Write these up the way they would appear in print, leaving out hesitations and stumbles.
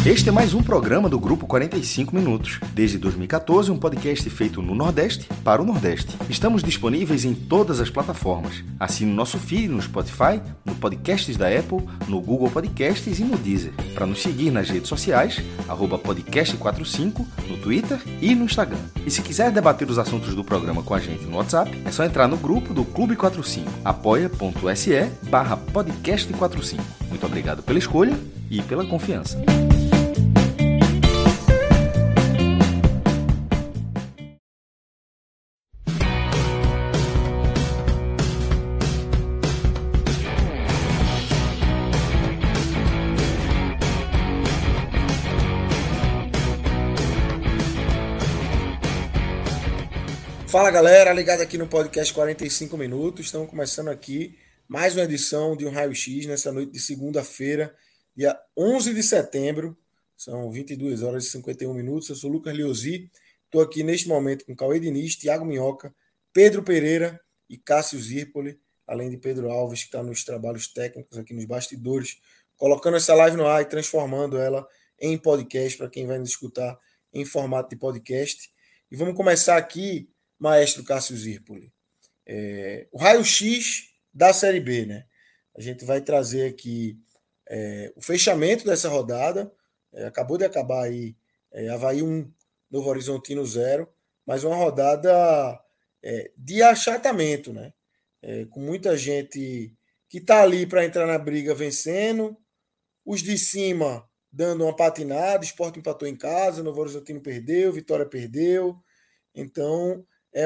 Este é mais um programa do Grupo 45 Minutos. Desde 2014, um podcast feito no Nordeste para o Nordeste. Estamos disponíveis em todas as plataformas. Assine o nosso feed no Spotify, no Podcasts da Apple, no Google Podcasts e no Deezer. Para nos seguir nas redes sociais, @podcast45, no Twitter e no Instagram. E se quiser debater os assuntos do programa com a gente no WhatsApp, é só entrar no grupo do Clube 45, apoia.se/podcast45. Muito obrigado pela escolha e pela confiança. Fala galera, ligado aqui no podcast 45 Minutos. Estamos começando aqui mais uma edição de um Raio-X nessa noite de segunda-feira, dia 11 de setembro. São 22 horas e 51 minutos. Eu sou Lucas Liozzi. Estou aqui neste momento com Cauê Diniz, Thiago Minhoca, Pedro Pereira e Cássio Zirpoli, além de Pedro Alves, que está nos trabalhos técnicos aqui nos bastidores, colocando essa live no ar e transformando ela em podcast para quem vai nos escutar em formato de podcast. E vamos começar aqui, maestro Cássio Zirpoli, o raio-x da Série B, né? A gente vai trazer aqui o fechamento dessa rodada. Acabou de acabar aí Avaí 1, Novo Horizontino 0, mas uma rodada de achatamento, né? Com muita gente que está ali para entrar na briga vencendo, os de cima dando uma patinada, Sport empatou em casa, Novo Horizontino perdeu, Vitória perdeu. Então,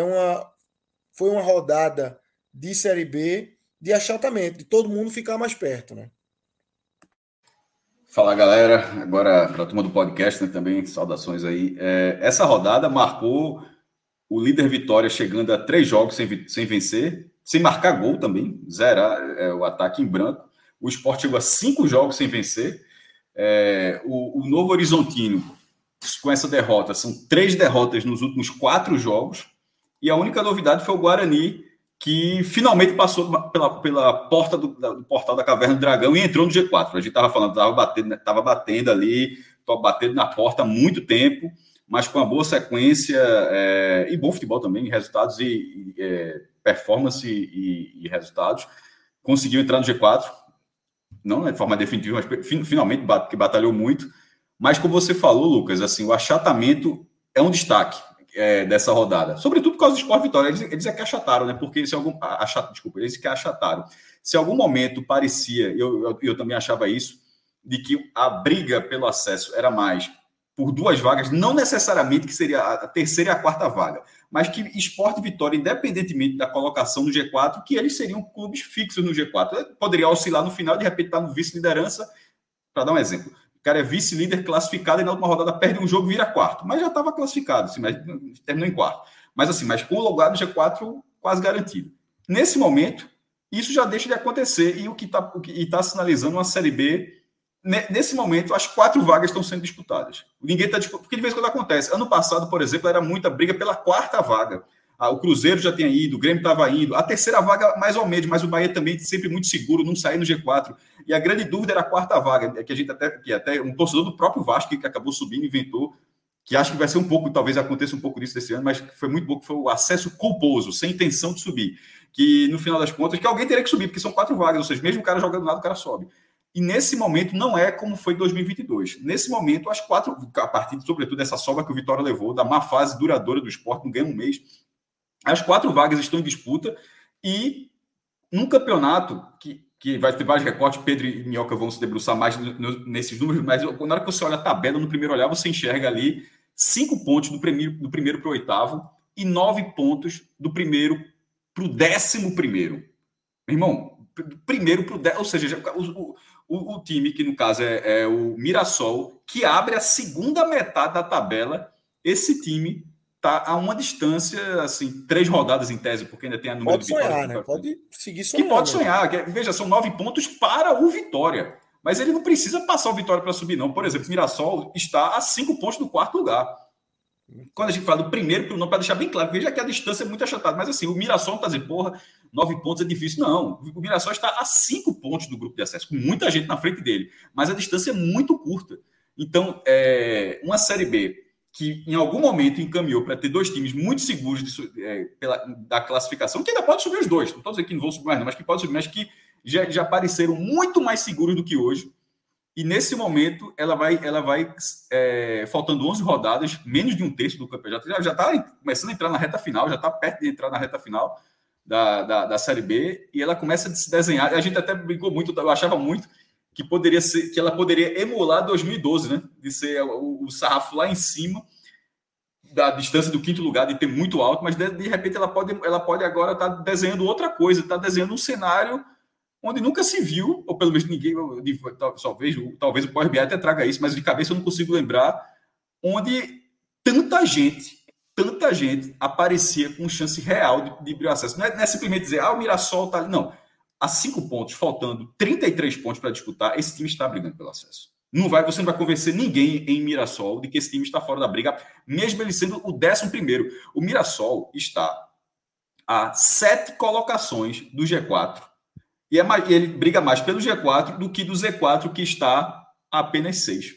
foi uma rodada de Série B de achatamento, de todo mundo ficar mais perto, né? Fala, galera. Agora, para a turma do podcast, né, também, saudações aí. Essa rodada marcou o líder Vitória chegando a 3 jogos sem vencer, sem marcar gol também, zerar o ataque em branco. O Sport chegou a 5 jogos sem vencer. O Novo Horizontino, com essa derrota, são 3 derrotas nos últimos 4 jogos. E a única novidade foi o Guarani, que finalmente passou pela porta do portal da Caverna do Dragão e entrou no G4. A gente estava falando, estava batendo ali, batendo na porta há muito tempo, mas com uma boa sequência e bom futebol também, resultados e performance e resultados. Conseguiu entrar no G4, não de forma definitiva, mas finalmente, que batalhou muito. Mas como você falou, Lucas, assim, o achatamento é um destaque dessa rodada, sobretudo por causa do Sport Vitória. Eles é que achataram, né? Porque eles que achataram. Se em algum momento parecia, eu também achava isso, de que a briga pelo acesso era mais por 2 vagas, não necessariamente que seria a terceira e a quarta vaga, mas que Sport Vitória, independentemente da colocação no G4, que eles seriam clubes fixos no G4. Poderia oscilar no final, de repente estar no vice-liderança, para dar um exemplo. O cara é vice-líder classificado e na última rodada perde um jogo e vira quarto. Mas já estava classificado, assim, mas terminou em quarto. Mas com o lugar do G4 quase garantido. Nesse momento, isso já deixa de acontecer. E o que está sinalizando uma Série B, nesse momento, as 4 vagas estão sendo disputadas. Ninguém está disputando, porque de vez em quando acontece. Ano passado, por exemplo, era muita briga pela 4ª vaga. O Cruzeiro já tinha ido, o Grêmio estava indo. A terceira vaga, mais ou menos, mas o Bahia também sempre muito seguro, não sair no G4. E a grande dúvida era a 4ª vaga, que a gente até um torcedor do próprio Vasco, que acabou subindo, inventou, que acho que vai ser um pouco, talvez aconteça um pouco disso desse ano, mas foi muito bom, que foi o acesso culposo, sem intenção de subir. Que, no final das contas, que alguém teria que subir, porque são 4 vagas, ou seja, mesmo o cara jogando nada, o cara sobe. E nesse momento não é como foi em 2022. Nesse momento, as 4, a partir, sobretudo, dessa sobra que o Vitória levou, da má fase duradoura do Sport, não ganha um mês, as 4 vagas estão em disputa e num campeonato que vai ter vários recortes, Pedro e Minhoca vão se debruçar mais nesses números, mas na hora que você olha a tabela, no primeiro olhar, você enxerga ali 5 pontos do primeiro para o 8º e 9 pontos do primeiro para o 11º. Meu irmão, primeiro para o 10º, ou seja, o time, que no caso é o Mirassol, que abre a segunda metade da tabela, esse time está a uma distância, assim, 3 rodadas em tese, porque ainda tem a número de vitórias. Pode sonhar, né? Pode seguir sonhando. Que pode sonhar. Veja, são 9 pontos para o Vitória. Mas ele não precisa passar o Vitória para subir, não. Por exemplo, o Mirassol está a 5 pontos do 4º lugar. Quando a gente fala do primeiro para o não, para deixar bem claro, veja que a distância é muito achatada. Mas assim, o Mirassol não está dizendo, 9 pontos é difícil. Não. O Mirassol está a 5 pontos do grupo de acesso, com muita gente na frente dele. Mas a distância é muito curta. Então, uma Série B que em algum momento encaminhou para ter dois times muito seguros da classificação, que ainda pode subir os dois, não estou dizendo que não vão subir mais, não, mas que pode subir, mas que já apareceram muito mais seguros do que hoje. E nesse momento, ela vai faltando 11 rodadas, menos de um terço do campeonato, já está começando a entrar na reta final, já está perto de entrar na reta final da Série B, e ela começa a se desenhar. A gente até brincou muito, eu achava muito que ela poderia emular 2012, né? De ser o sarrafo lá em cima, da distância do quinto lugar, de ter muito alto, mas de repente ela pode agora estar desenhando outra coisa, está desenhando um cenário onde nunca se viu, ou pelo menos ninguém, talvez o Power BI até traga isso, mas de cabeça eu não consigo lembrar, onde tanta gente aparecia com chance real de abrir o acesso. Não é simplesmente dizer, o Mirassol está ali. Não. A 5 pontos, faltando 33 pontos para disputar, esse time está brigando pelo acesso. Você não vai convencer ninguém em Mirassol de que esse time está fora da briga, mesmo ele sendo o 11º. O Mirassol está a 7 colocações do G4. E ele briga mais pelo G4 do que do Z4, que está a apenas 6.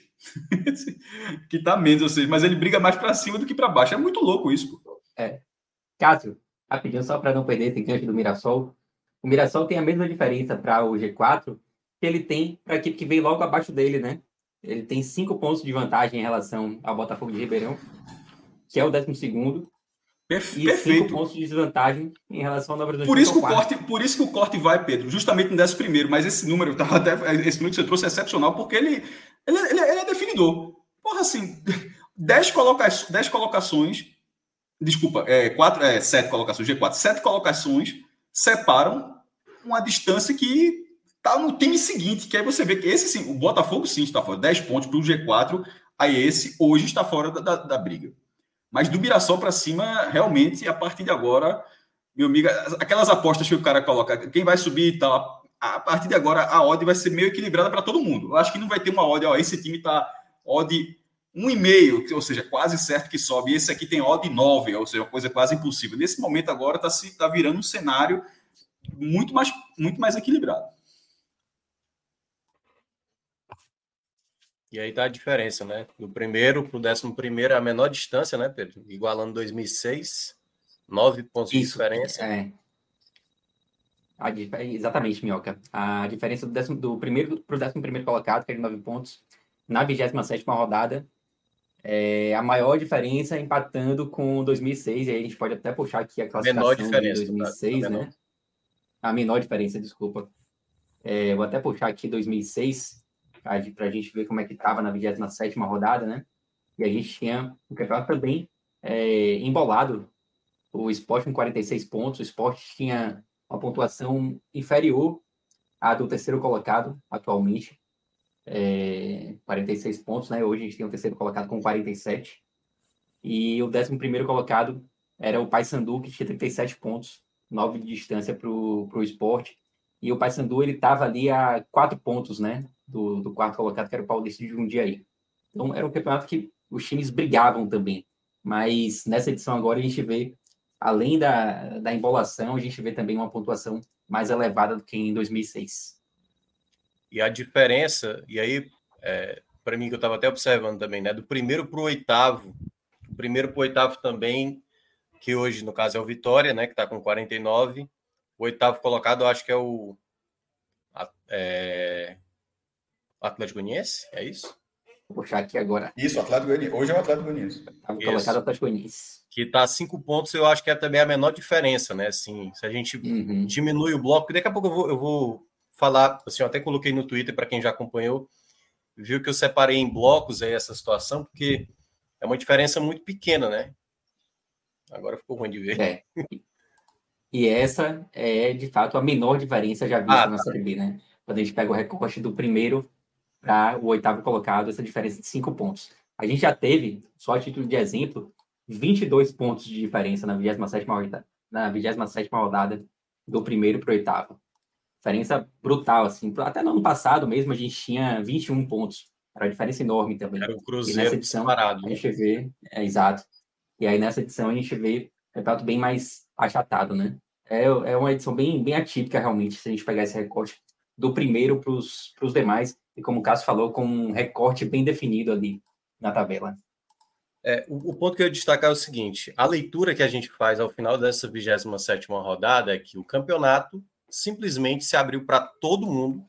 Que está menos, ou seja, mas ele briga mais para cima do que para baixo. É muito louco isso, pô. Cássio, rapidinho, só para não perder esse gancho do Mirassol. O Mirassol tem a mesma diferença para o G4 que ele tem para a equipe que veio logo abaixo dele, né? Ele tem 5 pontos de vantagem em relação ao Botafogo de Ribeirão, que é o 12º. Perfeito. 5 pontos de desvantagem em relação ao Novo Horizonte. Por isso que o corte vai, Pedro, justamente no 11º, mas esse número que você trouxe é excepcional, porque ele é definidor. Porra, assim, 10 colocações, desculpa, 7 colocações, G4, 7 colocações separam uma distância que está no time seguinte, que aí você vê que esse sim, o Botafogo sim está fora, 10 pontos para o G4, aí esse hoje está fora da briga. Mas do Mirassol para cima, realmente, a partir de agora, meu amigo, aquelas apostas que o cara coloca, quem vai subir e tal, a partir de agora a odd vai ser meio equilibrada para todo mundo. Eu acho que não vai ter uma odd, esse time está odd 1,5, ou seja, quase certo que sobe, e esse aqui tem odd 9, ou seja, uma coisa quase impossível. Nesse momento agora está virando um cenário muito mais equilibrado. E aí dá a diferença, né? Do primeiro para o 11º é a menor distância, né, Pedro? Igualando 2006, 9 pontos de diferença. Exatamente, Minhoca. A diferença do primeiro para o 11º colocado, que é de 9 pontos, na 27ª rodada, é a maior diferença empatando com 2006. E aí a gente pode até puxar aqui a classificação de 2006, né? A menor diferença, desculpa. Vou até puxar aqui 2006, para a gente ver como é que estava na 27ª rodada, né? E a gente tinha um campeonato também embolado. O Sport com 46 pontos. O Sport tinha uma pontuação inferior à do terceiro colocado, atualmente. 46 pontos, né? Hoje a gente tem o terceiro colocado com 47. E o 11º colocado era o Paysandu, que tinha 37 pontos, 9 de distância para o Sport. E o Paysandu, ele estava ali a 4 pontos, né? Do quarto colocado, que era o Paulista de Jundiaí. Então, era um campeonato que os times brigavam também. Mas nessa edição agora a gente vê, além da embolação, a gente vê também uma pontuação mais elevada do que em 2006. E a diferença, e aí, para mim, que eu estava até observando também, né? Do primeiro para o oitavo, o primeiro para o oitavo também, que hoje, no caso, é o Vitória, né? Que está com 49. O oitavo colocado, eu acho que é o Atlético Goianiense, é isso? Vou puxar aqui agora. Isso, Atlético Goianiense. Hoje é o Atlético Goianiense. Estava colocado o Atlético Goianiense. Que está a 5 pontos, eu acho que é também a menor diferença, né? Assim, se a gente diminui o bloco, daqui a pouco eu vou falar, assim, eu até coloquei no Twitter para quem já acompanhou, viu que eu separei em blocos aí essa situação, porque é uma diferença muito pequena, né? Agora ficou ruim de ver. E essa é, de fato, a menor diferença já vista na Série B, né? Quando a gente pega o recorte do primeiro para o oitavo colocado, essa diferença de 5 pontos. A gente já teve, só a título de exemplo, 22 pontos de diferença na 27ª rodada do primeiro para o oitavo. Diferença brutal, assim. Até no ano passado mesmo, a gente tinha 21 pontos. Era uma diferença enorme também. Era o Cruzeiro e nessa edição, disparado. A gente vê... exato. E aí, nessa edição, a gente vê o campeonato bem mais achatado, né? É uma edição bem atípica, realmente, se a gente pegar esse recorte do primeiro para os demais, e como o Cássio falou, com um recorte bem definido ali na tabela. O ponto que eu ia destacar é o seguinte: a leitura que a gente faz ao final dessa 27ª rodada é que o campeonato simplesmente se abriu para todo mundo,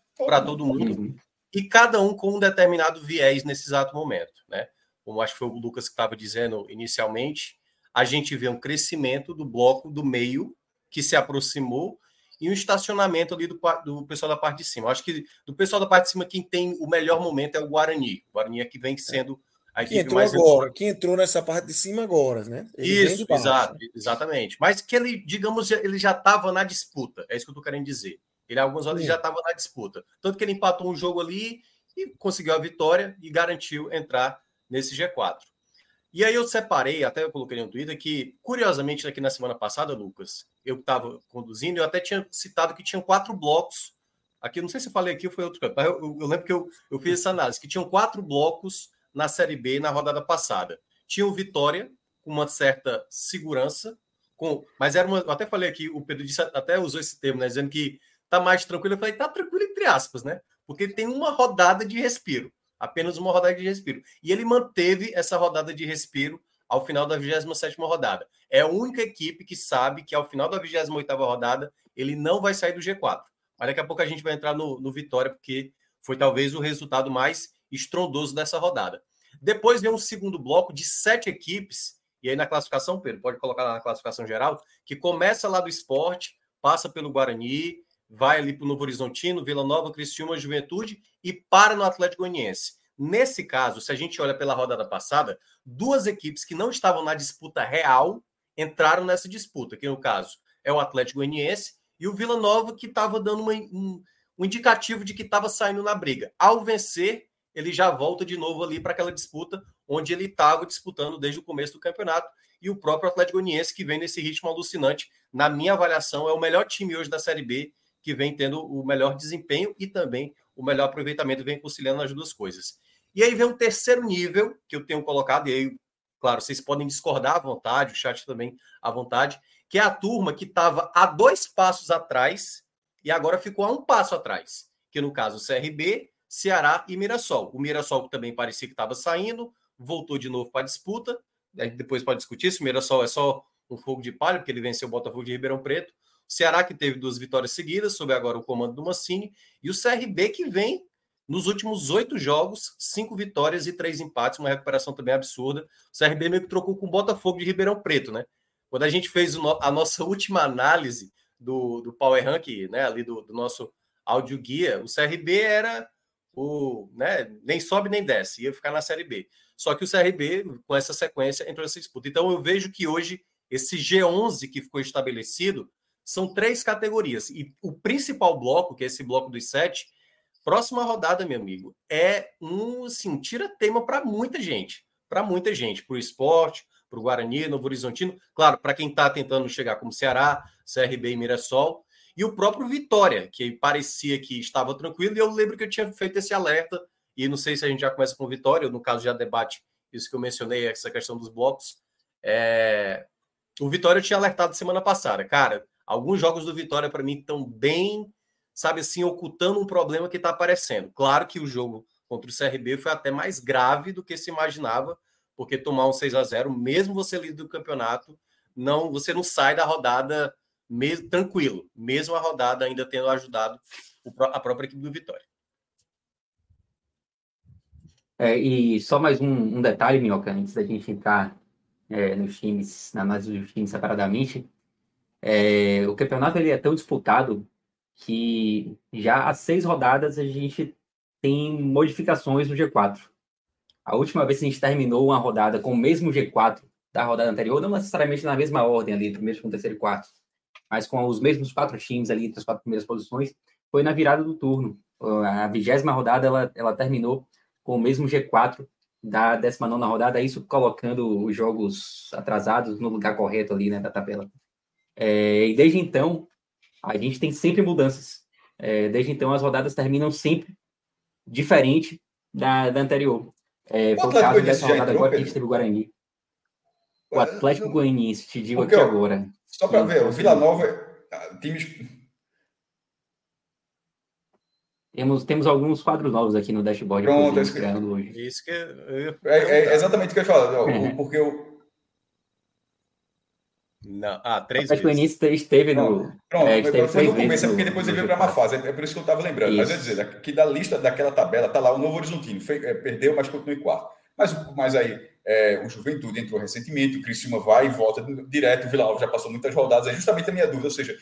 e cada um com um determinado viés nesse exato momento, né? Como acho que foi o Lucas que estava dizendo inicialmente, a gente vê um crescimento do bloco do meio que se aproximou e um estacionamento ali do pessoal da parte de cima. Eu acho que do pessoal da parte de cima, quem tem o melhor momento é o Guarani. O Guarani é que vem sendo a equipe mais... Que entrou nessa parte de cima agora, né? Isso, exatamente. Mas que ele, digamos, ele já estava na disputa. É isso que eu estou querendo dizer. Ele, algumas horas, já estava na disputa. Tanto que ele empatou um jogo ali e conseguiu a vitória e garantiu entrar nesse G4. E aí eu separei, até eu coloquei no Twitter, que, curiosamente, aqui na semana passada, Lucas, eu estava conduzindo, eu até tinha citado que tinham 4 blocos. Aqui, não sei se eu falei aqui ou foi outro canto, mas eu lembro que eu fiz essa análise, que tinham 4 blocos na Série B na rodada passada. Tinha o Vitória, com uma certa segurança, mas era uma... Eu até falei aqui, o Pedro disse, até usou esse termo, né, dizendo que tá mais tranquilo. Eu falei, tá tranquilo entre aspas, né? Porque tem uma rodada de respiro. Apenas uma rodada de respiro. E ele manteve essa rodada de respiro ao final da 27ª rodada. É a única equipe que sabe que ao final da 28ª rodada ele não vai sair do G4. Mas daqui a pouco a gente vai entrar no Vitória, porque foi talvez o resultado mais estrondoso dessa rodada. Depois vem um segundo bloco de 7 equipes, e aí na classificação, Pedro, pode colocar lá na classificação geral, que começa lá do Sport, passa pelo Guarani, vai ali para o Novo Horizontino, Vila Nova, Criciúma, Juventude e para no Atlético Goianiense. Nesse caso, se a gente olha pela rodada passada, 2 equipes que não estavam na disputa real entraram nessa disputa, que no caso é o Atlético Goianiense e o Vila Nova, que estava dando um indicativo de que estava saindo na briga. Ao vencer, ele já volta de novo ali para aquela disputa onde ele estava disputando desde o começo do campeonato, e o próprio Atlético Goianiense, que vem nesse ritmo alucinante, na minha avaliação, é o melhor time hoje da Série B, que vem tendo o melhor desempenho e também o melhor aproveitamento, vem conciliando as duas coisas. E aí vem um terceiro nível que eu tenho colocado, e aí, claro, vocês podem discordar à vontade, o chat também à vontade, que é a turma que estava a 2 passos atrás e agora ficou a 1 passo atrás, que no caso CRB, Ceará e Mirassol. O Mirassol também parecia que estava saindo, voltou de novo para a disputa, depois pode discutir se o Mirassol é só um fogo de palha, porque ele venceu o Botafogo de Ribeirão Preto. Ceará, que teve 2 vitórias seguidas, sob agora o comando do Mancini, e o CRB, que vem nos últimos 8 jogos, 5 vitórias e 3 empates, uma recuperação também absurda. O CRB meio que trocou com o Botafogo de Ribeirão Preto, né? Quando a gente fez a nossa última análise do Power Rank, né, ali do nosso áudio guia, o CRB era né, nem sobe nem desce, ia ficar na Série B. Só que o CRB, com essa sequência, entrou nessa disputa. Então eu vejo que hoje, esse G11 que ficou estabelecido, são 3 categorias. E o principal bloco, que é esse bloco dos 7, próxima rodada, meu amigo, é assim, tira-tema para muita gente. Para muita gente. Para o Sport, para o Guarani, Novo Horizontino. Claro, para quem está tentando chegar como Ceará, CRB e Mirassol. E o próprio Vitória, que parecia que estava tranquilo. E eu lembro que eu tinha feito esse alerta. E não sei se a gente já começa com o Vitória. No caso, já debate isso que eu mencionei, essa questão dos blocos. O Vitória eu tinha alertado semana passada. Cara, alguns jogos do Vitória, para mim, estão bem, sabe assim, ocultando um problema que está aparecendo. Claro que o jogo contra o CRB foi até mais grave do que se imaginava, porque tomar um 6-0, mesmo você líder do campeonato, você não sai da rodada tranquilo, mesmo a rodada ainda tendo ajudado a própria equipe do Vitória. E só mais um detalhe, Minhoca, antes da gente entrar nos times, na análise dos times separadamente. O campeonato ele é tão disputado que já há 6 rodadas a gente tem modificações no G4. A última vez que a gente terminou uma rodada com o mesmo G4 da rodada anterior, não necessariamente na mesma ordem ali, primeiro, segundo, terceiro e quarto, mas com os mesmos 4 times ali entre as 4 primeiras posições, foi na virada do turno. A 20ª rodada ela terminou com o mesmo G4 da 19ª rodada, isso colocando os jogos atrasados no lugar correto ali, né, da tabela. E desde então, a gente tem sempre mudanças. Desde então, as rodadas terminam sempre diferente da anterior. Foi o caso dessa rodada agora que a gente teve o Guarani. O Atlético Goianiense, te digo aqui agora. Só para ver, o Vila Nova, times... Temos alguns quadros novos aqui no dashboard. Pronto, hoje. Isso que é exatamente o que eu ia falar. Porque eu... Não. 3 vezes. O início esteve no... Pronto, foi no começo, é porque depois ele veio para uma fase. É por isso que eu estava lembrando. Isso. Mas eu ia dizer, que da lista daquela tabela, tá lá o Novo Horizontino. Perdeu, mas continua em quarto. Mas aí, o Juventude entrou recentemente, o Criciúma vai e volta direto, o Vila Nova já passou muitas rodadas. É justamente a minha dúvida, ou seja,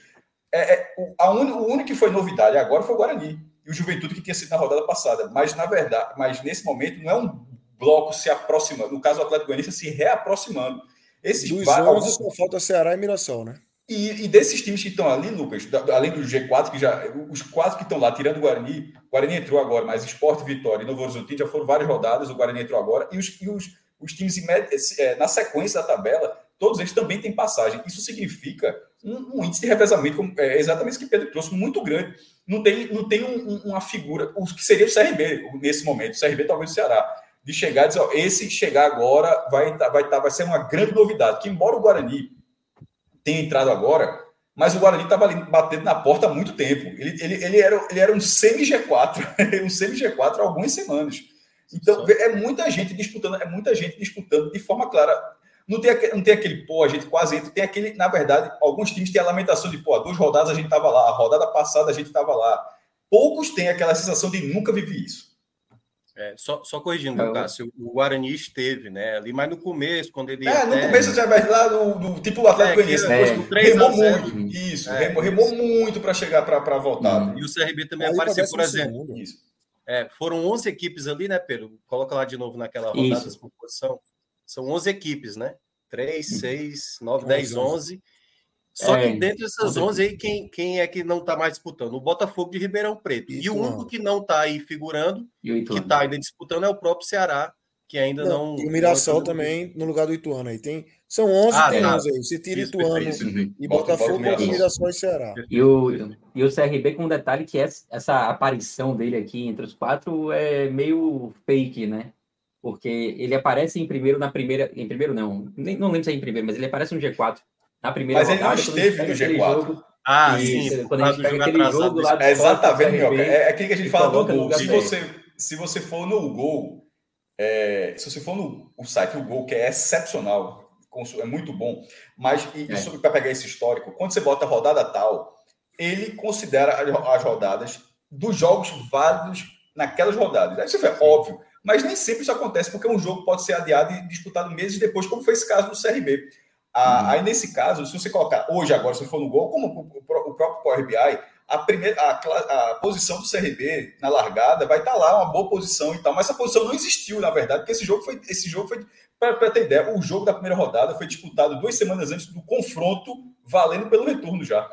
o único que foi novidade agora foi o Guarani. E o Juventude que tinha sido na rodada passada. Mas, na verdade, nesse momento, não é um bloco se aproximando. No caso, o Atlético Goianiense se reaproximando. Dos 11, só falta Ceará e Mirassol, né? E desses times que estão ali, Lucas, além do G4, os 4 que estão lá, tirando o Guarani entrou agora, mas Sport, Vitória e Novo Horizontino já foram várias rodadas, o Guarani entrou agora, e os times na sequência da tabela, todos eles também têm passagem. Isso significa um índice de revezamento, exatamente isso que Pedro trouxe, muito grande. Não tem uma figura, o que seria o CRB nesse momento, o CRB talvez o Ceará, de chegar e dizer, esse chegar agora vai ser uma grande novidade, que embora o Guarani tenha entrado agora, mas o Guarani estava ali batendo na porta há muito tempo. Ele era um semi-G4, um semi-G4 há algumas semanas. Então, é muita gente disputando de forma clara. Não tem aquele, a gente quase entra. Tem aquele, na verdade, alguns times têm a lamentação de, 2 rodadas a gente estava lá, a rodada passada a gente estava lá. Poucos têm aquela sensação de nunca vivi isso. Só corrigindo, Cássio, o Guarani esteve, né? Ali, mas no começo, quando ele. No começo já vai lá no tipo o Atlético Goianiense, remou muito. Isso, remou muito para chegar para voltar. E o CRB também apareceu, por exemplo. Isso. Foram 11 equipes ali, né, Pedro? Coloca lá de novo naquela rodada por posição. São 11 equipes, né? 3, 6, 9, 10, 11. Só que dentro dessas 11 aí, quem é que não está mais disputando? O Botafogo de Ribeirão Preto. E o único que não está aí figurando, que está ainda disputando, é o próprio Ceará, que ainda não... E o Mirassol também, no lugar do Ituano aí. São 11, tem 11 aí. Você tira Ituano e Botafogo, Mirassol e Ceará. E o CRB, com um detalhe que essa aparição dele aqui entre os 4 é meio fake, né? Porque ele aparece em primeiro na primeira... Em primeiro não lembro se é em primeiro, mas ele aparece no G4. Na primeira mas rodada, ele não esteve no G4. Jogo, sim. Quando a gente pega aquele jogo lá do exatamente, Minhoca. É aquilo que a gente fala do gol. Se você for no gol, se você for no site, o gol, que é excepcional, é muito bom, mas para pegar esse histórico, quando você bota a rodada tal, ele considera as rodadas dos jogos válidos naquelas rodadas. Aí você vê, óbvio, mas nem sempre isso acontece, porque um jogo pode ser adiado e disputado meses depois, como foi esse caso do CRB. Aí, nesse caso, se você colocar hoje, agora, se for no gol, como o próprio Power BI, a posição do CRB na largada vai estar lá, uma boa posição e tal, mas essa posição não existiu, na verdade, porque esse jogo foi para ter ideia, o jogo da primeira rodada foi disputado 2 semanas antes do confronto, valendo pelo retorno já.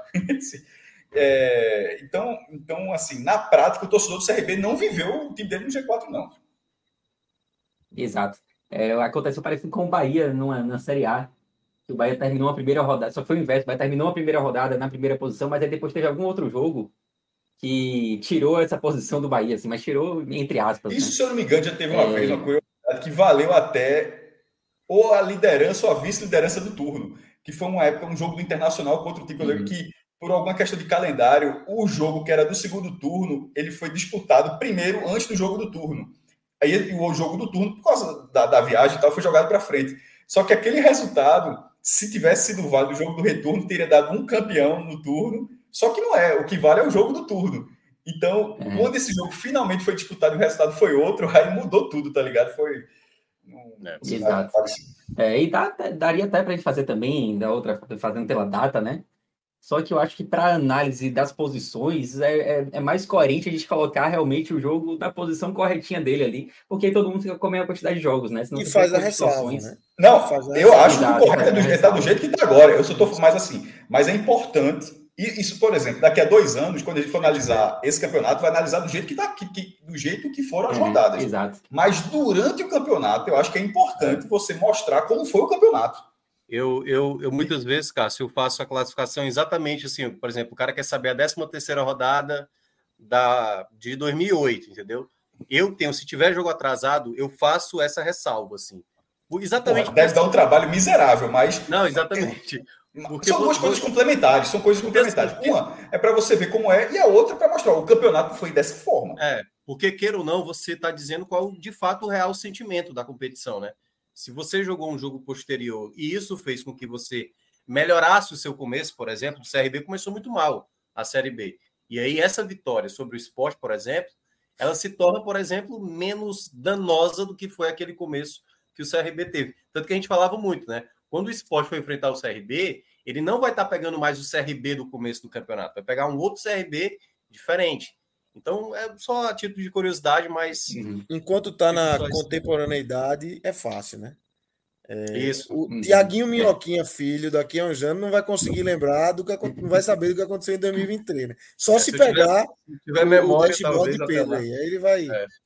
Então, assim, na prática, o torcedor do CRB não viveu o time dele no G4, não. Exato. Aconteceu parecido com o Bahia na Série A. O Bahia terminou a primeira rodada, só foi o inverso, o Bahia terminou a primeira rodada na primeira posição, mas aí depois teve algum outro jogo que tirou essa posição do Bahia, assim, mas tirou entre aspas. Isso, né? Se eu não me engano, já teve uma vez uma coisa que valeu até ou a liderança ou a vice-liderança do turno, que foi uma época, um jogo do Internacional contra o time, eu lembro que, por alguma questão de calendário, o jogo que era do segundo turno, ele foi disputado primeiro, antes do jogo do turno. Aí o jogo do turno, por causa da viagem e tal, foi jogado para frente. Só que aquele resultado, se tivesse sido válido o jogo do retorno, teria dado um campeão no turno, só que não é. O que vale é o jogo do turno. Então, quando esse jogo finalmente foi disputado e o resultado foi outro, aí mudou tudo, tá ligado? Foi... Exato. E daria até pra gente fazer também, fazendo pela data, né? Só que eu acho que para análise das posições é mais coerente a gente colocar realmente o jogo na posição corretinha dele ali, porque aí todo mundo fica com a mesma quantidade de jogos, né? Senão faz a ressalva, né? Não, eu acho que o correto está do jeito que está agora. Eu só estou mais assim. Mas é importante. E isso, por exemplo, daqui a 2 anos, quando a gente for analisar esse campeonato, vai analisar do jeito que está, do jeito que foram as rodadas. Exato. Mas durante o campeonato, eu acho que é importante você mostrar como foi o campeonato. Eu muitas vezes, Cássio, eu faço a classificação exatamente assim, por exemplo, o cara quer saber a 13ª rodada de 2008, entendeu? Se tiver jogo atrasado, eu faço essa ressalva, assim. Exatamente. Deve dar um trabalho miserável, mas... Não, exatamente. São duas coisas complementares. São coisas complementares. Uma é para você ver como é, e a outra para mostrar. O campeonato foi dessa forma. Porque, queira ou não, você está dizendo qual, de fato, o real sentimento da competição, né? Se você jogou um jogo posterior e isso fez com que você melhorasse o seu começo, por exemplo, o CRB começou muito mal, a Série B. E aí essa vitória sobre o Sport, por exemplo, ela se torna, por exemplo, menos danosa do que foi aquele começo que o CRB teve. Tanto que a gente falava muito, né? Quando o Sport for enfrentar o CRB, ele não vai estar pegando mais o CRB do começo do campeonato, vai pegar um outro CRB diferente. Então, é só a título de curiosidade, mas... Enquanto tá na contemporaneidade, é fácil, né? Isso. O Tiaguinho Minhoquinha, filho, daqui a uns anos, não vai conseguir lembrar não vai saber do que aconteceu em 2023, né? Só se pegar tiver memória, o dashboard de Pedro aí ele vai...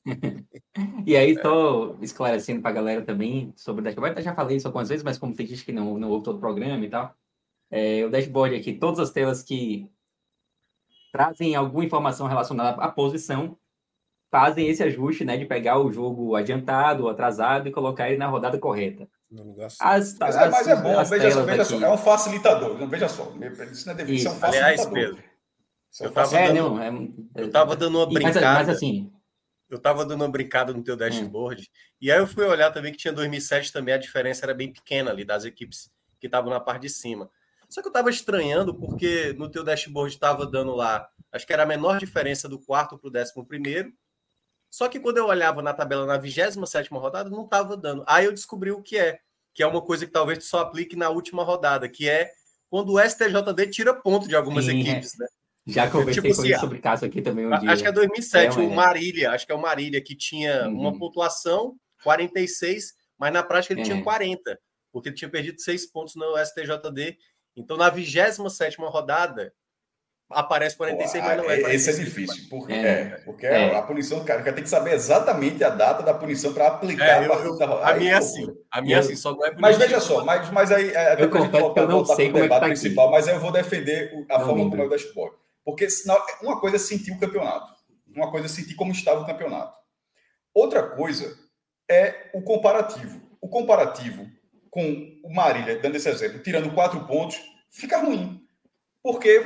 E aí, tô esclarecendo pra galera também sobre o dashboard. Eu já falei isso algumas vezes, mas como tem gente que não ouve todo o programa e tal, o dashboard aqui, todas as telas que trazem alguma informação relacionada à posição, fazem esse ajuste, né, de pegar o jogo adiantado ou atrasado e colocar ele na rodada correta. No lugar mas é bom, veja só, é um facilitador. Veja só, isso não é definição, é um facilitador. Aliás, Pedro, eu tava dando uma brincada. Mas assim... Eu tava dando uma brincada no teu dashboard, e aí eu fui olhar também que tinha 2007 também, a diferença era bem pequena ali das equipes que estavam na parte de cima. Só que eu tava estranhando porque no teu dashboard estava dando lá, acho que era a menor diferença do quarto para o 11º, só que quando eu olhava na tabela na 27ª rodada, não estava dando. Aí eu descobri o que é uma coisa que talvez tu só aplique na última rodada, que é quando o STJD tira ponto de algumas equipes, né? Já conversei com ele sobre caso aqui também um dia. Acho que é 2007, o Marília, acho que é o Marília, que tinha uma pontuação, 46, mas na prática ele tinha 40, porque ele tinha perdido 6 pontos no STJD. Então, na 27ª rodada, aparece 46, mas não é 46. Esse é difícil, porque a punição, cara, tem que saber exatamente a data da punição para aplicar a minha é assim, só não é punição. Mas veja só, mas aí, eu confesso que eu não sei como é que tá principal, mas eu vou defender a forma como é o dashboard. Porque uma coisa é sentir o campeonato, uma coisa é sentir como estava o campeonato. Outra coisa é o comparativo. O comparativo com o Marília, dando esse exemplo, tirando 4 pontos, fica ruim. Porque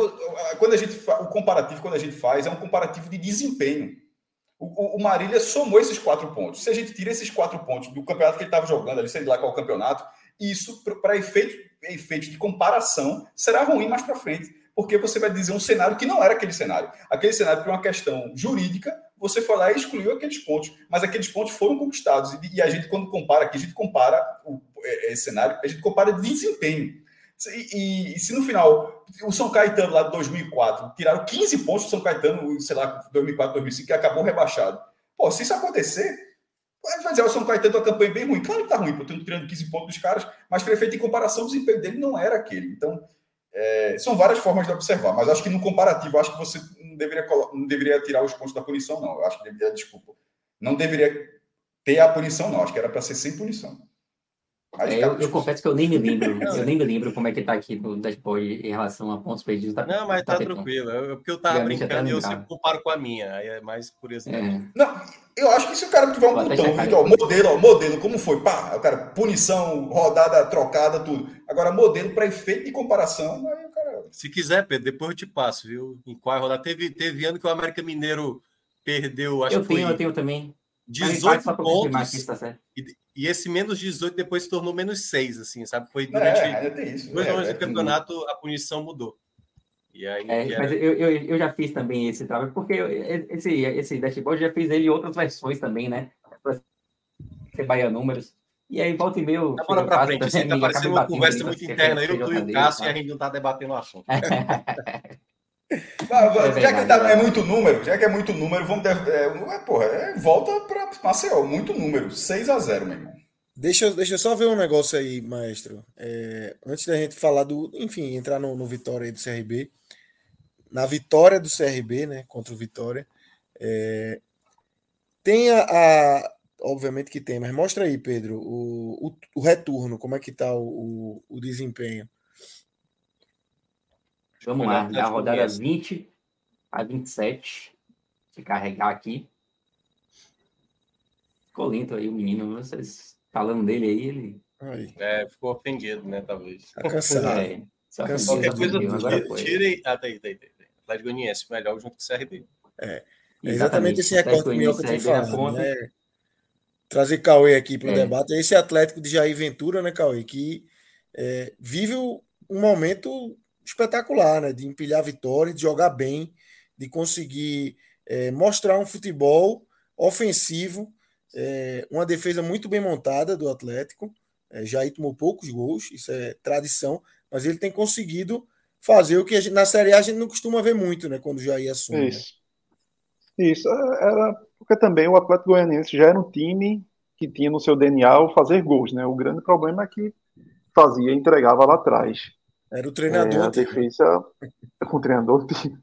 o comparativo, quando a gente faz, é um comparativo de desempenho. O Marília somou esses 4 pontos. Se a gente tira esses 4 pontos do campeonato que ele estava jogando, ali, sei lá qual é o campeonato, isso, para efeito de comparação, será ruim mais para frente. Porque você vai dizer um cenário que não era aquele cenário. Aquele cenário, por uma questão jurídica, você foi lá e excluiu aqueles pontos. Mas aqueles pontos foram conquistados. E a gente, quando compara aqui, a gente compara esse cenário, a gente compara desempenho. E se no final, o São Caetano lá de 2004, tiraram 15 pontos do São Caetano, sei lá, 2004, 2005, que acabou rebaixado. Pô, se isso acontecer, vai dizer, o São Caetano tem uma campanha bem ruim. Claro que tá ruim, porque eu estou tirando 15 pontos dos caras, mas para efeito de comparação, o desempenho dele não era aquele. Então, são várias formas de observar, mas acho que no comparativo, acho que você não deveria tirar os pontos da punição, não. Eu acho que não deveria ter a punição, não. Acho que era para ser sem punição. Eu confesso que eu nem me lembro como é que tá aqui no dashboard em relação a pontos perdidos. Não, mas tá tranquilo. Porque eu tava brincando e eu sempre comparo com a minha. Aí é mais curiosidade. Não, eu acho que se o cara tiver um botão, modelo, como foi? Pá, o cara, punição, rodada trocada, tudo. Agora, modelo para efeito de comparação, aí o cara... Se quiser, Pedro, depois eu te passo, viu? Em qual rodada? Teve ano que o América Mineiro perdeu, eu tenho também. 18 pontos, e esse menos 18 depois se tornou menos 6, assim, sabe? Foi durante 2 anos do campeonato, a punição mudou. E aí, mas eu já fiz também esse trabalho, porque esse dashboard já fiz ele em outras versões também, né? Para ser Bahia Números. E aí, volta e meia... Bora pra frente, assim, tá parecendo uma conversa muito interna. Eu, tu e o Cássio, e a gente não tá debatendo o assunto. Já que é muito número, vamos volta para Maceió, muito número, 6-0, meu irmão. Deixa eu só ver um negócio aí, maestro. Antes da gente falar entrar no Vitória aí do CRB. Na vitória do CRB, né, contra o Vitória, tem obviamente que tem, mas mostra aí, Pedro, o retorno, como é que tá o desempenho. Vamos lá, da rodada 20 a 27. Se carregar aqui. Ficou lento aí o menino. Vocês falando dele aí, ele Aí. Ficou ofendido, né? Talvez. Tá cansado. Qualquer coisa, tirei. Tá aí. Atlético Goianiense, melhor junto com o CRB. É exatamente esse recorte que o Minhoca tem falado, né? Trazer Cauê aqui para o debate. Esse Atlético de Jair Ventura, né, Cauê, que vive um momento espetacular, né? De empilhar vitória, de jogar bem, de conseguir mostrar um futebol ofensivo, uma defesa muito bem montada do Atlético. Jair tomou poucos gols, isso é tradição, mas ele tem conseguido fazer o que na Série A a gente não costuma ver muito, né? Quando o Jair assume. Isso. Né? Isso. Era porque também o Atlético Goianiense já era um time que tinha no seu DNA o fazer gols, né? O grande problema é que entregava lá atrás. Era o treinador. A defesa com o treinador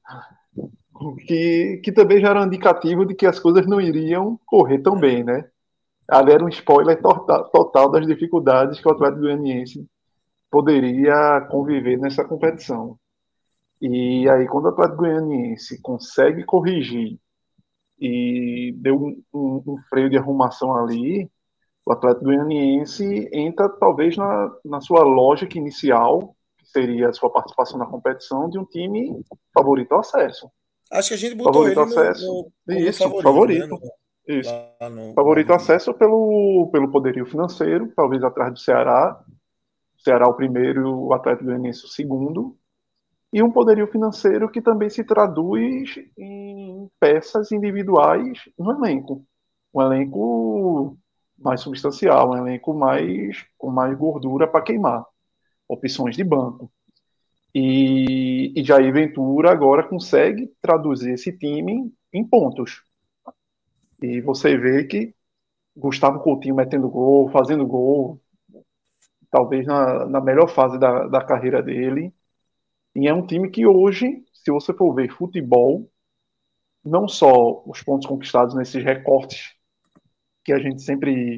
que também já era um indicativo de que as coisas não iriam correr tão bem, né? Ali era um spoiler total das dificuldades que o Atlético Goianiense poderia conviver nessa competição. E aí, quando o Atlético Goianiense consegue corrigir e deu um freio de arrumação ali, o Atlético Goianiense entra talvez na sua lógica inicial, que seria a sua participação na competição, de um time favorito ao acesso. Acho que a gente botou ele no favorito. Né? Isso. Favorito ao acesso pelo poderio financeiro, talvez atrás do Ceará. O Ceará o primeiro e o Atlético Goianiense o segundo. E um poderio financeiro que também se traduz em peças individuais no elenco. Um elenco mais substancial, um elenco com mais gordura para queimar. Opções de banco. E Jair Ventura agora consegue traduzir esse time em pontos. E você vê que Gustavo Coutinho metendo gol, fazendo gol, talvez na melhor fase da carreira dele. E é um time que hoje, se você for ver futebol, não só os pontos conquistados nesses recortes que a gente sempre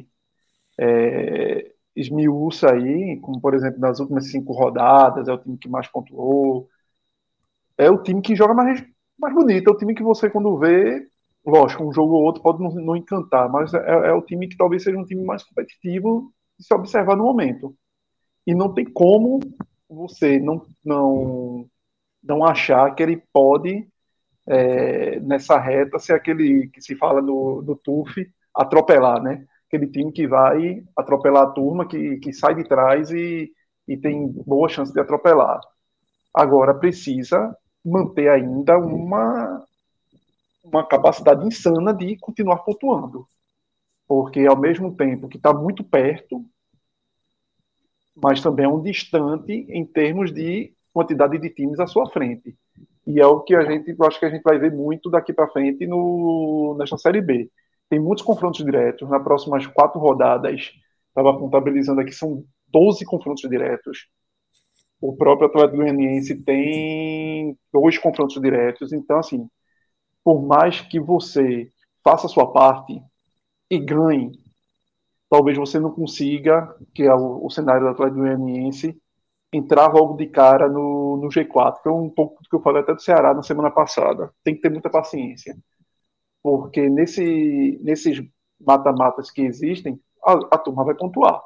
esmiuça aí, como por exemplo nas últimas 5 rodadas, é o time que mais pontuou, é o time que joga mais bonito, é o time que você quando vê, lógico, um jogo ou outro pode não encantar, mas é o time que talvez seja um time mais competitivo de se observar no momento. E não tem como você não achar que ele pode, nessa reta, ser aquele que se fala do TUF, atropelar, né? Aquele time que vai atropelar a turma, que sai de trás e tem boa chance de atropelar. Agora precisa manter ainda uma capacidade insana de continuar pontuando. Porque ao mesmo tempo que está muito perto, mas também é um distante em termos de quantidade de times à sua frente. E é o que eu acho que a gente vai ver muito daqui para frente nesta Série B. Tem muitos confrontos diretos. Nas próximas 4 rodadas, estava contabilizando aqui, são 12 confrontos diretos. O próprio Atlético Goianiense tem 2 confrontos diretos. Então, assim, por mais que você faça a sua parte e ganhe, talvez você não consiga, que é o cenário do Atlético Goianiense, entrar logo de cara no G4, que é um pouco do que eu falei até do Ceará na semana passada. Tem que ter muita paciência. Porque nesses mata-matas que existem, a turma vai pontuar.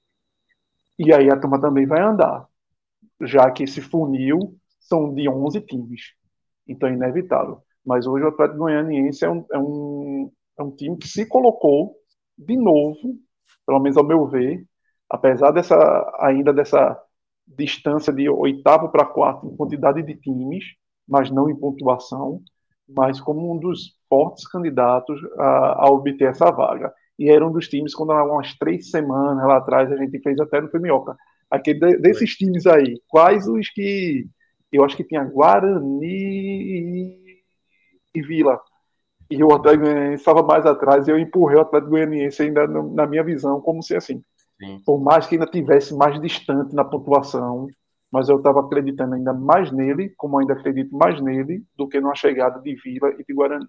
E aí a turma também vai andar. Já que esse funil são de 11 times. Então é inevitável. Mas hoje o Atlético Goianiense é um time que se colocou de novo, pelo menos ao meu ver, apesar ainda dessa distância de 8º para 4º em quantidade de times, mas não em pontuação, mas como um dos fortes candidatos a obter essa vaga. E era um dos times, quando há umas 3 semanas lá atrás, a gente fez até no Femioca. Desses times aí, quais os que... Eu acho que tinha Guarani e Vila. E o Atlético Goianiense estava mais atrás, e eu empurrei o Atlético Goianiense ainda na minha visão, como se assim, sim, por mais que ainda tivesse mais distante na pontuação, mas eu estava acreditando ainda mais nele, como ainda acredito mais nele, do que na chegada de Vila e de Guarani.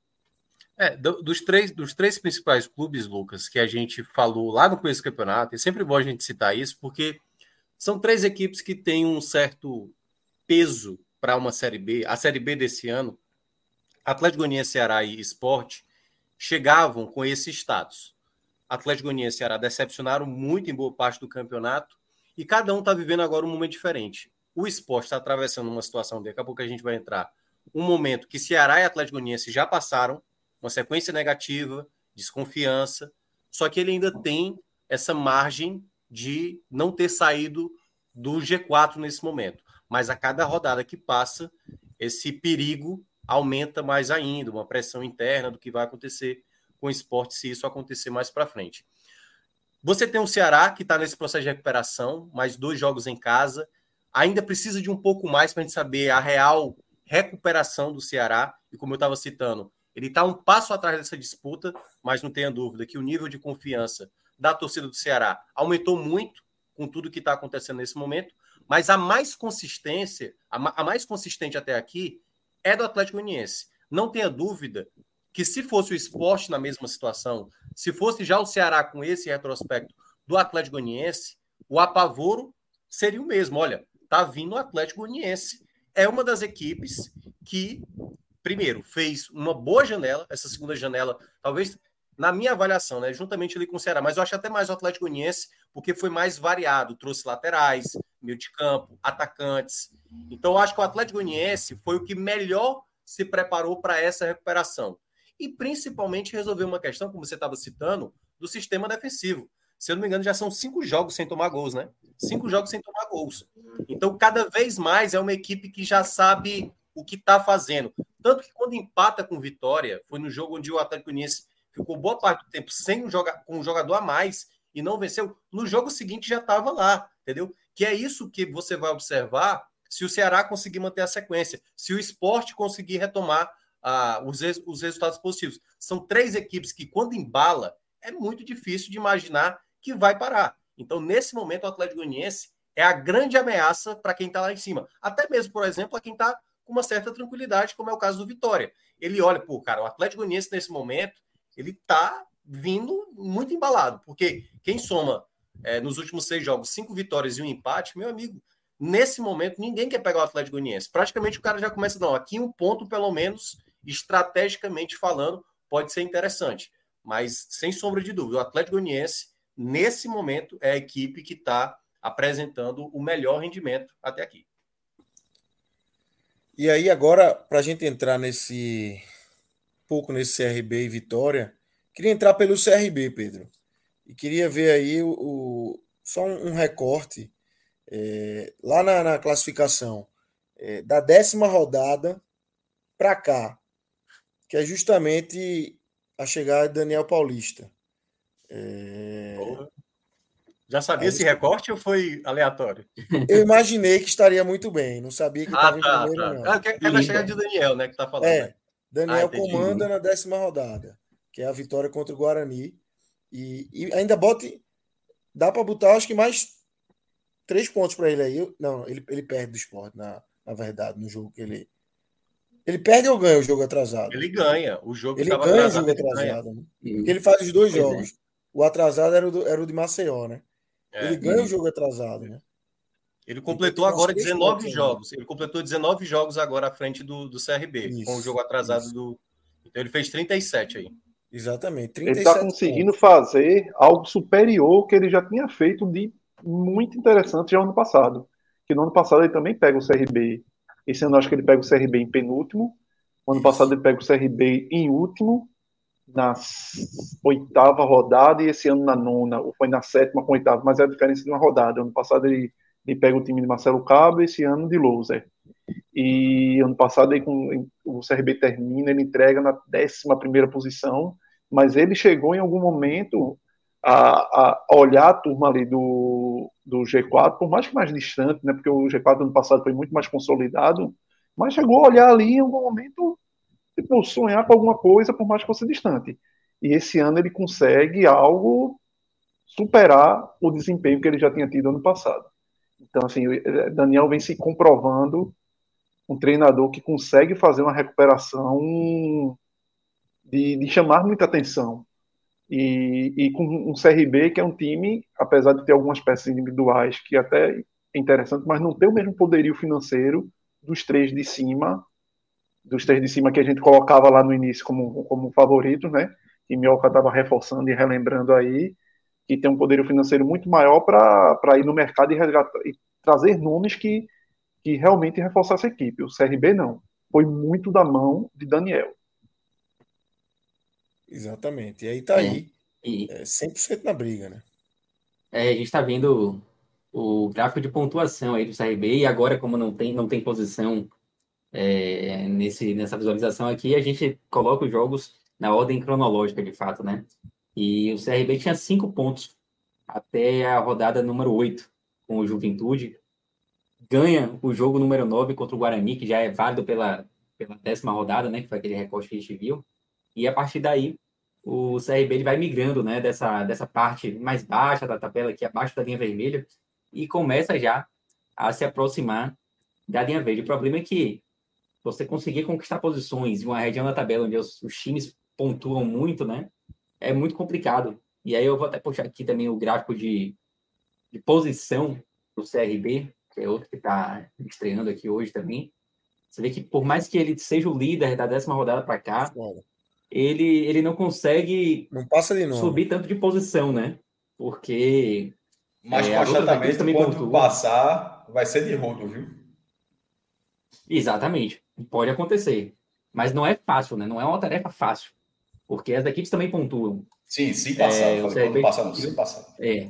Dos três principais clubes, Lucas, que a gente falou lá no começo do campeonato, é sempre bom a gente citar isso, porque são 3 equipes que têm um certo peso para uma Série B. A Série B desse ano, Atlético Goianiense, Ceará e Sport chegavam com esse status. Atlético Goianiense e Ceará decepcionaram muito em boa parte do campeonato e cada um está vivendo agora um momento diferente. O Sport está atravessando uma situação, daqui a pouco a gente vai entrar, um momento que Ceará e Atlético Goianiense já passaram, uma sequência negativa, desconfiança, só que ele ainda tem essa margem de não ter saído do G4 nesse momento. Mas a cada rodada que passa, esse perigo aumenta mais ainda, uma pressão interna do que vai acontecer com o Sport se isso acontecer mais para frente. Você tem o Ceará, que está nesse processo de recuperação, mais 2 jogos em casa, ainda precisa de um pouco mais para a gente saber a real recuperação do Ceará, e como eu estava citando, ele está um passo atrás dessa disputa, mas não tenha dúvida que o nível de confiança da torcida do Ceará aumentou muito com tudo que está acontecendo nesse momento, mas a mais consistente até aqui é do Atlético Goianiense. Não tenha dúvida que se fosse o Sport na mesma situação, se fosse já o Ceará com esse retrospecto do Atlético Goianiense, o apavoro seria o mesmo. Olha, tá vindo o Atlético Goianiense. É uma das equipes que, primeiro, fez uma boa janela, essa segunda janela, talvez na minha avaliação, né, juntamente ali com o Ceará, mas eu acho até mais o Atlético Goianiense, porque foi mais variado, trouxe laterais, meio de campo, atacantes. Então, eu acho que o Atlético Goianiense foi o que melhor se preparou para essa recuperação. E, principalmente, resolveu uma questão, como você estava citando, do sistema defensivo. Se eu não me engano, já são 5 jogos sem tomar gols, né? 5 jogos sem tomar gols. Então, cada vez mais é uma equipe que já sabe o que está fazendo. Tanto que quando empata com Vitória, foi no jogo onde o Atlético Goianiense ficou boa parte do tempo com um jogador a mais e não venceu, no jogo seguinte já estava lá, entendeu? Que é isso que você vai observar se o Ceará conseguir manter a sequência, se o Sport conseguir retomar os resultados positivos. São 3 equipes que, quando embala, é muito difícil de imaginar que vai parar. Então, nesse momento, o Atlético Goianiense é a grande ameaça para quem está lá em cima. Até mesmo, por exemplo, a quem está com uma certa tranquilidade, como é o caso do Vitória. Ele olha, o Atlético Goianiense, nesse momento, ele está vindo muito embalado, porque quem soma nos últimos 6 jogos 5 vitórias e 1 empate, meu amigo, nesse momento ninguém quer pegar o Atlético Goianiense. Praticamente o cara já começa, não, aqui um ponto pelo menos, estrategicamente falando, pode ser interessante. Mas, sem sombra de dúvida, o Atlético Goianiense, nesse momento, é a equipe que está apresentando o melhor rendimento até aqui. E aí, agora, para a gente entrar nesse CRB e Vitória, queria entrar pelo CRB, Pedro. E queria ver aí só um recorte lá na classificação da 10ª rodada para cá, que é justamente a chegada de Daniel Paulista. Já sabia esse recorte ou foi aleatório? Eu imaginei que estaria muito bem, não sabia que estava em primeiro, não. É da chegada de Daniel, né, que tá falando. Né? Daniel comanda na 10ª rodada, que é a vitória contra o Guarani. E ainda dá para botar, acho que mais 3 pontos para ele aí. Não, ele perde do Sport, na verdade, no jogo que ele perde ou ganha o jogo atrasado? Ele ganha. O jogo ele ganha o jogo atrasado. Né? Porque ele faz os 2 jogos. O atrasado era o de Maceió, né? Ele ganha o jogo atrasado, né? Ele completou agora 19 jogos. Ele completou 19 jogos agora à frente do CRB, isso, com o jogo atrasado do... Então ele fez 37 aí. Exatamente. 37 ele está conseguindo fazer algo superior ao que ele já tinha feito de muito interessante já no ano passado. Que no ano passado ele também pega o CRB. Esse ano eu acho que ele pega o CRB em penúltimo. No ano passado ele pega o CRB em último, na 8ª rodada, e esse ano na 9ª, ou foi na 7ª com 8ª, mas é a diferença de uma rodada. Ano passado ele pega o time de Marcelo Cabo, esse ano de Louser. E ano passado o CRB termina, ele entrega na 11ª posição, mas ele chegou em algum momento a olhar a turma ali do G4, por mais que mais distante, né, porque o G4 ano passado foi muito mais consolidado, mas chegou a olhar ali em algum momento, tipo, sonhar com alguma coisa, por mais que fosse distante. E esse ano ele consegue algo superar o desempenho que ele já tinha tido ano passado. Então, assim, Daniel vem se comprovando um treinador que consegue fazer uma recuperação de chamar muita atenção. E com um CRB, que é um time, apesar de ter algumas peças individuais que até é interessante, mas não tem o mesmo poderio financeiro dos 3 de cima que a gente colocava lá no início como favoritos, né? e Minhoca estava reforçando e relembrando aí, que tem um poder financeiro muito maior para ir no mercado e trazer nomes que realmente reforçassem a equipe. O CRB não. Foi muito da mão de Daniel. Exatamente. E aí tá aí, 100% na briga, né? A gente está vendo o gráfico de pontuação aí do CRB, e agora, como não tem posição nessa visualização aqui, a gente coloca os jogos na ordem cronológica, de fato, né? E o CRB tinha 5 pontos até a rodada número 8 com o Juventude. Ganha o jogo número 9 contra o Guarani, que já é válido pela 10ª rodada, né? Que foi aquele recorte que a gente viu. E a partir daí, o CRB ele vai migrando, né, dessa parte mais baixa da tabela, aqui abaixo da linha vermelha, e começa já a se aproximar da linha verde. O problema é que você conseguir conquistar posições em uma região da tabela onde os times pontuam muito, né, é muito complicado. E aí eu vou até puxar aqui também o gráfico de posição do CRB, que é outro que está estreando aqui hoje também. Você vê que por mais que ele seja o líder da 10ª rodada para cá, ele não consegue subir tanto de posição, né? Porque... Mas com achatamento, quando passar, vai ser de rodo, viu? Exatamente. Pode acontecer. Mas não é fácil, né? Não é uma tarefa fácil. Porque as equipes também pontuam. Sim, se passar. Quando passar, não, se passar.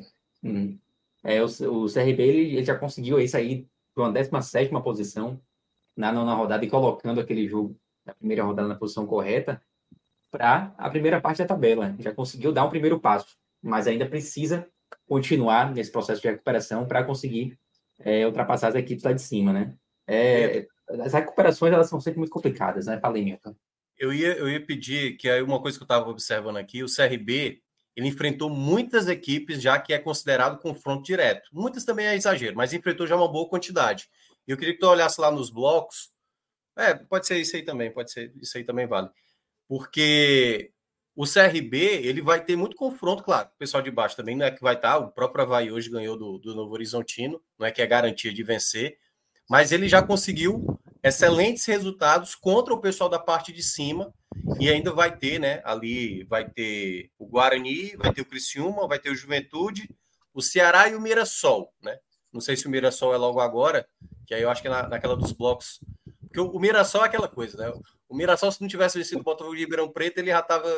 O CRB ele já conseguiu aí sair para uma 17ª posição na 9ª rodada e colocando aquele jogo da primeira rodada na posição correta para a primeira parte da tabela. Já conseguiu dar um primeiro passo, mas ainda precisa continuar nesse processo de recuperação para conseguir ultrapassar as equipes lá de cima, né? As recuperações, elas são sempre muito complicadas, né? Falei, Milton. Eu ia pedir que aí uma coisa que eu estava observando aqui, o CRB, ele enfrentou muitas equipes, já que é considerado confronto direto. Muitas também é exagero, mas enfrentou já uma boa quantidade. E eu queria que tu olhasse lá nos blocos. Pode ser isso aí também, pode ser isso aí também vale. Porque o CRB, ele vai ter muito confronto, claro. O pessoal de baixo também não é que vai estar. O próprio Avaí hoje ganhou do Novo Horizontino, não é que é garantia de vencer. Mas ele já conseguiu excelentes resultados contra o pessoal da parte de cima e ainda vai ter, né? Ali vai ter o Guarani, vai ter o Criciúma, vai ter o Juventude, o Ceará e o Mirassol, né? Não sei se o Mirassol é logo agora, que aí eu acho que é naquela dos blocos. Porque o Mirassol é aquela coisa, né? O Mirassol, se não tivesse vencido o Botafogo de Ribeirão Preto, ele já estava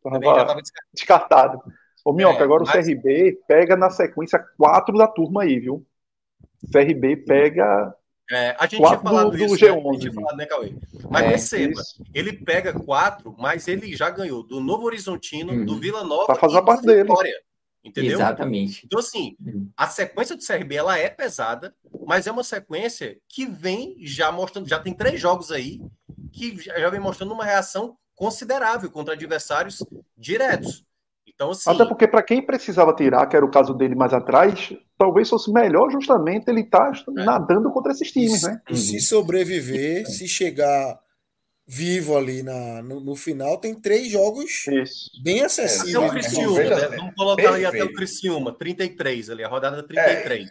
descartado. Ô, Minhoca, agora o CRB pega na sequência 4 da turma aí, viu? CRB pega... a gente tinha falado do isso, G11, né? A gente tinha falado, né, Cauê? Mas perceba, ele pega 4, mas ele já ganhou do Novo Horizontino, do Vila Nova e do Vitória. Entendeu? Exatamente. Então, assim, a sequência do CRB, ela é pesada, mas é uma sequência que vem já mostrando, já tem 3 jogos aí, que já vem mostrando uma reação considerável contra adversários diretos. Então, assim, até porque para quem precisava tirar, que era o caso dele mais atrás, talvez fosse melhor justamente ele estar nadando contra esses times, né? Se sobreviver, se chegar vivo ali no final, tem 3 jogos bem acessíveis. Até o Criciúma, né? Vamos colocar ali até o Criciúma, 33 ali, a rodada 33.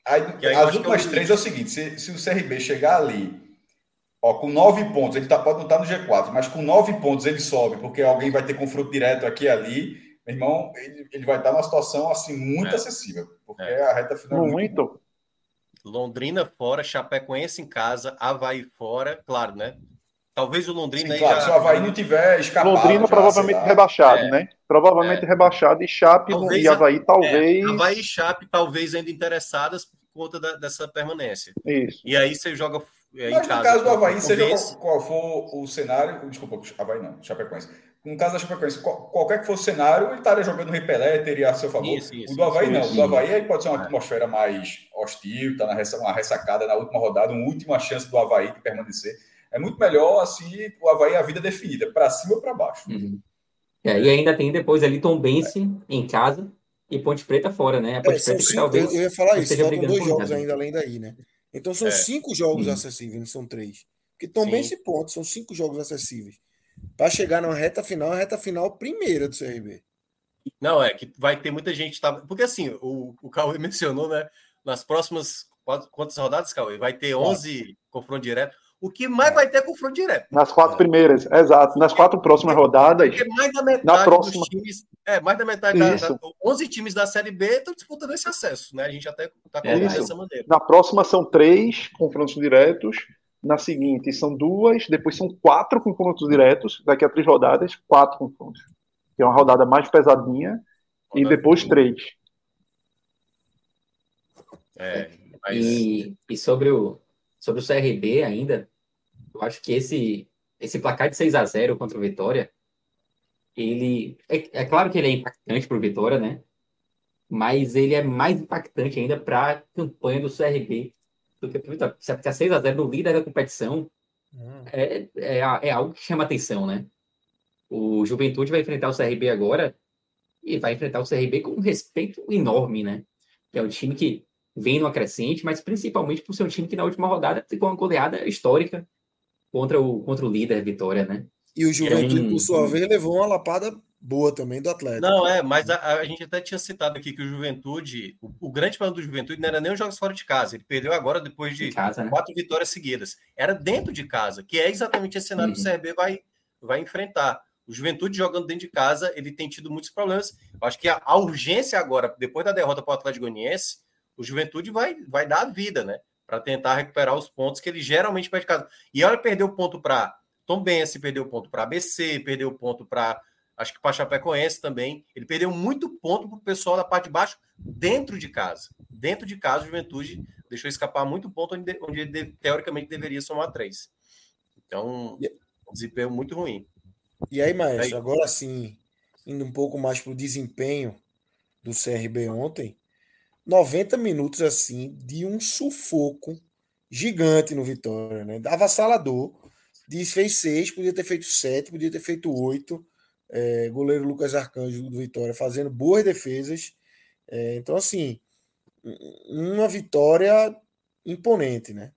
As últimas 3 é o seguinte, se o CRB chegar ali, com 9 pontos, ele pode não estar no G4, mas com 9 pontos ele sobe, porque alguém vai ter confronto direto aqui e ali, meu irmão, ele vai estar numa situação assim muito acessível, porque a reta final é muito. Londrina fora, Chapecoense em casa, Avaí fora, claro, né? Talvez o Londrina... Sim, claro, se o Avaí não tiver escapado... Londrina provavelmente rebaixado, né? Provavelmente rebaixado, e Chape e Avaí talvez... Avaí e Chape talvez ainda interessadas por conta dessa permanência. Isso. E aí você joga mas no caso do Avaí, seja qual for o cenário... Desculpa, Avaí não, Chapecoense. No caso da Chapecoense, qualquer que fosse o cenário, ele estaria jogando repelé, teria a seu favor. O do Avaí não. O do Avaí aí pode ser uma atmosfera mais hostil, está uma ressacada na última rodada, uma última chance do Avaí de permanecer. É muito melhor assim o Avaí a vida definida, para cima ou para baixo. E ainda tem depois ali Tombense em casa e Ponte Preta fora, né? A Ponte Preta que talvez eu ia falar isso, faltam 2 jogos ainda além daí, né? Então são 5 jogos acessíveis, não são 3. Porque Tombense e Ponte são 5 jogos acessíveis. Para chegar na reta final, a reta final primeira do CRB. Não, que vai ter muita gente... Porque assim, o Cauê mencionou, né? Nas próximas... Quantas rodadas, Cauê? Vai ter 11 confrontos diretos. O que mais vai ter é confronto direto. Nas 4 primeiras, exato. Nas 4 próximas rodadas. Porque mais da metade dos times. Mais da metade 11 times da Série B estão disputando esse acesso, né? A gente até está colocando dessa maneira. Na próxima são 3 confrontos diretos. Na seguinte são 2, depois são 4 confrontos diretos. Daqui a 3 rodadas, 4 confrontos. Que é uma rodada mais pesadinha. E depois 3. E sobre o CRB ainda, eu acho que esse placar de 6-0 contra o Vitória, ele é claro que ele é impactante para o Vitória, né? Mas ele é mais impactante ainda para a campanha do CRB do que para o Vitória. Porque a 6-0 no líder da competição é algo que chama atenção, né? O Juventude vai enfrentar o CRB agora e vai enfrentar o CRB com um respeito enorme, né? Que é um time que vem numa crescente, mas principalmente por ser um time que na última rodada ficou uma goleada histórica contra o líder Vitória, né? E o Juventude, por sua vez, levou uma lapada boa também do Atlético. Não, mas a gente até tinha citado aqui que o Juventude, o grande problema do Juventude não era nem os jogos fora de casa, ele perdeu agora depois de 4 vitórias seguidas. Era dentro de casa, que é exatamente esse cenário que o CRB vai enfrentar. O Juventude jogando dentro de casa, ele tem tido muitos problemas. Eu acho que a urgência agora, depois da derrota para o Atlético Goianiense, o Juventude vai dar a vida, né? Para tentar recuperar os pontos que ele geralmente perde de casa. E olha, perdeu ponto para Tombense, perdeu ponto para ABC, perdeu ponto para, acho que para Chapecoense também. Ele perdeu muito ponto para o pessoal da parte de baixo dentro de casa. Dentro de casa, o Juventude deixou escapar muito ponto onde ele teoricamente deveria somar 3. Então, um desempenho muito ruim. E aí, Maestro, agora sim, indo um pouco mais para o desempenho do CRB ontem, 90 minutos assim de um sufoco gigante no Vitória, né? Avassalador. Fez 6, podia ter feito 7, podia ter feito 8. Goleiro Lucas Arcanjo do Vitória fazendo boas defesas. Então, assim, uma vitória imponente, né?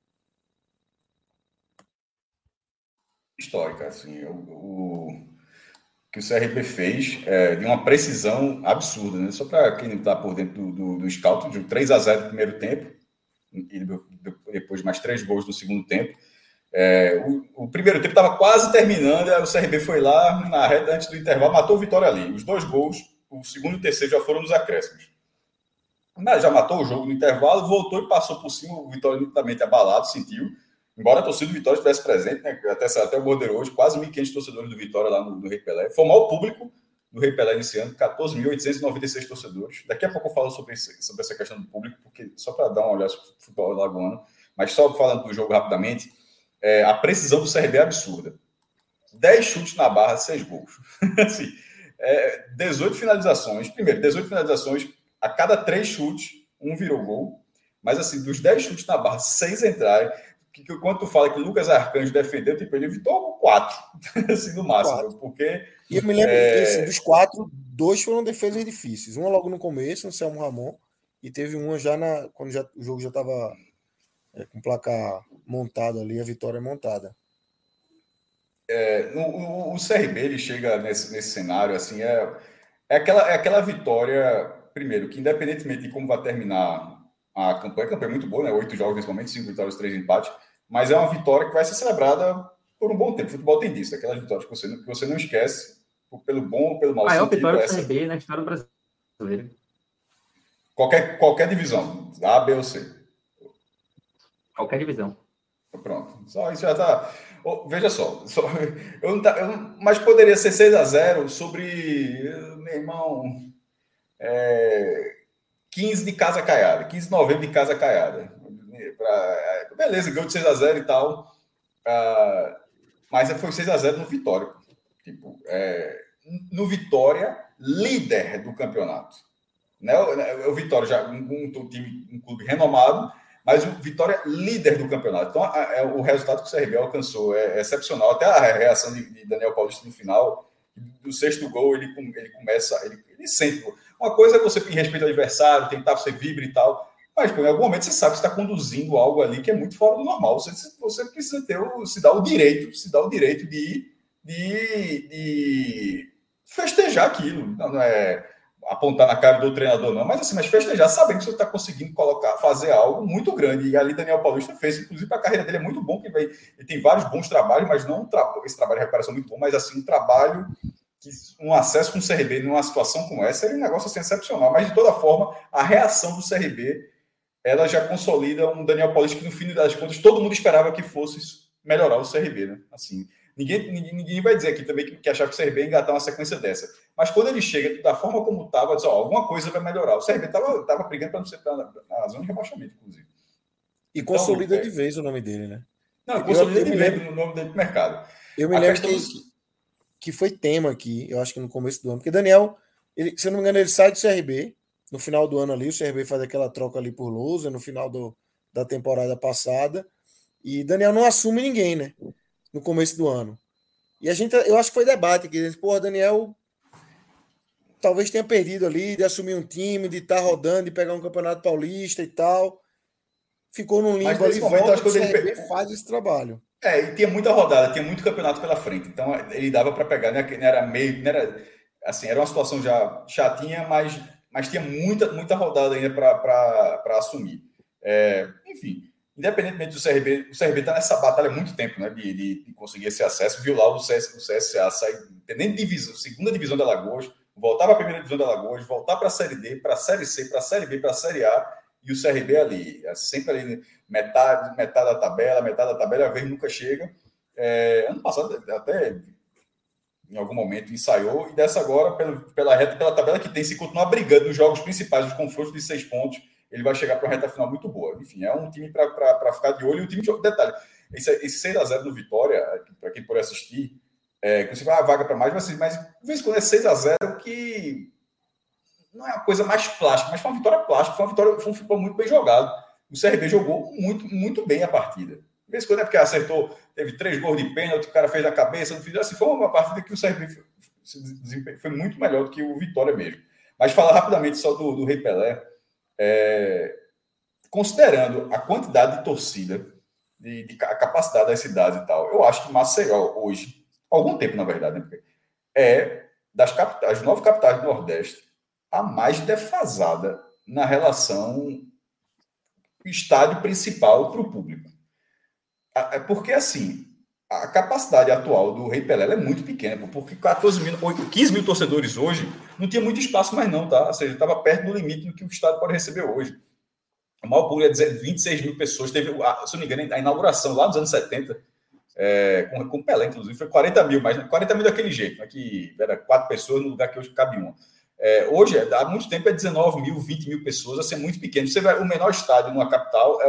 Histórica, assim, o que o CRB fez de uma precisão absurda, né? Só para quem não está por dentro do scout, de 3-0 no primeiro tempo, e depois mais 3 gols no segundo tempo. O primeiro tempo estava quase terminando, aí o CRB foi lá na reta antes do intervalo, matou o Vitória ali. Os 2 gols, o segundo e o terceiro já foram nos acréscimos. Mas já matou o jogo no intervalo, voltou e passou por cima, o Vitória nitidamente abalado, sentiu. Embora a torcida do Vitória estivesse presente, né? Até o Bordeiro hoje, quase 1.500 torcedores do Vitória lá no Rei Pelé. Foi o maior público do Rei Pelé nesse ano, 14.896 torcedores. Daqui a pouco eu falo sobre essa questão do público, porque só para dar uma olhada sobre o futebol lagoano, mas só falando do jogo rapidamente, a precisão do CRB é absurda. 10 chutes na barra, 6 gols. Assim, 18 finalizações. Primeiro, 18 finalizações, a cada 3 chutes, um virou gol. Mas, assim, dos 10 chutes na barra, 6 entraram. Quando tu fala que o Lucas Arcanjo defendeu, tipo, ele evitou 4, assim, no máximo. 4. Porque, e eu me lembro que, assim, dos 4, 2 foram defesas difíceis. Uma logo no começo, no Selmo Ramon, e teve uma já quando o jogo já estava com o placar montado ali, a vitória montada. O CRB, ele chega nesse cenário, assim, é aquela vitória, primeiro, que independentemente de como vai terminar a campanha é muito boa, né? 8 jogos nesse momento, 5 vitórias, 3 empates, mas é uma vitória que vai ser celebrada por um bom tempo. O futebol tem disso, aquelas vitórias que você não esquece, pelo bom ou pelo mau sentido. A maior vitória do CRB na história do brasileiro. Qualquer divisão, A, B ou C. Qualquer divisão. Pronto. Só isso já tá. Veja só. Mas poderia ser 6-0 sobre. Meu irmão. 15 de casa caiada. 15 de novembro de casa caiada. Beleza, ganhou de 6-0 e tal. Mas foi 6-0 no Vitória. Tipo, no Vitória, líder do campeonato. Né? O Vitória já um clube renomado. Mas o Vitória líder do campeonato. Então, o resultado que o CRB alcançou é excepcional. Até a reação de Daniel Paulista no final, do 6º gol, ele começa... Ele sente... Uma coisa é você pedir respeito ao adversário, tentar você vibra e tal. Mas, pô, em algum momento, você sabe que está conduzindo algo ali que é muito fora do normal. Você precisa se dar o direito de festejar aquilo. Não é... apontar na cara do treinador, não, mas assim, mas festejar, sabendo que você está conseguindo fazer algo muito grande. E ali Daniel Paulista fez, inclusive, a carreira dele é muito bom, que ele tem vários bons trabalhos, mas não esse trabalho de recuperação muito bom, mas assim, um trabalho, um acesso com o CRB numa situação como essa é um negócio assim, excepcional. Mas, de toda forma, a reação do CRB, ela já consolida um Daniel Paulista que, no fim das contas, todo mundo esperava que fosse melhorar o CRB, né? Assim, ninguém vai dizer aqui também que achava que o CRB ia engatar uma sequência dessa. Mas quando ele chega, da forma como estava, diz, alguma coisa vai melhorar. O CRB estava brigando para não ser na zona de rebaixamento, inclusive. E então, consolida de vez o nome dele, né? Não, consolida de vez o nome dele no mercado. Eu me lembro que foi tema aqui, eu acho que no começo do ano, porque Daniel, se eu não me engano, ele sai do CRB, no final do ano ali, o CRB faz aquela troca ali por Lousa, no final da temporada passada, e Daniel não assume ninguém, né? No começo do ano. E eu acho que foi debate aqui, porra, Daniel talvez tenha perdido ali de assumir um time, de estar rodando, de pegar um campeonato paulista e tal. Ficou num limbo ali, momento, acho que o CRB faz esse trabalho. E tinha muita rodada, tinha muito campeonato pela frente, então ele dava para pegar, não era assim, era uma situação já chatinha, mas tinha muita rodada ainda para assumir. Enfim, independentemente do CRB, o CRB está nessa batalha há muito tempo, né, de conseguir esse acesso, viu lá o CSA sair, nem divisão, segunda divisão da Alagoas, voltar para a primeira divisão da Alagoas, voltar para a Série D, para a Série C, para a Série B, para a Série A, e o CRB ali, sempre ali, metade da tabela, às vezes nunca chega. Ano passado, até em algum momento, ensaiou, e dessa agora, pela reta, pela tabela que tem, se continuar brigando nos jogos principais, os confrontos de 6 pontos, ele vai chegar para uma reta final muito boa. Enfim, é um time para ficar de olho, e o time de detalhe. Esse 6-0 no Vitória, para quem for assistir, que você vai vaga para mais, mas de vez em quando é 6-0 que não é a coisa mais plástica, mas foi uma vitória plástica, foi um futebol muito bem jogado. O CRB jogou muito bem a partida. De vez em quando é porque acertou, teve 3 gols de pênalti, o cara fez na cabeça, não fez assim, foi uma partida que o CRB foi muito melhor do que o Vitória mesmo. Mas falar rapidamente só do Rei Pelé, considerando a quantidade de torcida, a capacidade das cidades e tal, eu acho que Maceió hoje, há algum tempo na verdade, né, das 9 capitais do Nordeste, a mais defasada na relação estádio principal para o público. Porque, assim, a capacidade atual do Rei Pelé é muito pequena, porque 15 mil torcedores hoje não tinha muito espaço mais não, tá? Ou seja, estava perto do limite do que o estádio pode receber hoje. O maior público é dizer 26 mil pessoas. Teve, se não me engano, a inauguração lá nos anos 70, com o Pelé, inclusive, foi 40 mil, mas 40 mil daquele jeito, né, que era 4 pessoas no lugar que hoje cabe uma. Hoje, há muito tempo, é 19 mil, 20 mil pessoas, assim, é muito pequeno. Você vai, o menor estádio numa capital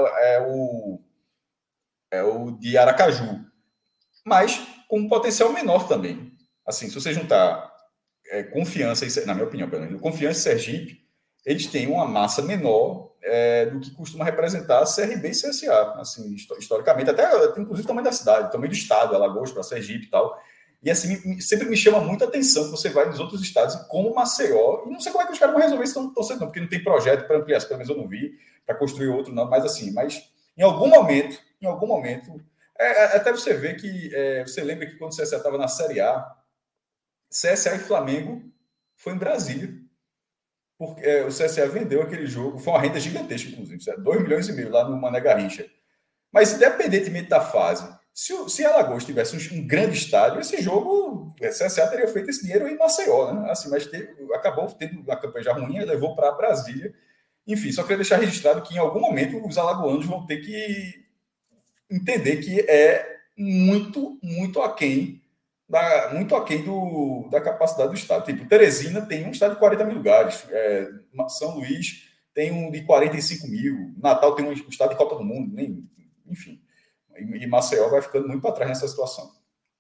é o de Aracaju, mas com um potencial menor também. Assim, se você juntar Confiança, na minha opinião, pelo menos, Confiança e Sergipe, eles têm uma massa menor do que costuma representar CRB e CSA, assim, historicamente, até inclusive o tamanho da cidade, o tamanho do estado, Alagoas para Sergipe e tal. E assim, sempre me chama muita atenção que você vai nos outros estados, como Maceió, e não sei como é que os caras vão resolver isso tão cedo, não, porque não tem projeto para ampliar, pelo menos eu não vi, para construir outro, não, mas assim, em algum momento, até você ver que, você lembra que quando o CSA estava na Série A, CSA e Flamengo foi em Brasília, porque o CSA vendeu aquele jogo, foi uma renda gigantesca, inclusive, 2,5 milhões lá no Mané Garrincha. Mas, independentemente da fase, se Alagoas tivesse um grande estádio, esse jogo, o CSA teria feito esse dinheiro em Maceió, né? Assim, mas acabou tendo uma campanha já ruim e levou para Brasília. Enfim, só queria deixar registrado que em algum momento os alagoanos vão ter que entender que é muito aquém da capacidade do estádio. Tipo, Teresina tem um estádio de 40 mil lugares, São Luís tem um de 45 mil, Natal tem um estádio de Copa do Mundo, enfim. E Maceió vai ficando muito para trás nessa situação.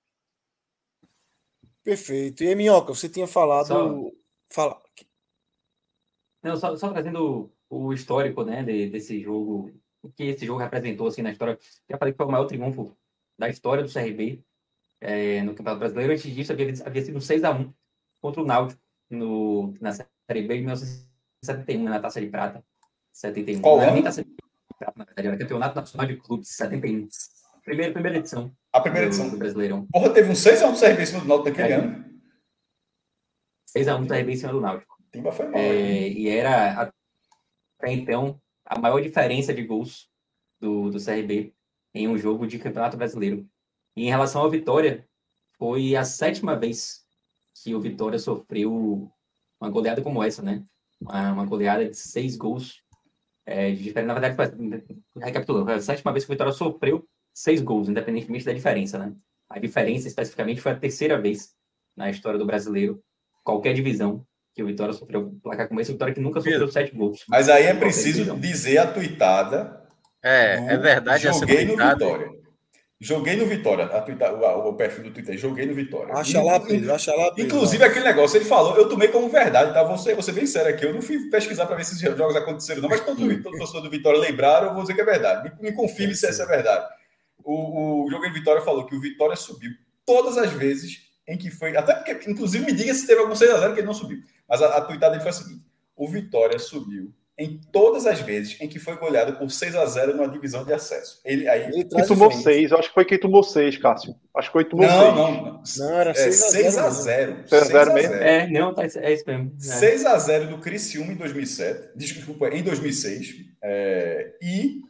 Perfeito. E aí, Minhoca, você tinha falado... Fala. Não, só trazendo o histórico, né, desse jogo, o que esse jogo representou assim, na história. Já falei que foi o maior triunfo da história do CRB no Campeonato Brasileiro. Antes disso, havia sido um 6-1 contra o Náutico na Série B em 1971, na Taça de Prata. 71. Qual não era ano? nem Taça de Prata, na verdade, era Campeonato Nacional de Clubes, 71. Primeira edição. A primeira edição do Brasileirão. Porra, teve um 6-1 do CRB em cima do Náutico naquele ano. 6-1 do CRB em cima do Náutico. Timba foi mal. E era, até então, a maior diferença de gols do CRB em um jogo de Campeonato Brasileiro. E em relação ao Vitória, foi a 7ª vez que o Vitória sofreu uma goleada como essa, né? Uma goleada de 6 gols. Na verdade, recapitulando, foi a 7ª vez que o Vitória sofreu 6 gols, independentemente da diferença, né? A diferença, especificamente, foi a 3ª vez na história do brasileiro, qualquer divisão, que o Vitória sofreu um placar como esse, o Vitória que nunca sofreu 7 gols. Mas aí é preciso dizer a tuitada. É verdade. Joguei no Vitória. Joguei no Vitória. O perfil do Twitter, joguei no Vitória. Acha lá, Pedro. Inclusive, aquele negócio, ele falou, eu tomei como verdade, tá? Vou ser bem sério aqui. Eu não fui pesquisar para ver se esses jogos aconteceram, não, mas todo torcedor do Vitória lembraram, eu vou dizer que é verdade. Me confirme se essa é verdade. O Joguei no Vitória falou que o Vitória subiu todas as vezes em que foi. Até porque, inclusive, me diga se teve algum 6x0 que ele não subiu. Mas a tuitada dele foi a seguinte: o Vitória subiu em todas as vezes em que foi goleado por 6x0 numa divisão de acesso. Ele tomou 6, eu acho que foi quem tomou 6, Cássio. Acho que foi tomou 6. Não, era 6x0. 6x0 mesmo? É isso mesmo. 6x0 do Criciúma em 2007. Desculpa, em 2006. E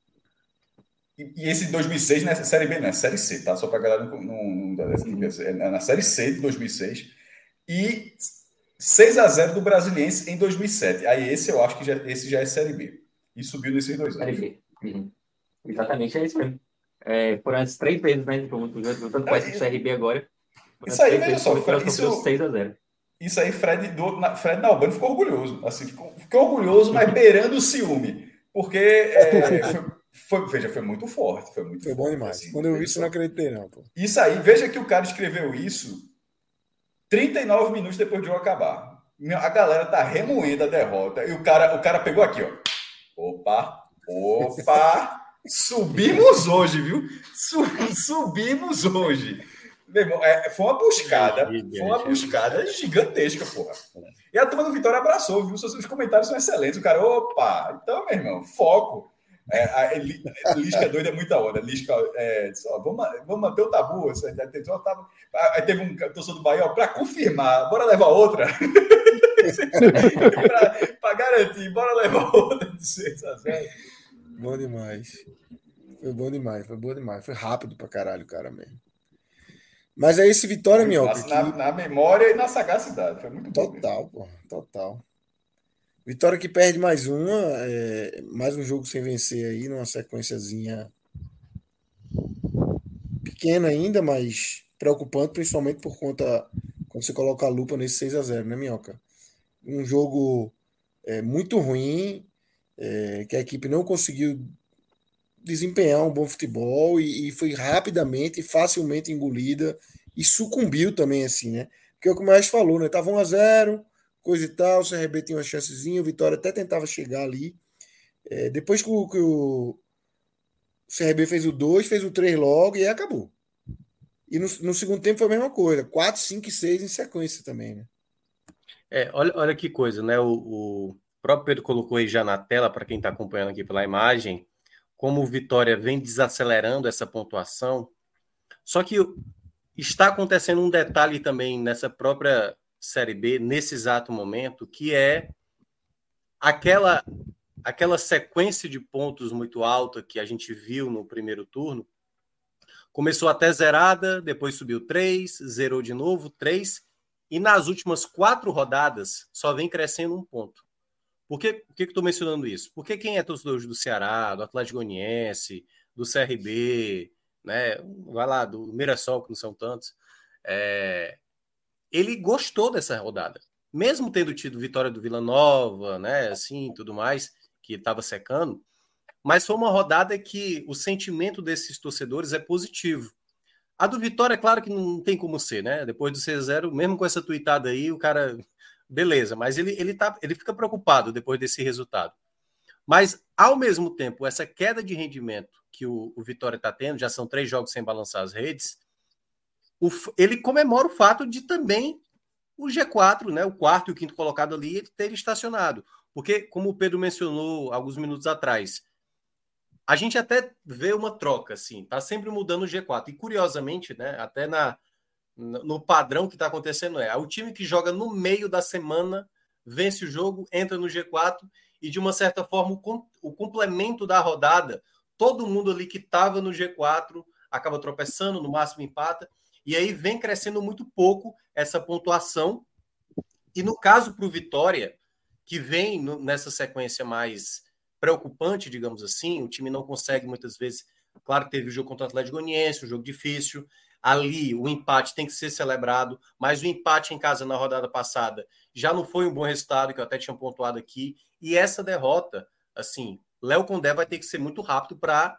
esse 2006 não é Série B, não é Série C, tá? Só para a galera não na Série C de 2006. E 6x0 do Brasiliense em 2007. Aí esse eu acho que esse já é Série B. E subiu nesses 2 anos. Série B. Exatamente, é isso mesmo. Foram as 3 vezes, né? Juntando com esse CRB agora. Isso aí, veja só. Isso 6x0. Isso aí, Fred Nalbani ficou orgulhoso. Assim, ficou orgulhoso, mas beirando o ciúme. Porque foi muito forte. Foi bom demais. Assim, quando eu vi isso, não acreditei, não. Pô. Isso aí, veja que o cara escreveu isso 39 minutos depois do jogo acabar. A galera tá remoendo a derrota. E o cara pegou aqui, ó. Opa! Subimos hoje, viu? Subimos hoje. Meu irmão, foi uma buscada gigantesca, porra. E a turma do Vitória abraçou, viu? Os comentários são excelentes. O cara, opa! Então, meu irmão, foco. Lisca doida é muita onda. Lisca, vamos manter o tabu. Aí teve um torcedor do Bahia, para confirmar, bora levar outra. para garantir, bora levar outra de 6x0. Bom demais. Foi bom demais. Foi rápido pra caralho, cara, mesmo. Mas é esse Vitória, Minhoca. Na memória e na sagacidade. Foi muito bom. Total. Vitória que perde mais mais um jogo sem vencer aí, numa sequenciazinha pequena ainda, mas preocupante, principalmente por conta, quando você coloca a lupa nesse 6x0, né, Minhoca? Um jogo muito ruim, que a equipe não conseguiu desempenhar um bom futebol e foi rapidamente e facilmente engolida e sucumbiu também, assim, né? Porque é o que o Maestro falou, né? Tava 1x0, coisa e tal, o CRB tinha uma chancezinha, o Vitória até tentava chegar ali. Depois que o CRB fez o 2, fez o 3 logo e aí acabou. E no segundo tempo foi a mesma coisa, 4, 5 e 6 em sequência também, né? Olha que coisa, né? O próprio Pedro colocou aí já na tela, para quem está acompanhando aqui pela imagem, como o Vitória vem desacelerando essa pontuação. Só que está acontecendo um detalhe também nessa própria Série B, nesse exato momento, que é aquela sequência de pontos muito alta que a gente viu no primeiro turno. Começou até zerada, depois subiu 3, zerou de novo, 3, e nas últimas 4 rodadas só vem crescendo 1 ponto. Por que eu estou mencionando isso? Porque quem é torcedor do Ceará, do Atlético Goianiense, do CRB, né, vai lá, do Mirassol, que não são tantos, ele gostou dessa rodada. Mesmo tendo tido vitória do Vila Nova, né, assim, tudo mais, que estava secando, mas foi uma rodada que o sentimento desses torcedores é positivo. A do Vitória, é claro que não tem como ser, né? Depois do 6-0, mesmo com essa tuitada aí, o cara... Beleza, mas ele fica preocupado depois desse resultado. Mas, ao mesmo tempo, essa queda de rendimento que o Vitória está tendo, já são 3 jogos sem balançar as redes, ele comemora o fato de também o G4, né, o 4º e o 5º colocado ali, ter estacionado. Porque, como o Pedro mencionou alguns minutos atrás, a gente até vê uma troca, assim, tá sempre mudando o G4. E, curiosamente, né, até no padrão que está acontecendo o time que joga no meio da semana vence o jogo, entra no G4 e, de uma certa forma, o complemento da rodada, todo mundo ali que estava no G4 acaba tropeçando, no máximo empata, e aí vem crescendo muito pouco essa pontuação. E no caso para o Vitória, que vem nessa sequência mais preocupante, digamos assim, o time não consegue muitas vezes. Claro que teve o jogo contra o Atlético Goianiense, um jogo difícil. Ali o empate tem que ser celebrado, mas o empate em casa na rodada passada já não foi um bom resultado, que eu até tinha pontuado aqui. E essa derrota, assim, Léo Condé vai ter que ser muito rápido para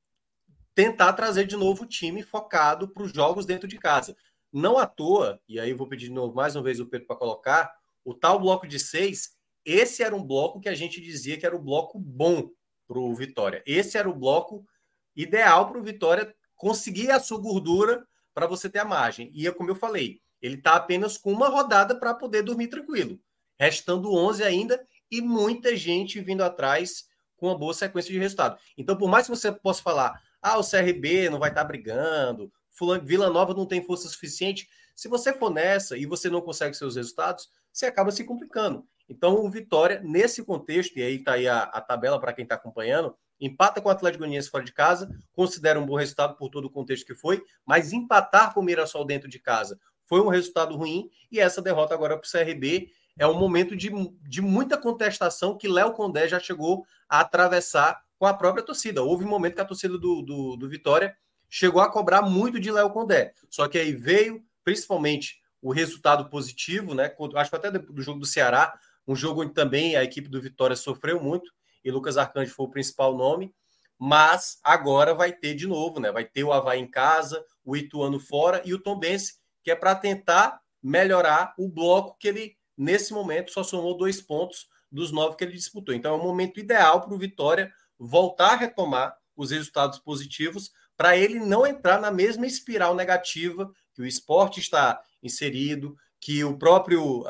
tentar trazer de novo o time focado para os jogos dentro de casa. Não à toa, e aí eu vou pedir de novo mais uma vez o Pedro para colocar, o tal bloco de 6, esse era um bloco que a gente dizia que era o bloco bom para o Vitória. Esse era o bloco ideal para o Vitória conseguir a sua gordura para você ter a margem. E como eu falei, ele está apenas com uma rodada para poder dormir tranquilo. Restando 11 ainda e muita gente vindo atrás com uma boa sequência de resultado. Então, por mais que você possa falar, o CRB não vai estar brigando, Vila Nova não tem força suficiente, se você for nessa e você não consegue seus resultados, você acaba se complicando. Então, o Vitória, nesse contexto, e aí está aí a tabela para quem está acompanhando, empata com o Atlético Goianiense fora de casa, considera um bom resultado por todo o contexto que foi, mas empatar com o Mirassol dentro de casa foi um resultado ruim, e essa derrota agora para o CRB é um momento de muita contestação que Léo Condé já chegou a atravessar com a própria torcida. Houve um momento que a torcida do Vitória chegou a cobrar muito de Léo Condé, só que aí veio, principalmente, o resultado positivo, né? Acho que até do jogo do Ceará, um jogo onde também a equipe do Vitória sofreu muito, e Lucas Arcanjo foi o principal nome, mas agora vai ter de novo, né? Vai ter o Avaí em casa, o Ituano fora e o Tombense, que é para tentar melhorar o bloco que ele, nesse momento, só somou 2 pontos dos 9 que ele disputou. Então é um momento ideal para o Vitória voltar a retomar os resultados positivos para ele não entrar na mesma espiral negativa que o Sport está inserido, que o próprio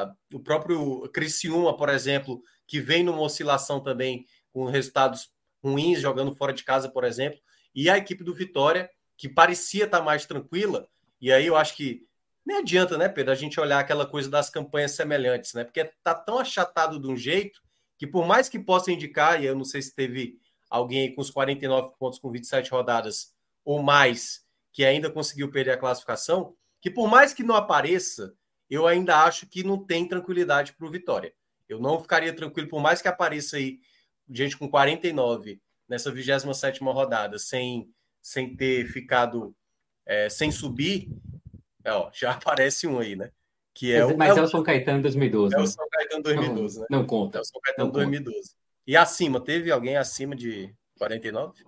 Criciúma, por exemplo, que vem numa oscilação também com resultados ruins, jogando fora de casa, por exemplo, e a equipe do Vitória, que parecia estar mais tranquila, e aí eu acho que nem adianta, né, Pedro, a gente olhar aquela coisa das campanhas semelhantes, né, porque está tão achatado de um jeito que por mais que possa indicar, e eu não sei se teve alguém aí com os 49 pontos com 27 rodadas ou mais, que ainda conseguiu perder a classificação, que por mais que não apareça, eu ainda acho que não tem tranquilidade para o Vitória. Eu não ficaria tranquilo, por mais que apareça aí gente com 49 nessa 27ª rodada, sem ter ficado, sem subir, já aparece um aí, né? Que é mas é o São Caetano 2012. É o São Caetano 2012, né? Não conta. É o São Caetano 2012. E acima, teve alguém acima de 49?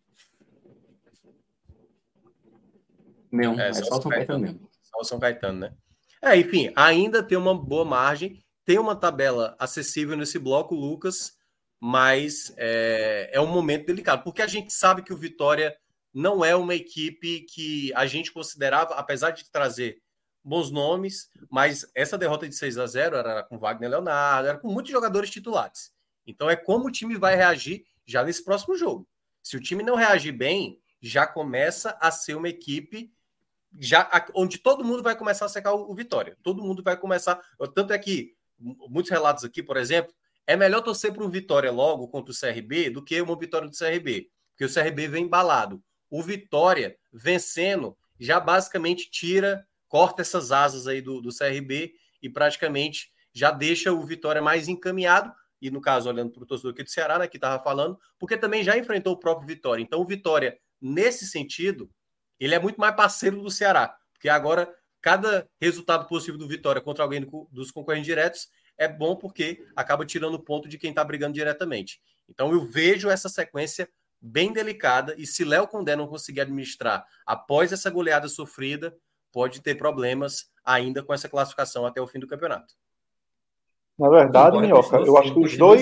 Não, é só o São Caetano mesmo. Só o São Caetano, né? Enfim, ainda tem uma boa margem, tem uma tabela acessível nesse bloco, Lucas, mas é um momento delicado, porque a gente sabe que o Vitória não é uma equipe que a gente considerava, apesar de trazer bons nomes, mas essa derrota de 6-0 era com Wagner Leonardo, era com muitos jogadores titulares. Então é como o time vai reagir já nesse próximo jogo. Se o time não reagir bem, já começa a ser uma equipe onde todo mundo vai começar a secar o Vitória. Todo mundo vai começar... Tanto é que muitos relatos aqui, por exemplo, é melhor torcer para o Vitória logo contra o CRB do que uma vitória do CRB, porque o CRB vem embalado. O Vitória, vencendo, já basicamente corta essas asas aí do CRB e praticamente já deixa o Vitória mais encaminhado, e no caso, olhando para o torcedor aqui do Ceará, né, que estava falando, porque também já enfrentou o próprio Vitória. Então o Vitória, nesse sentido, ele é muito mais parceiro do Ceará, porque agora cada resultado possível do Vitória contra alguém dos concorrentes diretos é bom porque acaba tirando ponto de quem está brigando diretamente. Então eu vejo essa sequência bem delicada, e se Léo Condé não conseguir administrar após essa goleada sofrida, pode ter problemas ainda com essa classificação até o fim do campeonato. Na verdade, Minhoca, eu acho que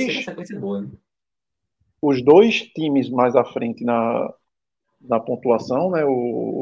os dois times mais à frente na pontuação, né,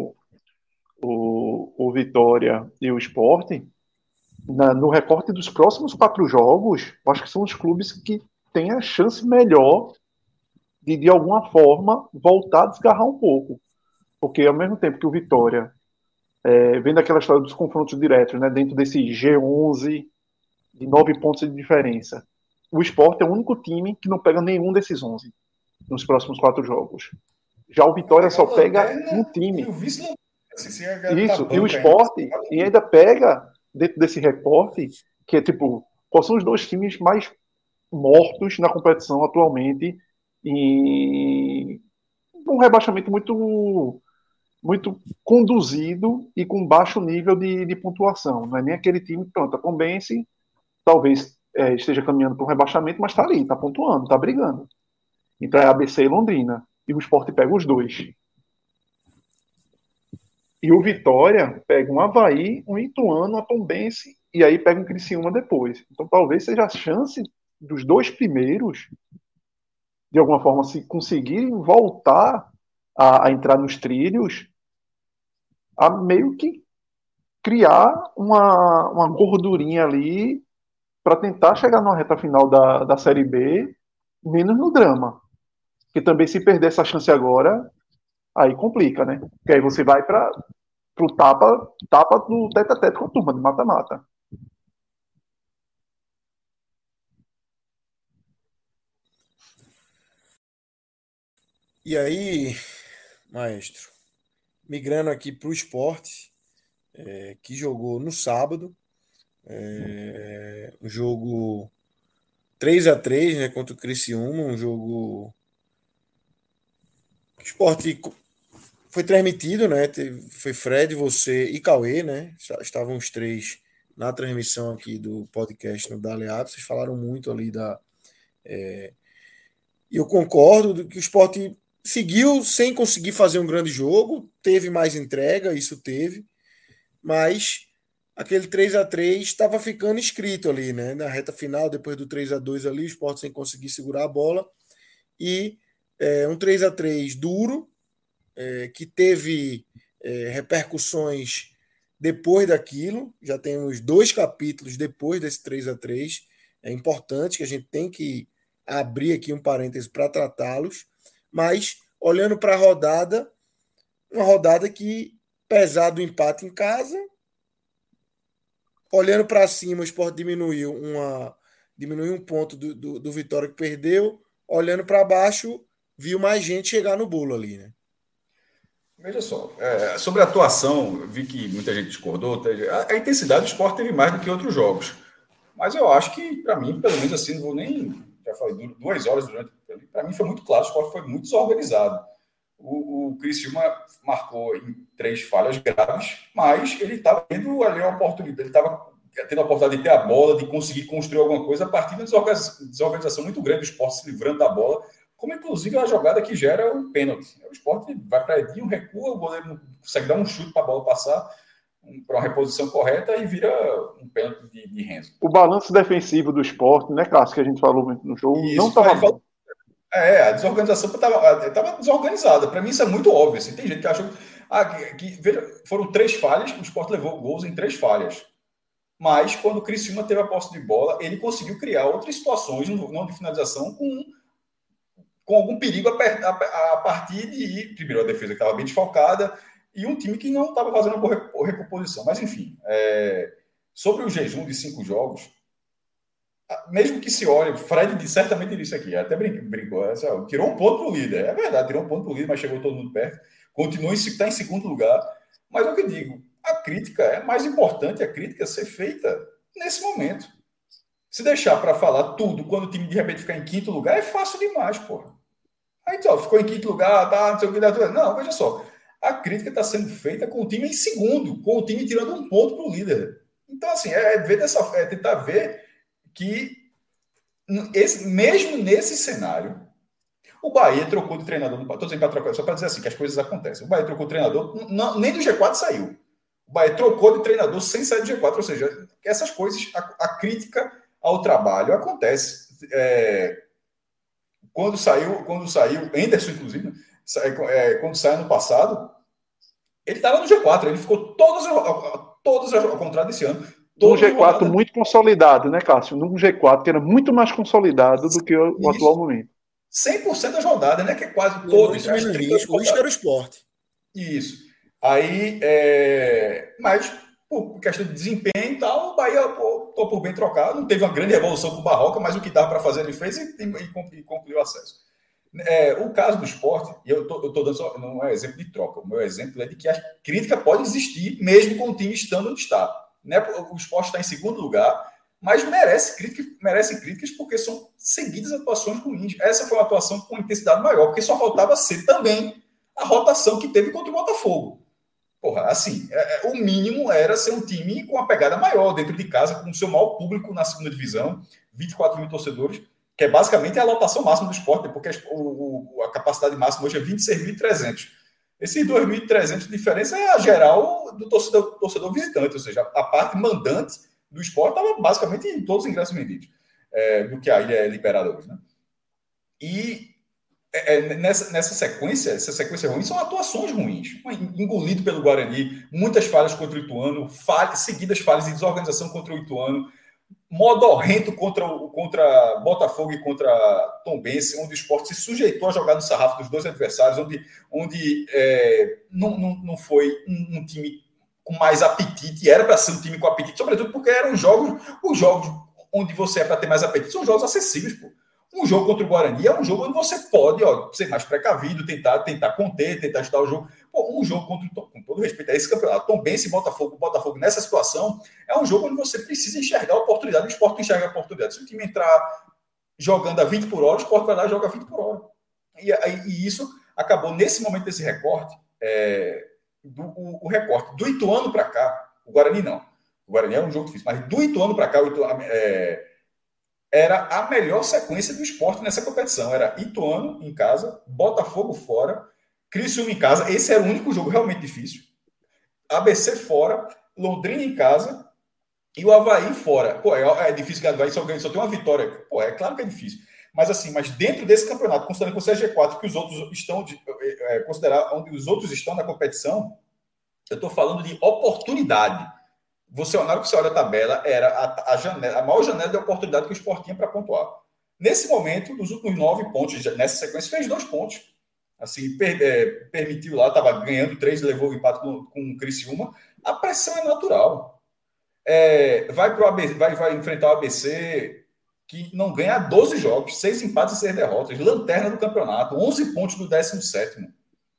o Vitória e o Sport, no recorte dos próximos 4 jogos, eu acho que são os clubes que têm a chance melhor de alguma forma, voltar a desgarrar um pouco. Porque, ao mesmo tempo que o Vitória, vendo aquela história dos confrontos diretos, né, dentro desse G11, de 9 pontos de diferença. O Sport é o único time que não pega nenhum desses 11 nos próximos 4 jogos. Já o Vitória só pega um time. Isso, e o Sport e ainda pega, dentro desse recorte, que é tipo, quais são os 2 times mais mortos na competição atualmente e um rebaixamento muito conduzido e com baixo nível de pontuação. Não é nem aquele time, pronto, a Tombense talvez esteja caminhando para um rebaixamento, mas está ali, está pontuando, está brigando. Então é ABC e Londrina. E o Sport pega os 2. E o Vitória pega um Avaí, um Ituano, a Tombense, e aí pega um Criciúma depois. Então talvez seja a chance dos 2 primeiros, de alguma forma, se conseguirem voltar a entrar nos trilhos, a meio que criar uma gordurinha ali para tentar chegar na reta final da Série B, menos no drama. Porque também se perder essa chance agora, aí complica, né? Porque aí você vai para o tapa do tete-a-tete com a turma, de mata-mata. E aí, maestro, migrando aqui para o Sport, que jogou no sábado, um jogo 3-3, né, contra o Criciúma, um jogo o Sport foi transmitido, né? Foi Fred, você e Cauê, né? Estavam os 3 na transmissão aqui do podcast no Dale Up. Vocês falaram muito ali e eu concordo que o Sport seguiu sem conseguir fazer um grande jogo, teve mais entrega, isso teve, mas aquele 3-3 estava ficando escrito ali, né? Na reta final, depois do 3-2 ali, o Sport sem conseguir segurar a bola, e um 3-3 duro, que teve repercussões depois daquilo. Já temos 2 capítulos depois desse 3-3. É importante que a gente tem que abrir aqui um parêntese para tratá-los, mas olhando para a rodada, uma rodada que, apesar do empate em casa, olhando para cima, o Sport diminuiu um ponto do Vitória que perdeu, olhando para baixo, viu mais gente chegar no bolo ali, né? Veja só, sobre a atuação, vi que muita gente discordou. A intensidade do Sport teve mais do que outros jogos. Mas eu acho que, para mim, pelo menos assim, não vou nem. Já falei 2 horas durante. Para mim foi muito claro, o Sport foi muito desorganizado. O Criciúma marcou em 3 falhas graves, mas ele estava tendo ali uma oportunidade. Ele estava tendo a oportunidade de ter a bola, de conseguir construir alguma coisa a partir de uma desorganização muito grande do Sport se livrando da bola. Como, inclusive, a jogada que gera o pênalti. O Sport vai para Edinho, recua, o goleiro não consegue dar um chute para a bola passar para uma reposição correta e vira um pênalti de Renzo. O balanço defensivo do Sport, né, Cássio, que a gente falou muito no jogo, isso, não estava bom. A desorganização estava desorganizada. Para mim, isso é muito óbvio. Assim. Tem gente que achou que veja, foram 3 falhas, o Sport levou gols em 3 falhas. Mas, quando o Criciúma teve a posse de bola, ele conseguiu criar outras situações, não de finalização, com algum perigo a partir de, primeiro, a defesa que estava bem desfalcada e um time que não estava fazendo uma boa recomposição. Mas, enfim, sobre o jejum de 5 jogos, mesmo que se olhe, Fred certamente disse aqui, até brincou, tirou um ponto para o líder. É verdade, tirou um ponto para o líder, mas chegou todo mundo perto. Continua está em segundo lugar. Mas é o que eu digo, a crítica é mais importante, a crítica ser feita nesse momento. Se deixar para falar tudo quando o time de repente ficar em 5º lugar, é fácil demais, porra. Aí, ficou em 5º lugar, tá, não sei o que. Não, veja só. A crítica está sendo feita com o time em 2º, com o time tirando um ponto para o líder. Então, assim, tentar ver que, mesmo nesse cenário, o Bahia trocou de treinador. Estou dizendo para trocar, só para dizer assim, que as coisas acontecem. O Bahia trocou de treinador, nem do G4 saiu. O Bahia trocou de treinador sem sair do G4, ou seja, essas coisas, a crítica ao trabalho acontece. Quando saiu, Anderson, inclusive, quando saiu no passado, ele estava no G4, ele ficou todos ao contrário desse ano. Um G4 muito consolidado, né, Cássio? Num G4 que era muito mais consolidado do que o atual momento. 100% das rodadas, né? Que é quase todos. Muito menos risco, o risco era o Sport. Isso. Aí, mas por questão de desempenho e tal, o Bahia optou por bem trocar. Não teve uma grande revolução com o Barroca, mas o que dava para fazer ele fez e concluiu o acesso. O caso do Sport, e eu estou dando só, não é exemplo de troca, o meu exemplo é de que a crítica pode existir mesmo com o time estando onde está. Né? O Sport está em segundo lugar, mas merece críticas porque são seguidas atuações ruins. Essa foi uma atuação com intensidade maior, porque só faltava ser também a rotação que teve contra o Botafogo. Porra, assim, o mínimo era ser um time com uma pegada maior dentro de casa, com o seu maior público na segunda divisão, 24 mil torcedores, que é basicamente a lotação máxima do Sport, porque a capacidade máxima hoje é 26.300. Esses 2.300 de diferença é a geral do torcedor visitante, ou seja, a parte mandante do Sport estava basicamente em todos os ingressos vendidos, do que a ilha é liberada hoje. Né? E nessa sequência, essa sequência ruim são atuações ruins. Engolido pelo Guarani, muitas falhas contra o Ituano, seguidas falhas de desorganização contra o Ituano, modorrento contra Botafogo e contra Tombense, onde o Sport se sujeitou a jogar no sarrafo dos dois adversários, onde não foi um time com mais apetite, era para ser um time com apetite, sobretudo porque eram os jogos onde você é para ter mais apetite, são jogos acessíveis, pô. Um jogo contra o Guarani é um jogo onde você pode ser mais precavido, tentar conter, tentar estudar o jogo. Pô, um jogo com todo respeito a esse campeonato, Tombense e Botafogo nessa situação, é um jogo onde você precisa enxergar a oportunidade. O Sport enxerga a oportunidade. Se o time entrar jogando a 20 por hora, o Sport vai lá e joga a 20 por hora. E isso acabou, nesse momento desse recorte, o recorte do Ituano para cá, o Guarani não. O Guarani era um jogo difícil, mas do Ituano para cá, era a melhor sequência do Sport nessa competição. Era Ituano em casa, Botafogo fora, Criciúma em casa. Esse era o único jogo realmente difícil. ABC fora, Londrina em casa e o Avaí fora. Pô, é difícil que o Avaí só tem uma vitória. Pô, é claro que é difícil. Mas dentro desse campeonato, considerando que você é G4, que os outros estão considerar onde os outros estão na competição, eu estou falando de oportunidade. Na hora que você olha a tabela, era a maior janela de oportunidade que o Sport tinha para pontuar. Nesse momento, nos últimos 9 pontos, nessa sequência, fez 2 pontos. Assim, permitiu lá, estava ganhando 3, levou o empate com o Criciúma. A pressão é natural. Vai enfrentar o ABC, que não ganha 12 jogos, 6 empates e 6 derrotas. Lanterna do campeonato, 11 pontos do 17º.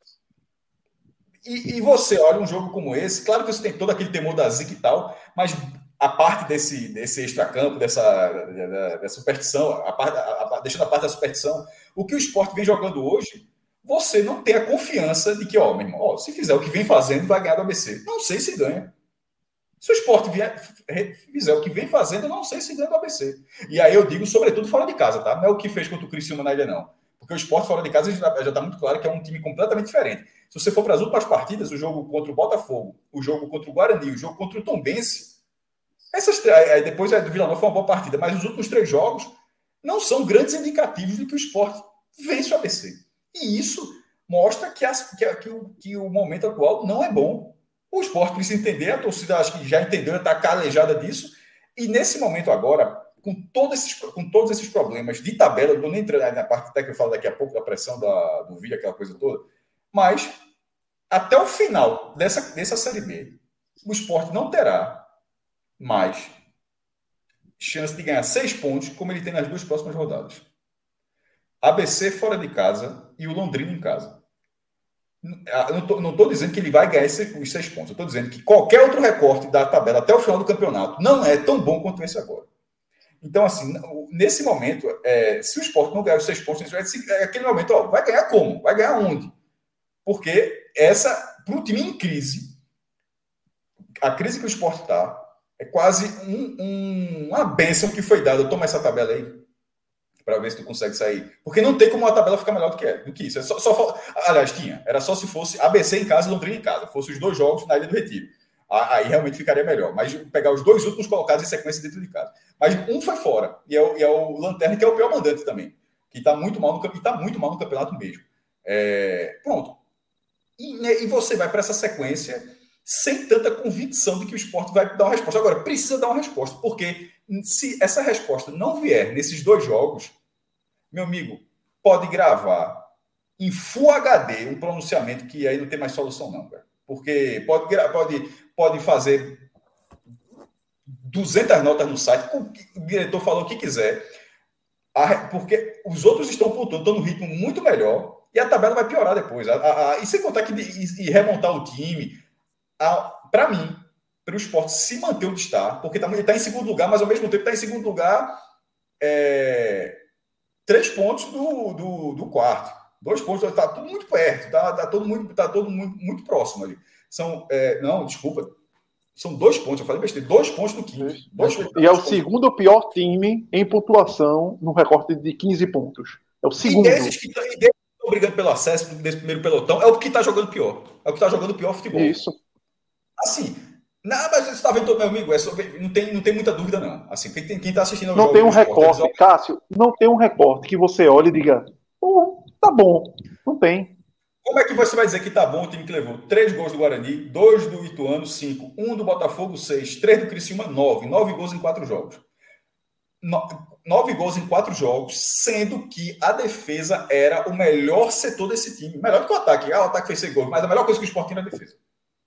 E você olha um jogo como esse, claro que você tem todo aquele temor da zica e tal, mas a parte desse extracampo, dessa superstição, deixando a parte da superstição, o que o Sport vem jogando hoje, você não tem a confiança de que, meu irmão, se fizer o que vem fazendo, vai ganhar do ABC. Não sei se ganha. Se o Sport fizer o que vem fazendo, eu não sei se ganha do ABC. E aí eu digo, sobretudo, fora de casa, tá? Não é o que fez contra o Criciúma na ilha, não. Porque o Sport fora de casa já está muito claro que é um time completamente diferente. Se você for para as últimas partidas, o jogo contra o Botafogo, o jogo contra o Guarani, o jogo contra o Tombense, depois do Vila Nova foi uma boa partida, mas os últimos 3 jogos não são grandes indicativos de que o Sport vence o ABC. E isso mostra que o momento atual não é bom. O Sport precisa entender, a torcida acho que já entendeu, está calejada disso, e nesse momento agora, com todos esses problemas de tabela, eu não vou nem entrar na parte até que eu falo daqui a pouco da pressão do vídeo, aquela coisa toda, mas até o final dessa Série B, o Sport não terá mais chance de ganhar 6 pontos, como ele tem nas 2 próximas rodadas. ABC fora de casa e o Londrina em casa. Eu não estou dizendo que ele vai ganhar os 6 pontos. Eu estou dizendo que qualquer outro recorte da tabela até o final do campeonato não é tão bom quanto esse agora. Então, assim, nesse momento, se o Sport não ganhar os 6 pontos, aquele momento, vai ganhar como? Vai ganhar onde? Porque para um time em crise, a crise que o Sport está, é quase uma bênção que foi dada. Toma essa tabela aí, para ver se tu consegue sair. Porque não tem como a tabela ficar melhor do que isso. Aliás, era só se fosse ABC em casa e Londrina em casa. Fosse os 2 jogos na Ilha do Retiro. Aí realmente ficaria melhor. Mas pegar os 2 últimos colocados em sequência dentro de casa. Mas um foi fora. E é o Lanterna, que é o pior mandante também. Que está muito mal no campeonato mesmo. Pronto. E você vai para essa sequência sem tanta convicção de que o Sport vai dar uma resposta. Agora, precisa dar uma resposta. Porque se essa resposta não vier nesses 2 jogos, meu amigo, pode gravar em Full HD um pronunciamento que aí não tem mais solução não, cara. Porque pode fazer 200 notas no site, o diretor falou o que quiser, porque os outros estão pontuando, estão no ritmo muito melhor, e a tabela vai piorar depois. E sem contar que e remontar o time, para mim, para o Sport se manter onde está, porque ele está em segundo lugar, mas ao mesmo tempo está em segundo lugar 3 pontos do quarto. 2 pontos, está tudo muito perto, está todo muito próximo ali. São 2 pontos, eu falei besteira, 2 pontos do quinto. E é o segundo pior time em pontuação no recorte de 15 pontos. É o segundo. E desses que estão brigando pelo acesso, desse primeiro pelotão, é o que está jogando pior. É o que está jogando pior futebol. Isso. Assim, mas você está vendo, meu amigo, não tem muita dúvida, não. Assim, quem está assistindo ao não jogo tem um recorte, Cássio, não tem um recorte que você olhe e diga, tá bom. Não tem. Como é que você vai dizer que tá bom o time que levou 3 gols do Guarani, 2 do Ituano, 5, 1 do Botafogo, 6, 3 do Criciúma, 9 gols em 4 jogos. 9 gols em 4 jogos, sendo que a defesa era o melhor setor desse time. Melhor do que o ataque. O ataque fez 6 gols, mas a melhor coisa que o Sport tinha era a defesa.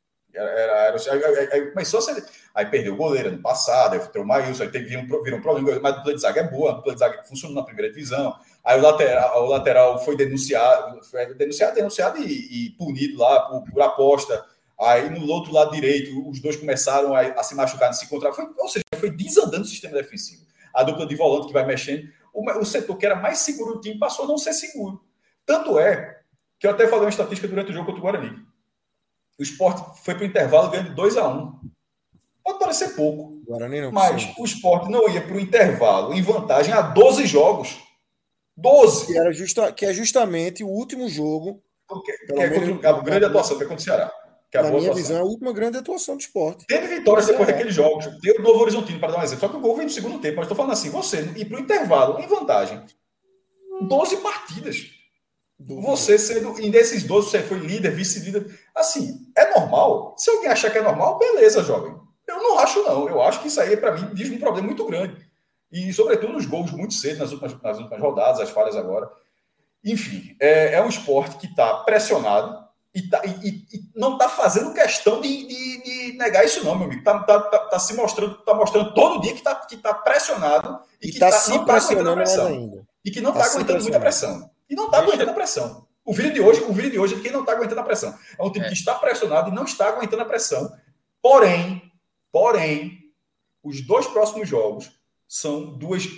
Aí começou a ser. Aí perdeu o goleiro no passado, aí entrou o Maílson, aí virou um problema. Mas a dupla de zaga é boa, a dupla de zaga funcionou na primeira divisão. Aí o lateral foi denunciado e punido lá por aposta. Aí no outro lado direito, os dois começaram a se machucar, a se encontrar. Ou seja, foi desandando o sistema defensivo. A dupla de volante que vai mexendo. O setor que era mais seguro do time passou a não ser seguro. Tanto é que eu até falei uma estatística durante o jogo contra o Guarani. O Sport foi para o intervalo ganhando 2-1. Pode parecer pouco, mas o Sport não ia para o intervalo em vantagem há 12 jogos. 12! Que é justamente o último jogo. Que é contra a grande atuação, que é contra o Ceará. Que é na minha visão, é a última grande atuação do Sport. Teve vitórias depois daqueles jogos. Deu o Novo Horizontino, para dar um exemplo. Só que o gol vem no segundo tempo. Mas estou falando assim, você ir para o intervalo em vantagem. 12 partidas. Você sendo, e desses 12, você foi líder, vice-líder. Assim, é normal? Se alguém achar que é normal, beleza, jovem. Eu não acho, não. Eu acho que isso aí, para mim, diz um problema muito grande. E, sobretudo, nos gols muito cedo, nas últimas rodadas, as falhas agora. Enfim, é um esporte que está pressionado e não está fazendo questão de negar isso, não, meu amigo. Está se mostrando, está mostrando todo dia que está pressionado e que está se pressionando mais ainda. E que não está aguentando muita pressão. E não está aguentando a pressão. O vídeo de hoje é de quem não está aguentando a pressão. É um time que está pressionado e não está aguentando a pressão. Porém, os 2 próximos jogos são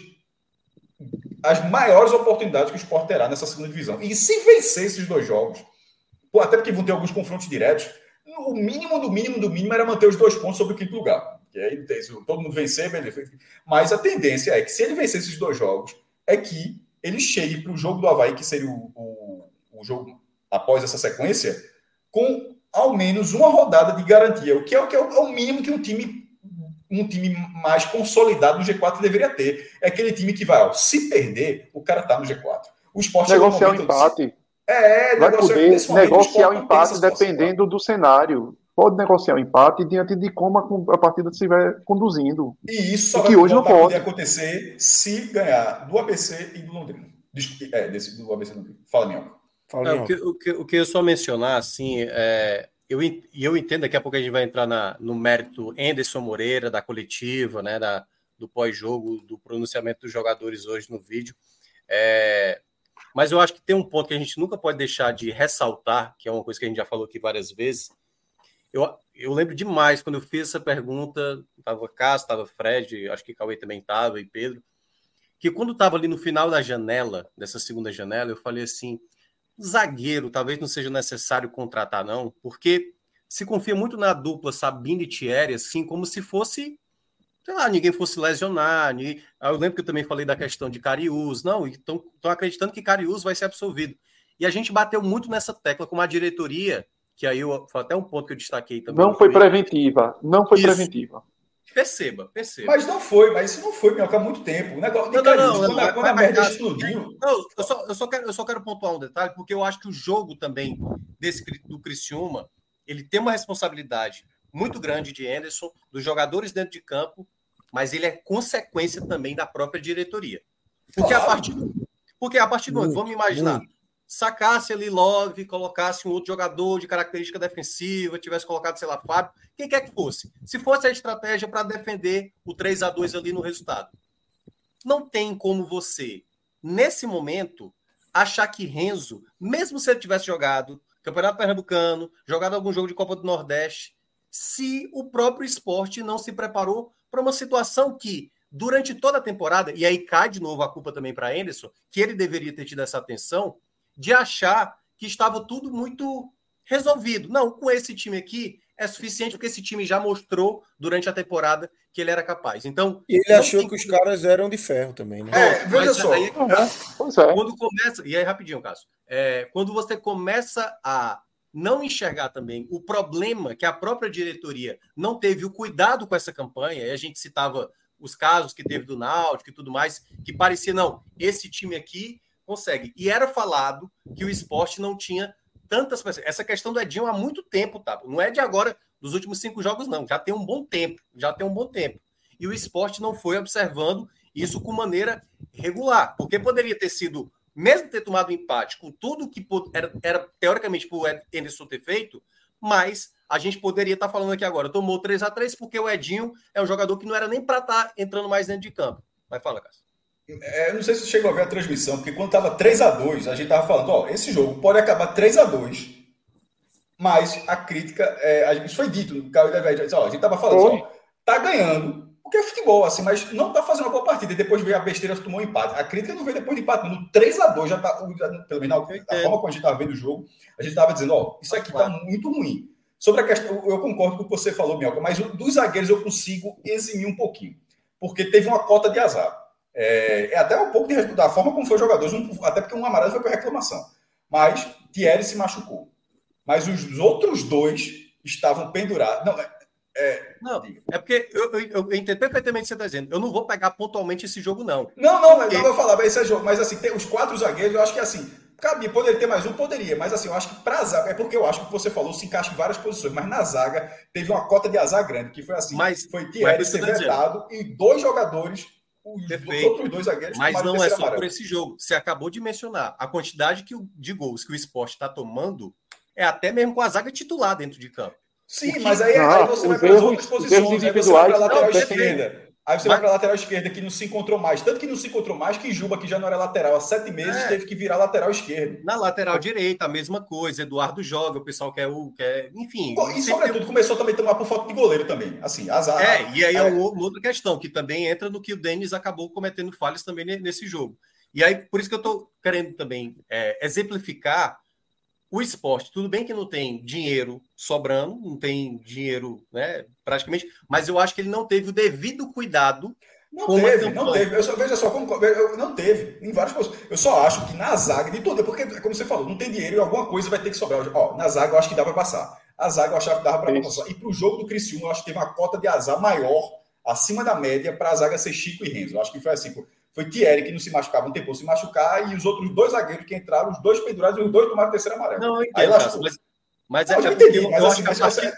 as maiores oportunidades que o Sport terá nessa segunda divisão. E se vencer esses 2 jogos, até porque vão ter alguns confrontos diretos, o mínimo do mínimo era manter os 2 pontos sobre o 5º lugar. E aí, todo mundo vencer, beleza. Mas a tendência é que, se ele vencer esses 2 jogos, é que ele chegue para o jogo do Avaí, que seria o jogo após essa sequência, com ao menos uma rodada de garantia, o que é o mínimo que um time mais consolidado no G4 deveria ter. É aquele time que vai, se perder, o cara tá no G4. O Sport negociar o empate. Vai poder negociar o empate dependendo do cenário. Pode negociar o empate diante de como a partida estiver conduzindo. E isso só vai hoje não pode poder acontecer se ganhar do ABC e do Londrina. Do ABC e do Londrina. Fala, Minhoca. O que eu só mencionar, assim, eu entendo, daqui a pouco a gente vai entrar no mérito Anderson Moreira, da coletiva, né, do pós-jogo, do pronunciamento dos jogadores hoje no vídeo. Mas eu acho que tem um ponto que a gente nunca pode deixar de ressaltar, que é uma coisa que a gente já falou aqui várias vezes. Eu lembro demais, quando eu fiz essa pergunta, estava Cássio, estava Fred, acho que Cauê também estava, e Pedro, que quando estava ali no final da janela, dessa segunda janela, eu falei assim, zagueiro talvez não seja necessário contratar, não, porque se confia muito na dupla Sabino e Thierry, assim, como se fosse, sei lá, ninguém fosse lesionar. Eu lembro que eu também falei da questão de Cariús, não, estão acreditando que Cariús vai ser absolvido. E a gente bateu muito nessa tecla com a diretoria, que aí foi até um ponto que eu destaquei também. Não foi preventiva. Perceba. Mas isso não foi, Minhoca, há muito tempo. O negócio de quando a merda explodiu. Eu só quero pontuar um detalhe, porque eu acho que o jogo também do Criciúma, ele tem uma responsabilidade muito grande de Anderson, dos jogadores dentro de campo, mas ele é consequência também da própria diretoria. Porque a partir do ano, vamos imaginar, sacasse ali Love, colocasse um outro jogador de característica defensiva, tivesse colocado, sei lá, Fábio, quem quer que fosse. Se fosse a estratégia para defender o 3-2 ali no resultado. Não tem como você, nesse momento, achar que Renzo, mesmo se ele tivesse jogado Campeonato Pernambucano, jogado algum jogo de Copa do Nordeste, se o próprio Sport não se preparou para uma situação que, durante toda a temporada, e aí cai de novo a culpa também para Anderson, que ele deveria ter tido essa atenção, de achar que estava tudo muito resolvido. Não, com esse time aqui é suficiente, porque esse time já mostrou durante a temporada que ele era capaz. Então, e ele achou que os caras eram de ferro também, né? Veja só. Aí, quando começa, e aí rapidinho, Cássio, quando você começa a não enxergar também o problema que a própria diretoria não teve o cuidado com essa campanha, e a gente citava os casos que teve do Náutico e tudo mais, que parecia, não, esse time aqui consegue. E era falado que o Sport não tinha tantas pessoas. Essa questão do Edinho há muito tempo, tá? Não é de agora, dos últimos 5 jogos, não. Já tem um bom tempo. E o Sport não foi observando isso com maneira regular. Porque poderia ter sido, mesmo ter tomado um empate com tudo que era teoricamente para o Anderson ter feito, mas a gente poderia estar falando aqui agora. Tomou 3-3 porque o Edinho é um jogador que não era nem para estar entrando mais dentro de campo. Mas fala, Cássio. Não sei se você chegou a ver a transmissão, porque quando estava 3-2, a gente estava falando, esse jogo pode acabar 3-2, mas a crítica, isso foi dito no Caio da Verde, a gente estava falando, tá ganhando, porque é futebol, assim, mas não tá fazendo uma boa partida, e depois veio a besteira, tomou um empate. A crítica não veio depois de empate, no 3-2 já tá, pelo menos da forma como a gente estava vendo o jogo, a gente estava dizendo, isso aqui tá muito ruim. Sobre a questão, eu concordo com o que você falou, Minhoca, mas dos zagueiros eu consigo eximir um pouquinho, porque teve uma cota de azar. Até um pouco da forma como foi o jogador, até porque um amarelo foi por reclamação. Mas Thierry se machucou. Mas os outros dois estavam pendurados. Não, é porque eu entendo perfeitamente o que você está dizendo. Eu não vou pegar pontualmente esse jogo, não. Não vou falar, mas esse é jogo. Mas assim, tem os 4 zagueiros, eu acho que assim, poderia ter mais um, poderia, mas assim, eu acho que pra zaga, é porque eu acho que você falou, se encaixa em várias posições, mas na zaga teve uma cota de azar grande, que foi assim, foi Thierry ser vetado e 2 jogadores. Os outros 2 zagueiros. Mas não é só por esse jogo. Você acabou de mencionar. A quantidade de gols que o Sport está tomando é até mesmo com a zaga titular dentro de campo. Sim, mas aí você vai para as outras posições. Aí você vai para a lateral esquerda. Aí você vai para a lateral esquerda, que não se encontrou mais. Tanto que não se encontrou mais que Juba, que já não era lateral há 7 meses, teve que virar lateral esquerdo. Na lateral direita, a mesma coisa. Eduardo joga, o pessoal quer enfim. E sobretudo começou também a tomar por falta de goleiro também. Assim, azar. E aí é uma outra questão, que também entra no que o Denis acabou cometendo falhas também nesse jogo. E aí, por isso que eu estou querendo também exemplificar o Sport. Tudo bem que não tem dinheiro sobrando, não tem dinheiro, né, praticamente, mas eu acho que ele não teve o devido cuidado. Não teve. Veja só, não teve em várias coisas. Eu só acho que na zaga de toda, porque, como você falou, não tem dinheiro e alguma coisa vai ter que sobrar. Na zaga eu acho que dá para passar. A zaga eu achava que dava para passar. E para o jogo do Criciúma, eu acho que teve uma cota de azar maior, acima da média, para a zaga ser Chico e Renzo. Eu acho que foi assim. Foi Thierry que não se machucava, não tem por se machucar, e os outros 2 zagueiros que entraram, os 2 pendurados, e os 2 tomaram o terceiro amarelo. Não, eu entendo, aí lascou. Mas eu entendi, eu acho que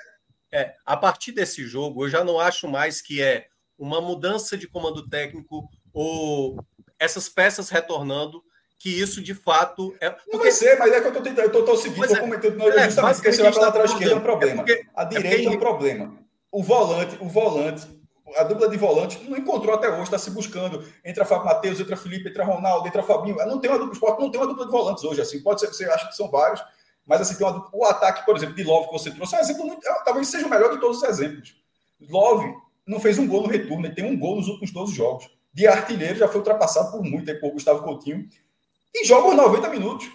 a partir desse jogo, eu já não acho mais que é uma mudança de comando técnico ou essas peças retornando, que isso de fato é. Não vai ser, mas é que eu estou seguindo, estou comentando, justamente porque você vai para a lateral esquerda é um problema. A direita é um problema. O volante. A dupla de volante não encontrou até hoje, está se buscando. Entra Fábio Matheus, entra Felipe, entra Ronaldo, entra Fabinho. Não tem uma dupla, Sport não tem uma dupla de volantes hoje. Assim. Pode ser que você acha que são vários, mas assim, tem o ataque, por exemplo, de Love que você trouxe, é um exemplo muito. Talvez seja o melhor de todos os exemplos. Love não fez um gol no retorno, ele tem um gol nos últimos 12 jogos. De artilheiro, já foi ultrapassado por muito aí por Gustavo Coutinho. E joga os 90 minutos.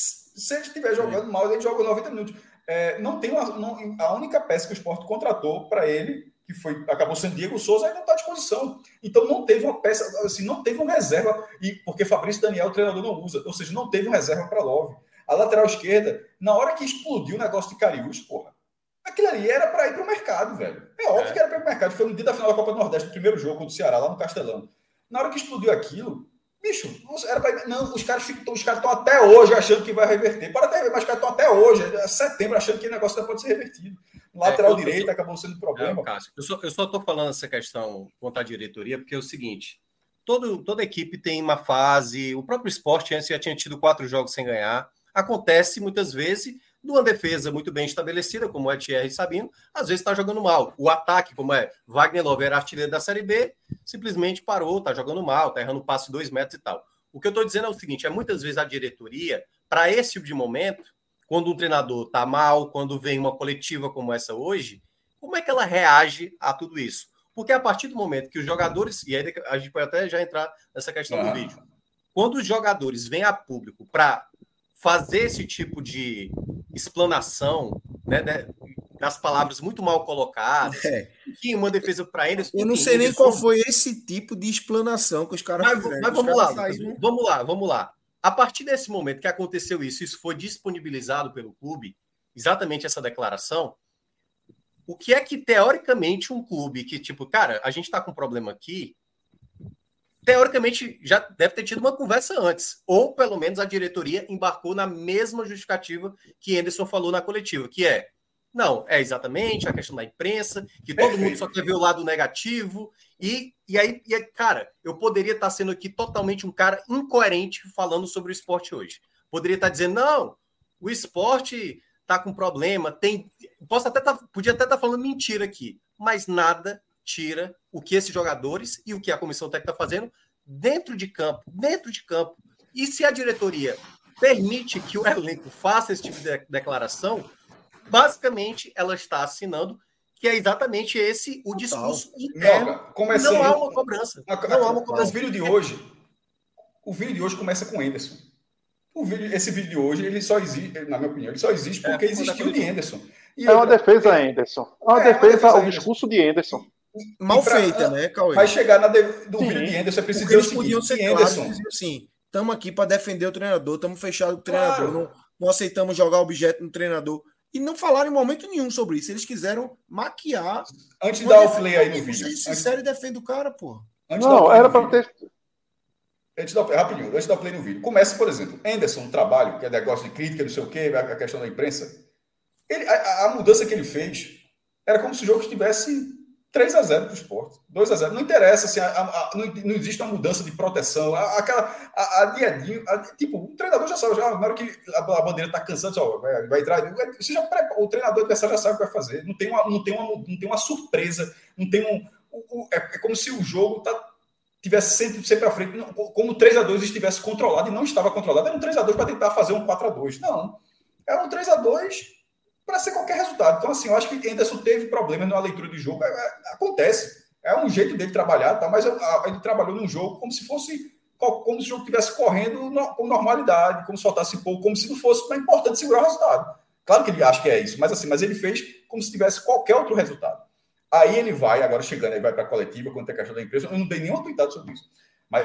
Se ele estiver jogando mal, ele joga os 90 minutos. A única peça que o Sport contratou para ele, que acabou sendo Diego Souza, ainda não está à disposição. Então não teve uma peça, assim, não teve uma reserva, porque Fabrício Daniel, o treinador, não usa. Ou seja, não teve uma reserva para Love. A lateral esquerda, na hora que explodiu o negócio de Cariús, aquilo ali era para ir para o mercado, velho. É óbvio que era para ir para o mercado. Foi no dia da final da Copa do Nordeste, no primeiro jogo contra o Ceará, lá no Castelão. Na hora que explodiu aquilo, bicho, era para ir. Não, os caras estão até hoje achando que vai reverter. Pode até ver, mas os caras estão até hoje, setembro, achando que o negócio não pode ser revertido. Lateral direito acabou sendo problema. Cássio, eu só estou falando essa questão contra a diretoria, porque é o seguinte: toda equipe tem uma fase. O próprio Sport antes já tinha tido 4 jogos sem ganhar. Acontece muitas vezes numa defesa muito bem estabelecida, como é Thierry e Sabino, às vezes está jogando mal. O ataque, como é Wagner Love, era artilheiro da Série B, simplesmente parou, está jogando mal, está errando passe de 2 metros e tal. O que eu estou dizendo é o seguinte, muitas vezes a diretoria, para esse tipo de momento, quando um treinador está mal, quando vem uma coletiva como essa hoje, como é que ela reage a tudo isso? Porque a partir do momento que os jogadores, e aí a gente pode até já entrar nessa questão do vídeo, quando os jogadores vêm a público para fazer esse tipo de explanação, né, das palavras muito mal colocadas, que uma defesa para eles... Eu não sei nem qual foi esse tipo de explanação que os caras fizeram. Mas vamos lá. A partir desse momento que aconteceu isso foi disponibilizado pelo clube, exatamente essa declaração, o que é que, teoricamente, um clube que, tipo, cara, a gente está com um problema aqui, teoricamente, já deve ter tido uma conversa antes. Ou, pelo menos, a diretoria embarcou na mesma justificativa que Anderson falou na coletiva, que não, é exatamente a questão da imprensa, que todo mundo só quer ver o lado negativo. E aí, cara, eu poderia estar sendo aqui totalmente um cara incoerente falando sobre o esporte hoje. Poderia estar dizendo, não, o esporte está com problema, podia até estar falando mentira aqui, mas nada tira o que esses jogadores e o que a comissão técnica está fazendo dentro de campo. E se a diretoria permite que o elenco faça esse tipo de declaração, basicamente ela está assinando que é exatamente esse o discurso interno. Não há uma cobrança. Não há uma cobrança. O vídeo de hoje começa com Anderson. Esse vídeo de hoje, ele só existe, na minha opinião, ele só existe porque existiu o de Anderson. Uma defesa, Anderson. Uma defesa ao discurso de Anderson. Mal feita, né, Cauê? Vai chegar do vídeo de Anderson, é preciso dizer o seguinte, podiam ser claros, dizer assim, estamos aqui para defender o treinador, estamos fechados com o treinador, não aceitamos jogar objeto no treinador. E não falaram em momento nenhum sobre isso. Eles quiseram maquiar. Antes de dar o play aí no vídeo. Seja sincero e defende o cara, pô. Não, era para ter... Rapidinho, antes de dar play no vídeo. Começa, por exemplo, Anderson, um trabalho, que é negócio de crítica, não sei o quê, a questão da imprensa. A mudança que ele fez era como se o jogo estivesse 3-0 para o Sport, 2-0. Não interessa, assim, não existe uma mudança de proteção. Tipo, o treinador já sabe, na hora que a bandeira está cansando, vai entrar. O treinador adversário já sabe o que vai fazer. Não tem uma surpresa, não tem é como se o jogo tivesse sempre à frente, como o 3-2 estivesse controlado e não estava controlado. Era um 3-2 para tentar fazer um 4-2. Não. Era um 3-2 para ser qualquer resultado. Então, assim, eu acho que Anderson teve problemas na leitura de jogo. Acontece. É um jeito dele trabalhar, tá? Mas ele trabalhou num jogo como se o jogo estivesse correndo com normalidade, como se faltasse pouco, como se não fosse mais importante segurar o resultado. Claro que ele acha que é isso, mas ele fez como se tivesse qualquer outro resultado. Aí ele vai, agora chegando, ele vai para a coletiva, quando tem a questão da empresa. Eu não dei nenhuma tweetada sobre isso. Mas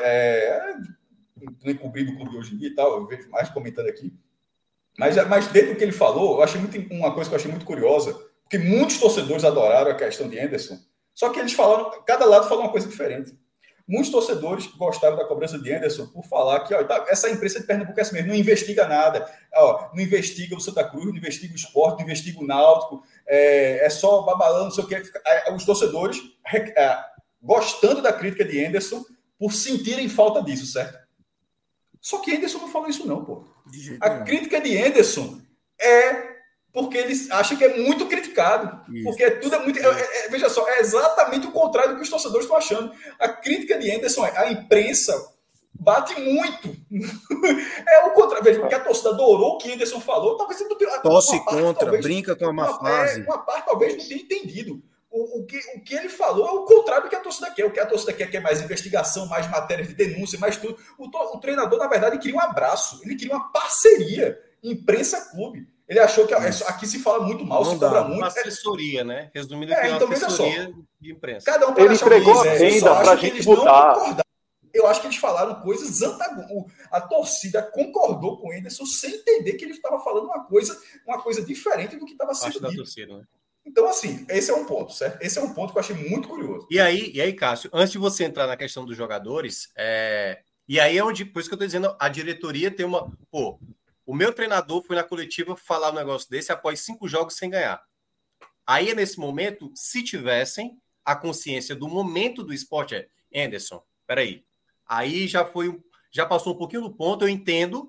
não cobri do clube hoje em dia e tal, eu vejo mais comentando aqui. Mas dentro do que ele falou, uma coisa que eu achei muito curiosa, porque muitos torcedores adoraram a questão de Anderson, só que eles falaram, cada lado falou uma coisa diferente. Muitos torcedores gostaram da cobrança de Anderson por falar que essa imprensa de Pernambuco é assim mesmo, não investiga nada, não investiga o Santa Cruz, não investiga o Sport, não investiga o Náutico, é só babalando, não sei o que. Os torcedores gostando da crítica de Anderson por sentirem falta disso, certo? Só que Anderson não falou isso não, pô. A crítica de Anderson é porque eles acham que é muito criticado. Isso. Porque tudo é muito... veja só, é exatamente o contrário do que os torcedores estão achando. A crítica de Anderson a imprensa bate muito. É o contrário. Veja, porque a torcida adorou o que Anderson falou. Talvez não tenha... Tosse contra, brinca com a má fase. Uma parte talvez não tenha entendido. O que ele falou é o contrário do que a torcida quer. O que a torcida quer é mais investigação, mais matérias de denúncia, mais tudo. O treinador, na verdade, queria um abraço. Ele queria uma parceria imprensa-clube. Ele achou que aqui se fala muito mal, se cobra muito. Uma assessoria, né? Resumindo, que é uma assessoria de imprensa. Cada um ele entregou a venda para a gente votar. Eu acho que eles falaram coisas antagônicas. A torcida concordou com o Anderson sem entender que ele estava falando uma coisa diferente do que estava sendo dito. Torcida, né? Então, assim, esse é um ponto, certo? Esse é um ponto que eu achei muito curioso. E aí, Cássio, antes de você entrar na questão dos jogadores, e aí é onde, por isso que eu estou dizendo, a diretoria tem uma... Pô, o meu treinador foi na coletiva falar um negócio desse após 5 jogos sem ganhar. Aí, nesse momento, se tivessem a consciência do momento do esporte, Anderson, peraí, aí já passou um pouquinho do ponto, eu entendo,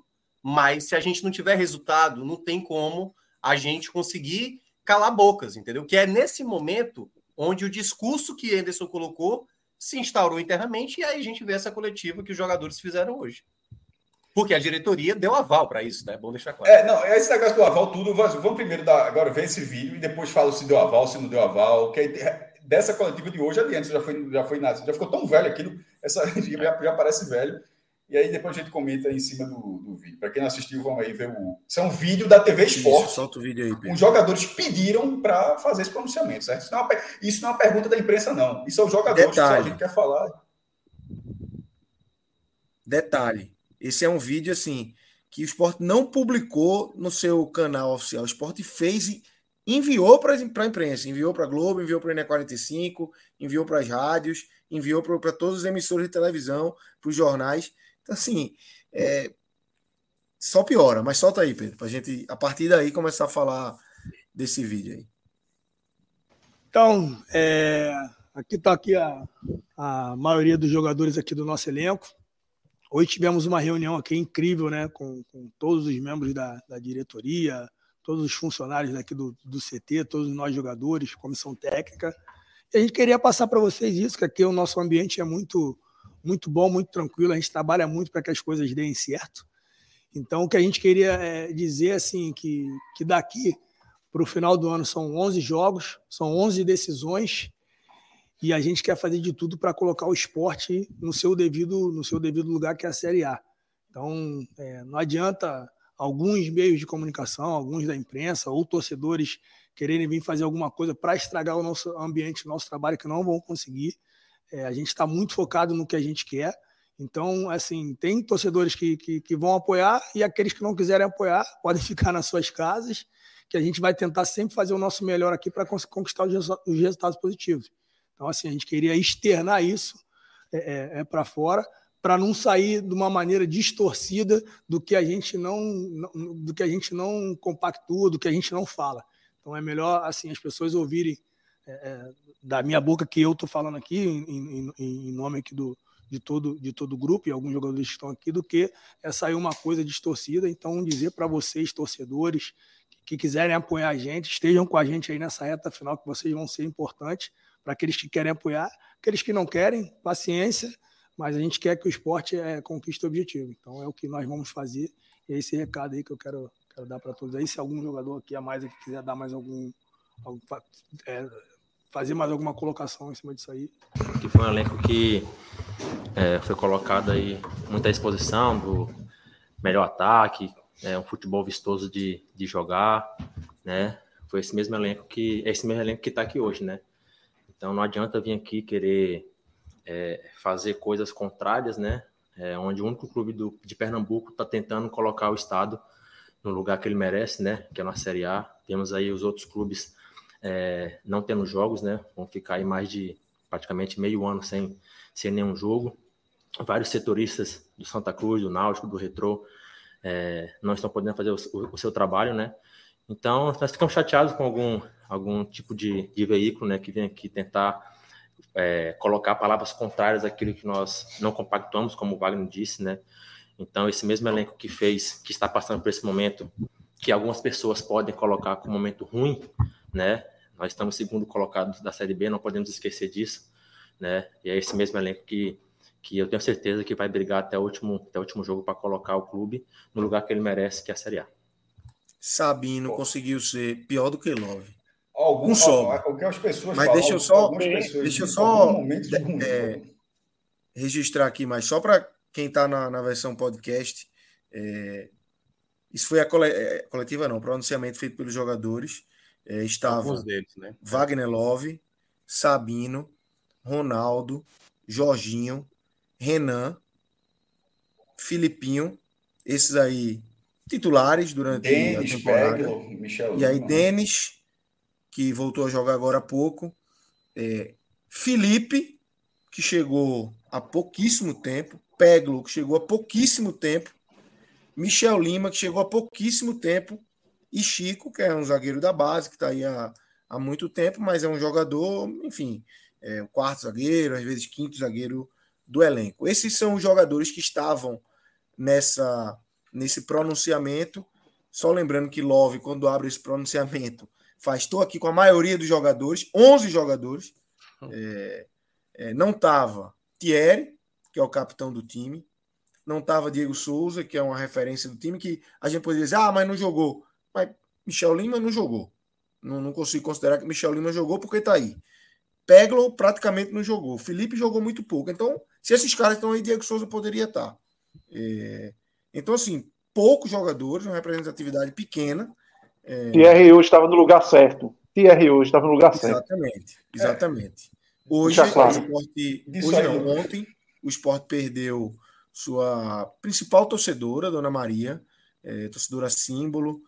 Mas se a gente não tiver resultado, não tem como a gente conseguir calar bocas, entendeu? Que é nesse momento onde o discurso que Anderson colocou se instaurou internamente, e aí a gente vê essa coletiva que os jogadores fizeram hoje. Porque a diretoria deu aval para isso, né? É bom deixar claro. Não, esse negócio do aval, tudo. Vamos primeiro agora ver esse vídeo e depois falo se deu aval, se não deu aval. Que dessa coletiva de hoje adiante, já ficou tão velho aquilo, já parece velho. E aí depois a gente comenta em cima do vídeo. Para quem não assistiu, vamos aí ver Isso é um vídeo da TV Esporte. Solta o vídeo aí, Pedro. Os jogadores pediram para fazer esse pronunciamento, certo? Isso não é uma pergunta da imprensa, não. Isso é os jogadores que a gente quer falar. Detalhe. Esse é um vídeo, assim, que o Sport não publicou no seu canal oficial. O Sport fez e enviou para a imprensa. Enviou para a Globo, enviou para o NE45, enviou para as rádios, enviou para todos os emissores de televisão, para os jornais. Então, assim, só piora. Mas solta aí, Pedro, para a gente, a partir daí, começar a falar desse vídeo aí. Então, aqui está a maioria dos jogadores aqui do nosso elenco. Hoje tivemos uma reunião aqui incrível, né, com todos os membros da diretoria, todos os funcionários daqui do CT, todos nós jogadores, comissão técnica. E a gente queria passar para vocês isso, que aqui o nosso ambiente é muito, muito bom, muito tranquilo, a gente trabalha muito para que as coisas deem certo. Então, o que a gente queria dizer, assim, que daqui para o final do ano são 11 jogos, são 11 decisões, e a gente quer fazer de tudo para colocar o Sport no seu devido lugar, que é a Série A. Então, não adianta alguns meios de comunicação, alguns da imprensa ou torcedores quererem vir fazer alguma coisa para estragar o nosso ambiente, o nosso trabalho, que não vão conseguir. A gente está muito focado no que a gente quer. Então, assim, tem torcedores que vão apoiar, e aqueles que não quiserem apoiar podem ficar nas suas casas, que a gente vai tentar sempre fazer o nosso melhor aqui para conquistar os resultados positivos. Então, assim, a gente queria externar isso para fora, para não sair de uma maneira distorcida do que a gente não compactua, do que a gente não fala. Então, é melhor, assim, as pessoas ouvirem da minha boca, que eu estou falando aqui, em nome aqui de todo o grupo, e alguns jogadores que estão aqui, do que sair uma coisa distorcida. Então, dizer para vocês, torcedores, que quiserem apoiar a gente, estejam com a gente aí nessa reta final, que vocês vão ser importantes para aqueles que querem apoiar. Aqueles que não querem, paciência, mas a gente quer que o Sport conquiste o objetivo. Então é o que nós vamos fazer, e é esse recado aí que eu quero dar para todos aí. Se algum jogador aqui a mais aqui quiser dar mais fazer mais alguma colocação em cima disso aí. Que foi um elenco que foi colocado aí muita exposição do melhor ataque, um futebol vistoso de jogar, né? Foi esse mesmo elenco que está aqui hoje, né? Então não adianta vir aqui querer fazer coisas contrárias, né? Onde o único clube de Pernambuco está tentando colocar o estado no lugar que ele merece, né? Que é na Série A. Temos aí os outros clubes não tendo jogos, né? Vão ficar aí mais de praticamente meio ano sem nenhum jogo. Vários setoristas do Santa Cruz, do Náutico, do Retrô, não estão podendo fazer o seu trabalho, né? Então, nós ficamos chateados com algum tipo de veículo, né, que vem aqui tentar colocar palavras contrárias àquilo que nós não compactuamos, como o Wagner disse, né? Então, esse mesmo elenco que está passando por esse momento, que algumas pessoas podem colocar como um momento ruim, né? Nós estamos segundo colocados da Série B, não podemos esquecer disso, né? E é esse mesmo elenco que eu tenho certeza que vai brigar até o último jogo para colocar o clube no lugar que ele merece, que é a Série A. Sabino conseguiu ser pior do que Love. Algumas pessoas mas falam, deixa eu só registrar aqui, mas só para quem está na versão podcast, isso foi a coletiva, não, pronunciamento feito pelos jogadores. Estava alguns deles, né? Wagner Love, Sabino, Ronaldo, Jorginho, Renan, Filipinho, esses aí titulares durante a temporada. Michel, e aí Denis, que voltou a jogar agora há pouco, Felipe, que chegou há pouquíssimo tempo, Peglo, que chegou há pouquíssimo tempo, Michel Lima, que chegou há pouquíssimo tempo, e Chico, que é um zagueiro da base, que está aí há muito tempo, mas é um jogador, enfim, o quarto zagueiro, às vezes quinto zagueiro do elenco. Esses são os jogadores que estavam nessa nesse pronunciamento. Só lembrando que Love, quando abre esse pronunciamento, estou aqui com a maioria dos jogadores, 11 jogadores. Não estava Thierry, que é o capitão do time. Não estava Diego Souza, que é uma referência do time, que a gente poderia dizer, mas não jogou. Mas Michel Lima não jogou. Não consigo considerar que Michel Lima jogou porque está aí. Peglo praticamente não jogou. Felipe jogou muito pouco. Então, se esses caras estão aí, Diego Souza poderia estar. Então, assim, poucos jogadores, uma representatividade pequena. Thierry hoje estava no lugar certo. Exatamente. Ontem, o Sport perdeu sua principal torcedora, Dona Maria, torcedora símbolo,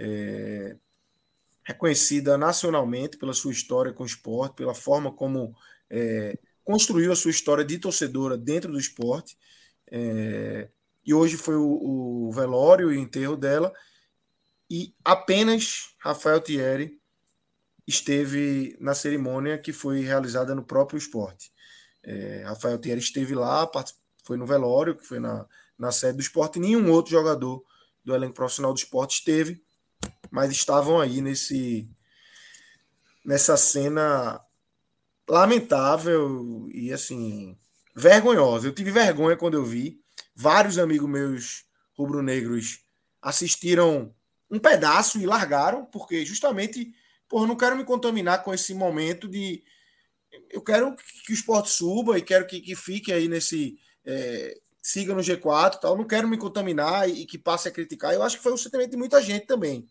reconhecida nacionalmente pela sua história com o esporte, pela forma como construiu a sua história de torcedora dentro do esporte. E hoje foi o velório e o enterro dela, e apenas Rafael Thierry esteve na cerimônia que foi realizada no próprio esporte. Rafael Thierry esteve lá, foi no velório, que foi na sede do esporte, e nenhum outro jogador do elenco profissional do esporte esteve, mas estavam aí nessa cena lamentável e, assim, vergonhosa. Eu tive vergonha quando eu vi. Vários amigos meus rubro-negros assistiram um pedaço e largaram, porque justamente, não quero me contaminar com esse momento de... Eu quero que o esporte suba e quero que fique aí nesse... siga no G4 e tal. Não quero me contaminar e que passe a criticar. Eu acho que foi o sentimento de muita gente também.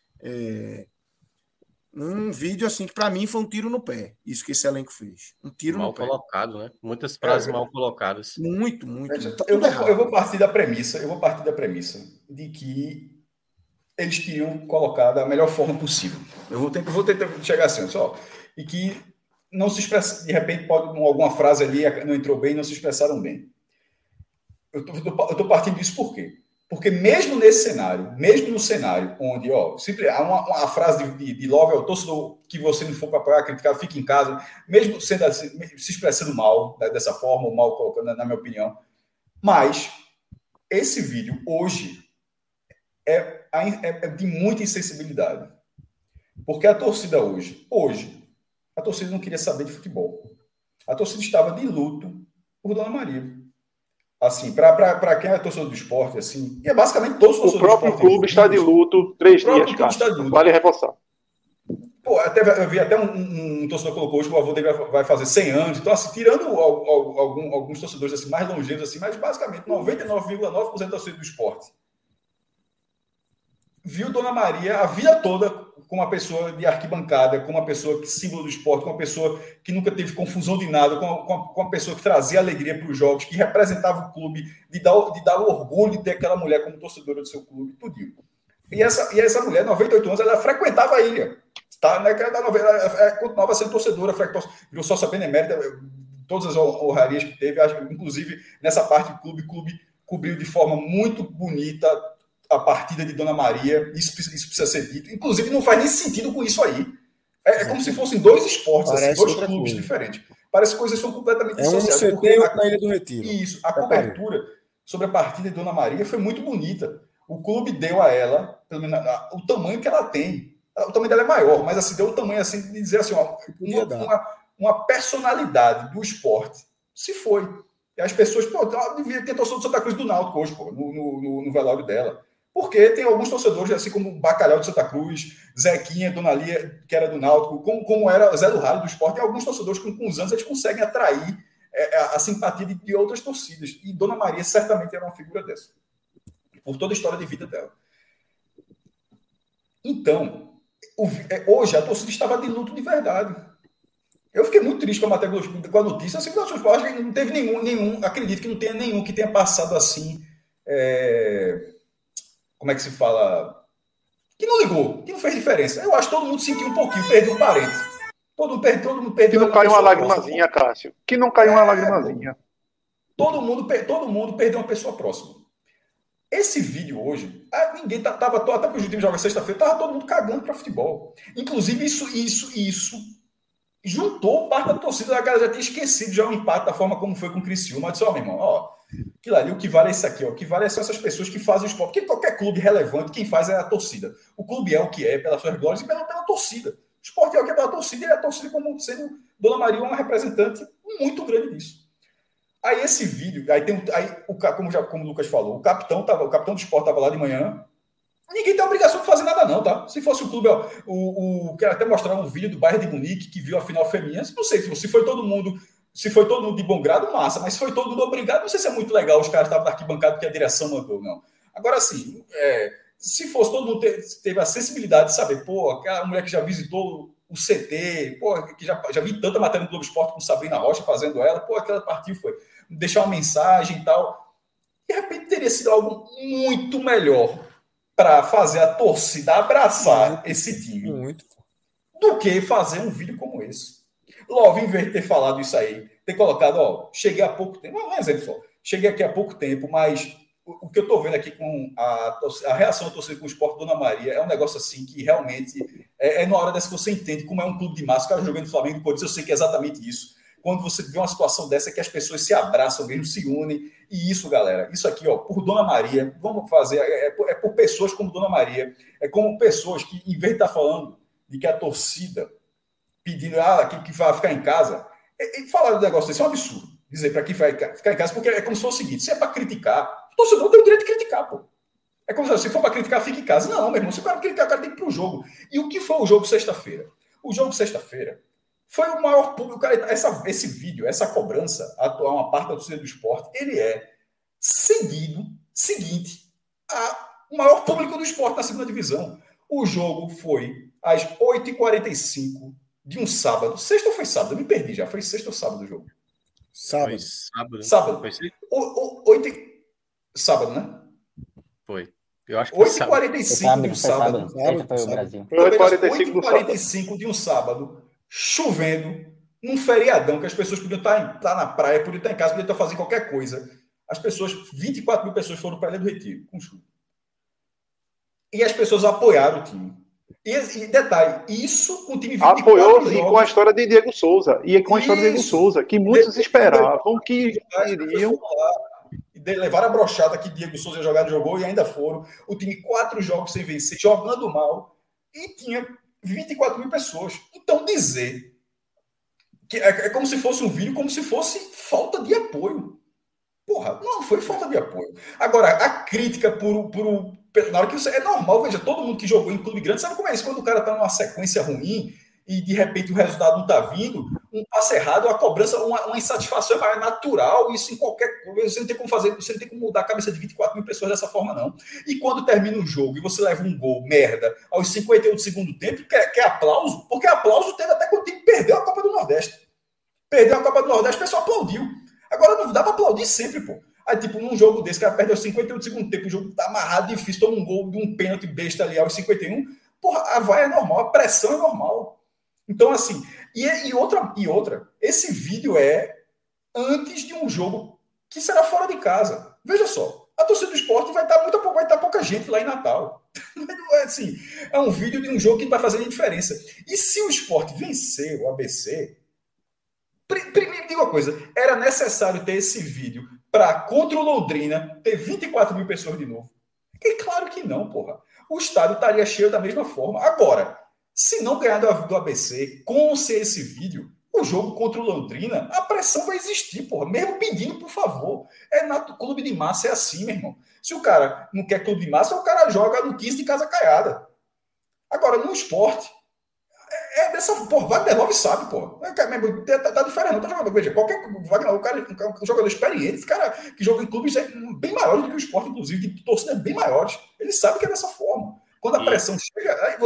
Um vídeo assim que para mim foi um tiro no pé. Isso que esse elenco fez. Um tiro mal no pé. Mal colocado, né? Muitas frases mal colocadas. Muito. Eu vou partir da premissa de que eles tinham colocado da melhor forma possível. Eu vou tentar chegar assim, só. E que não se expressa, de repente, alguma frase ali não entrou bem, não se expressaram bem. Eu estou partindo disso por quê? Porque mesmo nesse cenário, mesmo no cenário onde, há uma frase de Love, é o torcedor que você não for para apoiar, criticar, fica em casa, mesmo sendo assim, se expressando mal, dessa forma, ou mal colocando, na minha opinião. Mas esse vídeo, hoje, é de muita insensibilidade. Porque a torcida hoje, a torcida não queria saber de futebol. A torcida estava de luto por Dona Maria. Assim, para quem é torcedor do esporte, assim, e é basicamente todos os torcedores do esporte. O próprio clube está de luto 3 dias, cara. Vale reforçar. Eu vi até um torcedor colocou hoje que o avô dele vai fazer 100 anos. Então, assim, tirando alguns torcedores assim, mais longevos, assim, mas basicamente 99,9% da torcida do esporte viu Dona Maria a vida toda como uma pessoa de arquibancada, como uma pessoa que símbolo do esporte, como uma pessoa que nunca teve confusão de nada, com uma pessoa que trazia alegria para os jogos, que representava o clube, de dar o orgulho de ter aquela mulher como torcedora do seu clube, tudinho. E essa mulher, 98 anos, ela frequentava a ilha. Tá? Ela continuava sendo torcedora, virou sócia benemérita, todas as honrarias que teve, inclusive nessa parte do clube cobriu de forma muito bonita a partida de Dona Maria. Isso precisa ser dito. Inclusive, não faz nem sentido com isso aí. É como se fossem dois esportes, assim, dois clubes diferentes. Parece que coisas são completamente dissociadas. Na Ilha do Retiro. Isso. A cobertura sobre a partida de Dona Maria foi muito bonita. O clube deu a ela, pelo menos, o tamanho que ela tem. O tamanho dela é maior, mas assim, deu o tamanho assim, de dizer assim, uma personalidade do esporte se foi. E as pessoas, devia ter torcedor do Santa Cruz do Náutico hoje, no velório dela. Porque tem alguns torcedores, assim como o Bacalhau de Santa Cruz, Zequinha, Dona Lia, que era do Náutico, como era Zé do Ralo do esporte, tem alguns torcedores que com os anos eles conseguem atrair a simpatia de outras torcidas. E Dona Maria certamente era uma figura dessa. Por toda a história de vida dela. Então, hoje a torcida estava de luto de verdade. Eu fiquei muito triste com a notícia. Assim, acho que não teve nenhum, acredito que não tenha nenhum que tenha passado assim... como é que se fala? Que não ligou, que não fez diferença. Eu acho que todo mundo sentiu um pouquinho, perdeu um parente. Todo mundo perdeu. Que não caiu uma lagrimazinha, Cássio. Que não caiu uma lagrimazinha. Todo mundo perdeu uma pessoa próxima. Esse vídeo hoje, ninguém tava até porque o time joga sexta-feira, tava todo mundo cagando para futebol. Inclusive, isso juntou parte da torcida, a galera já tinha esquecido já o empate da forma como foi com o Criciúma. Disse, meu irmão, Aquilo ali, o que vale é isso aqui, ó. O que vale são essas pessoas que fazem o esporte. Porque qualquer clube relevante, quem faz é a torcida. O clube é o que é, pelas suas glórias e pela torcida. O esporte é o que é pela torcida, e a torcida como sendo Dona Maria uma representante muito grande disso. Aí esse vídeo, como o Lucas falou, o capitão do esporte estava lá de manhã. Ninguém tem obrigação de fazer nada, não, tá? Se fosse o clube, quero até mostrar um vídeo do Bayern de Munique que viu a final feminina. Não sei se foi todo mundo. Se foi todo mundo de bom grado, massa, mas se foi todo mundo obrigado, não sei se é muito legal os caras estavam na arquibancada porque a direção mandou, não. Agora, assim, se fosse todo mundo teve a sensibilidade de saber, pô, aquela mulher que já visitou o CT, pô, que já vi tanta matéria no Globo Esporte com Sabrina Rocha fazendo ela, pô, aquela partiu foi deixar uma mensagem e tal. De repente teria sido algo muito melhor para fazer a torcida abraçar esse time do que fazer um vídeo como esse. Love, em vez de ter falado isso aí, ter colocado, cheguei há pouco tempo, um exemplo só, cheguei aqui há pouco tempo, mas o que eu estou vendo aqui com a reação da torcida com o Sport Dona Maria é um negócio assim que realmente na hora dessa que você entende como é um clube de massa, o cara jogando no Flamengo, pode dizer, eu sei que é exatamente isso. Quando você vê uma situação dessa, que as pessoas se abraçam mesmo, se unem, e isso, galera, isso aqui, por Dona Maria, vamos fazer, é por pessoas como Dona Maria, é como pessoas que, em vez de estar falando de que a torcida pedindo que vai ficar em casa, e falar do negócio desse é um absurdo. Dizer para quem vai ficar em casa, porque é como se fosse o seguinte: se é para criticar, o torcedor tem o direito de criticar, pô. É como se for para criticar, fique em casa. Não, meu irmão, se o cara criticar, o cara tem que ir para o jogo. E o que foi o jogo sexta-feira? O jogo sexta-feira foi o maior público. Cara, esse vídeo, essa cobrança, uma parte da torcida do esporte, ele é seguinte ao maior público do esporte na segunda divisão. O jogo foi às 8h45 de um sábado. Sexta ou foi sábado? Eu me perdi já. Foi sexta ou sábado o jogo? Sábado. Sábado. Sábado, né? Foi. Eu acho que 8h45 de um sábado. Sexta foi o Brasil. 8h45 de um sábado, chovendo, num feriadão, que as pessoas podiam estar na praia, podiam estar em casa, podiam estar fazendo qualquer coisa. As pessoas, 24 mil pessoas foram para a Ilha do Retiro, com chuva. E as pessoas apoiaram o time. E detalhe, isso com o time 24 apoiou jogos, e com a história de Diego Souza. E com a história de Diego Souza, que muitos esperavam que iriam. Levaram a brochada que Diego Souza jogou e ainda foram. O time 4 jogos sem vencer, jogando mal, e tinha 24 mil pessoas. Então dizer que é como se fosse um vídeo, como se fosse falta de apoio. Porra, não foi falta de apoio. Agora, a crítica na hora que você, é normal, veja, todo mundo que jogou em clube grande sabe como é isso, quando o cara tá numa sequência ruim e de repente o resultado não tá vindo, um passe errado, a cobrança, uma insatisfação é natural, isso em qualquer coisa, você não tem como fazer, você não tem como mudar a cabeça de 24 mil pessoas dessa forma, não. E quando termina o jogo e você leva um gol, merda, aos 51 do segundo tempo, quer aplauso? Porque aplauso teve até quando o time perdeu a Copa do Nordeste. Perdeu a Copa do Nordeste, o pessoal aplaudiu. Agora não dá pra aplaudir sempre, pô. Aí, tipo, num jogo desse, o cara perde aos 51 do segundo tempo, o jogo tá amarrado, difícil, toma um gol de um pênalti besta ali aos 51, porra, a vai é normal, a pressão é normal. Então, assim, e outra, esse vídeo é antes de um jogo que será fora de casa. Veja só, a torcida do esporte vai estar pouca gente lá em Natal. Assim, é um vídeo de um jogo que não vai fazer nem diferença. E se o esporte vencer o ABC, primeiro, digo uma coisa, era necessário ter esse vídeo para, contra o Londrina, ter 24 mil pessoas de novo? E claro que não, porra. O estádio estaria cheio da mesma forma. Agora, se não ganhar do ABC, com esse vídeo, o jogo contra o Londrina, a pressão vai existir, porra. Mesmo pedindo, por favor. Clube de massa é assim, meu irmão. Se o cara não quer clube de massa, o cara joga no 15 de casa caiada. Agora, no esporte, dessa porra. Wagner Love sabe, porra. Tá diferente, não tá jogando. Veja, Wagner, um jogador experiente, esse cara que joga em clubes bem maiores do que o esporte, inclusive, de torcidas bem maiores. Ele sabe que é dessa forma. Quando a pressão chega, aí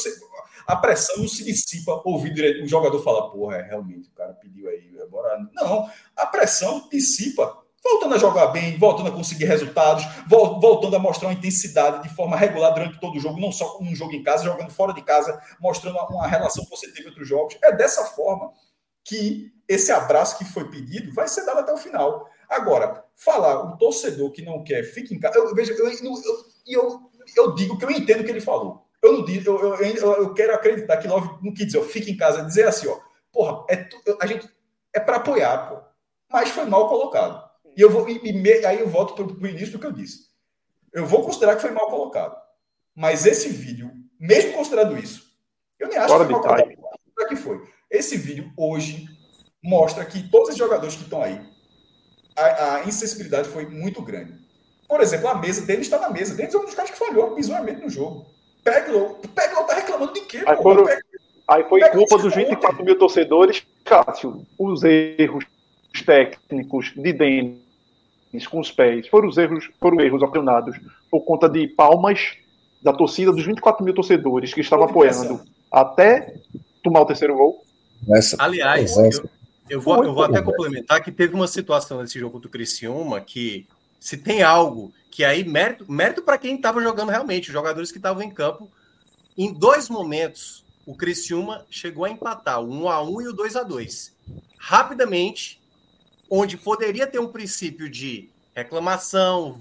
a pressão não se dissipa, ouvir direito o jogador falar, porra, realmente, o cara pediu aí, agora. Não, a pressão dissipa. Voltando a jogar bem, voltando a conseguir resultados, voltando a mostrar uma intensidade de forma regular durante todo o jogo, não só um jogo em casa, jogando fora de casa, mostrando uma relação que você teve entre os jogos. É dessa forma que esse abraço que foi pedido vai ser dado até o final. Agora, falar o torcedor que não quer, fica em casa. Eu digo que eu entendo o que ele falou. Eu não digo, eu quero acreditar que Love não quis dizer, eu fico em casa, dizer assim, ó, porra, a gente é para apoiar, pô, mas foi mal colocado. Aí eu volto para o início do que eu disse. Eu vou considerar que foi mal colocado. Mas esse vídeo, mesmo considerando isso, eu nem acho que foi mal colocado. Que foi. Esse vídeo hoje mostra que todos os jogadores que estão aí, a insensibilidade foi muito grande. Por exemplo, a mesa dele está na mesa. Denis é um dos caras que falhou bizonhamente no jogo. Peglo tá reclamando de quê? Aí foi culpa dos 24 mil torcedores, Cássio. Os erros técnicos de Denis com os pés foram erros ocasionados por conta de palmas da torcida dos 24 mil torcedores que estavam apoiando até tomar o terceiro gol. Aliás, eu vou até complementar que teve uma situação nesse jogo contra o Criciúma que, se tem algo que aí, mérito para quem estava jogando realmente, os jogadores que estavam em campo, em 2 momentos, o Criciúma chegou a empatar o 1-1 e o 2-2. Rapidamente, onde poderia ter um princípio de reclamação,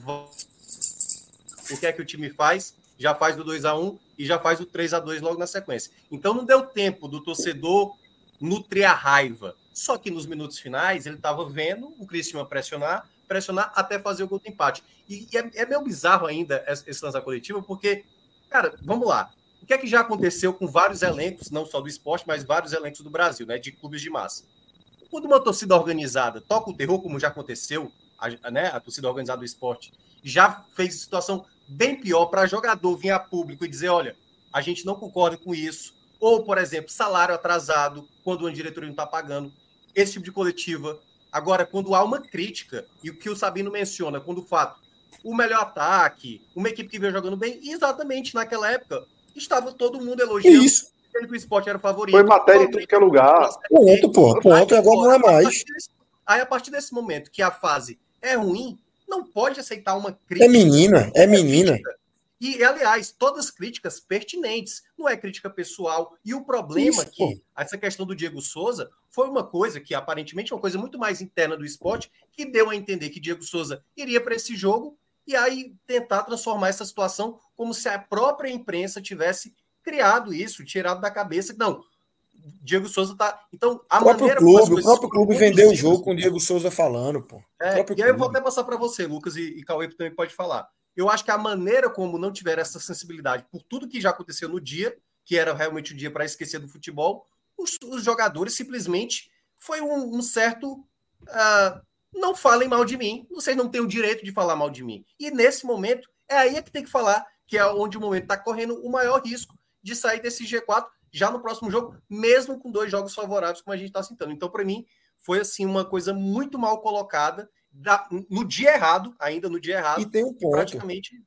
o que é que o time faz? Já faz do 2-1 e já faz o 3-2 logo na sequência. Então não deu tempo do torcedor nutrir a raiva. Só que nos minutos finais ele estava vendo o Criciúma pressionar até fazer o gol do empate. E é meio bizarro ainda esse lance da coletiva, porque, cara, vamos lá. O que é que já aconteceu com vários elencos, não só do esporte, mas vários elencos do Brasil, né, de clubes de massa? Quando uma torcida organizada toca o terror, como já aconteceu, a torcida organizada do esporte já fez situação bem pior para jogador vir a público e dizer, olha, a gente não concorda com isso. Ou, por exemplo, salário atrasado, quando uma diretoria não está pagando. Esse tipo de coletiva. Agora, quando há uma crítica, e o que o Sabino menciona, quando o fato, o melhor ataque, uma equipe que veio jogando bem, exatamente naquela época, estava todo mundo elogiando que o esporte era o favorito. Foi matéria em tudo que é lugar. Ponto, agora não é mais. Aí, a partir desse momento que a fase é ruim, não pode aceitar uma crítica. É menina. E, aliás, todas críticas pertinentes, não é crítica pessoal. E o problema é que essa questão do Diego Souza foi uma coisa que, aparentemente, é uma coisa muito mais interna do esporte, que deu a entender que Diego Souza iria para esse jogo e aí tentar transformar essa situação como se a própria imprensa tivesse criado isso, tirado da cabeça. Não, Diego Souza tá... Então, o próprio clube vendeu o jogo com o Diego Souza falando, pô. E aí eu vou até passar para você, Lucas, e Cauê também pode falar. Eu acho que a maneira como não tiveram essa sensibilidade por tudo que já aconteceu no dia, que era realmente o dia para esquecer do futebol, os jogadores simplesmente foi um certo... não falem mal de mim, vocês não têm o direito de falar mal de mim. E nesse momento, é aí que tem que falar, que é onde o momento está correndo o maior risco de sair desse G4 já no próximo jogo, mesmo com 2 jogos favoráveis, como a gente está citando. Então, para mim, foi assim uma coisa muito mal colocada, no dia errado, ainda no dia errado. E tem um ponto. Praticamente...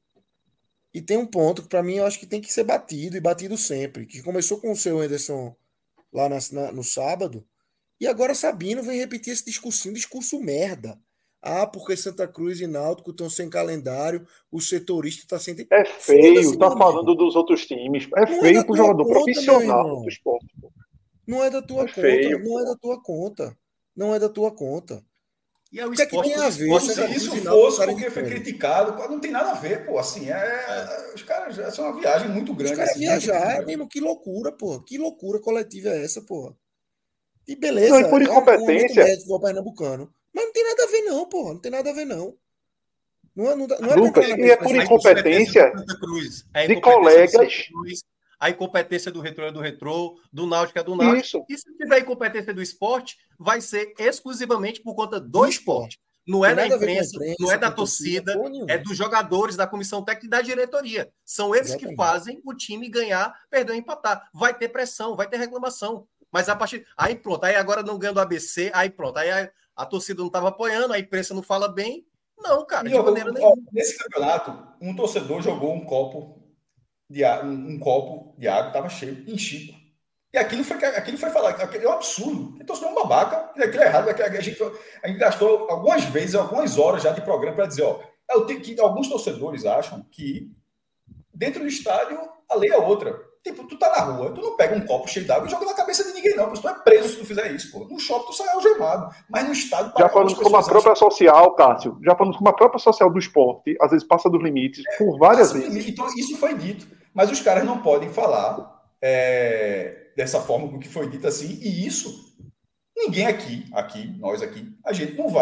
E tem um ponto que, para mim, eu acho que tem que ser batido, e batido sempre, que começou com o seu Anderson lá no sábado, e agora Sabino vem repetir esse discurso merda. Porque Santa Cruz e Náutico estão sem calendário, o setorista está sem... É feio, tá falando dos outros times. É feio pro jogador profissional do esporte. Não é da tua conta, não é da tua conta. Não é da tua conta. E é o que é que tem a ver? Se isso fosse porque foi criticado, não tem nada a ver, pô. Assim, os caras já são uma viagem muito grande. Os caras assim, viajar, mesmo, que loucura, pô. Que loucura coletiva é essa, pô? E beleza. Não, e por incompetência. É pernambucano. Mas não tem nada a ver, não, pô. Não tem nada a ver, não. Não é Lucas, e é por incompetência de colegas. A incompetência do Retrô é do Retrô, do Náutico é do Náutico. E se tiver incompetência do esporte, vai ser exclusivamente por conta do esporte. Não é da imprensa, não é da torcida, é dos jogadores, da comissão técnica e da diretoria. São eles que fazem o time ganhar, perder ou empatar. Vai ter pressão, vai ter reclamação. Mas a partir... Aí pronto, aí agora não ganhando o ABC, aí pronto. Aí a torcida não estava apoiando, a imprensa não fala bem. Não, cara, de maneira nenhuma. Nesse campeonato, um torcedor jogou um copo de água, estava cheio, em Chico. E aquilo foi falar, aquilo é um absurdo. Então, torcedor é um babaca, aquilo é errado. A gente gastou algumas vezes, algumas horas já de programa para dizer, que alguns torcedores acham que dentro do estádio a lei é outra. Tipo, tu tá na rua, tu não pega um copo cheio d'água e joga na cabeça de ninguém, não. Porque tu é preso se tu fizer isso, pô. No shopping tu sai algemado. Mas no estádio... Já falamos como a própria social, Cássio, já falamos como a própria social do esporte, às vezes passa dos limites, por várias vezes. Então, isso foi dito. Mas os caras não podem falar dessa forma com que foi dito assim. E isso, ninguém nós aqui, a gente não vai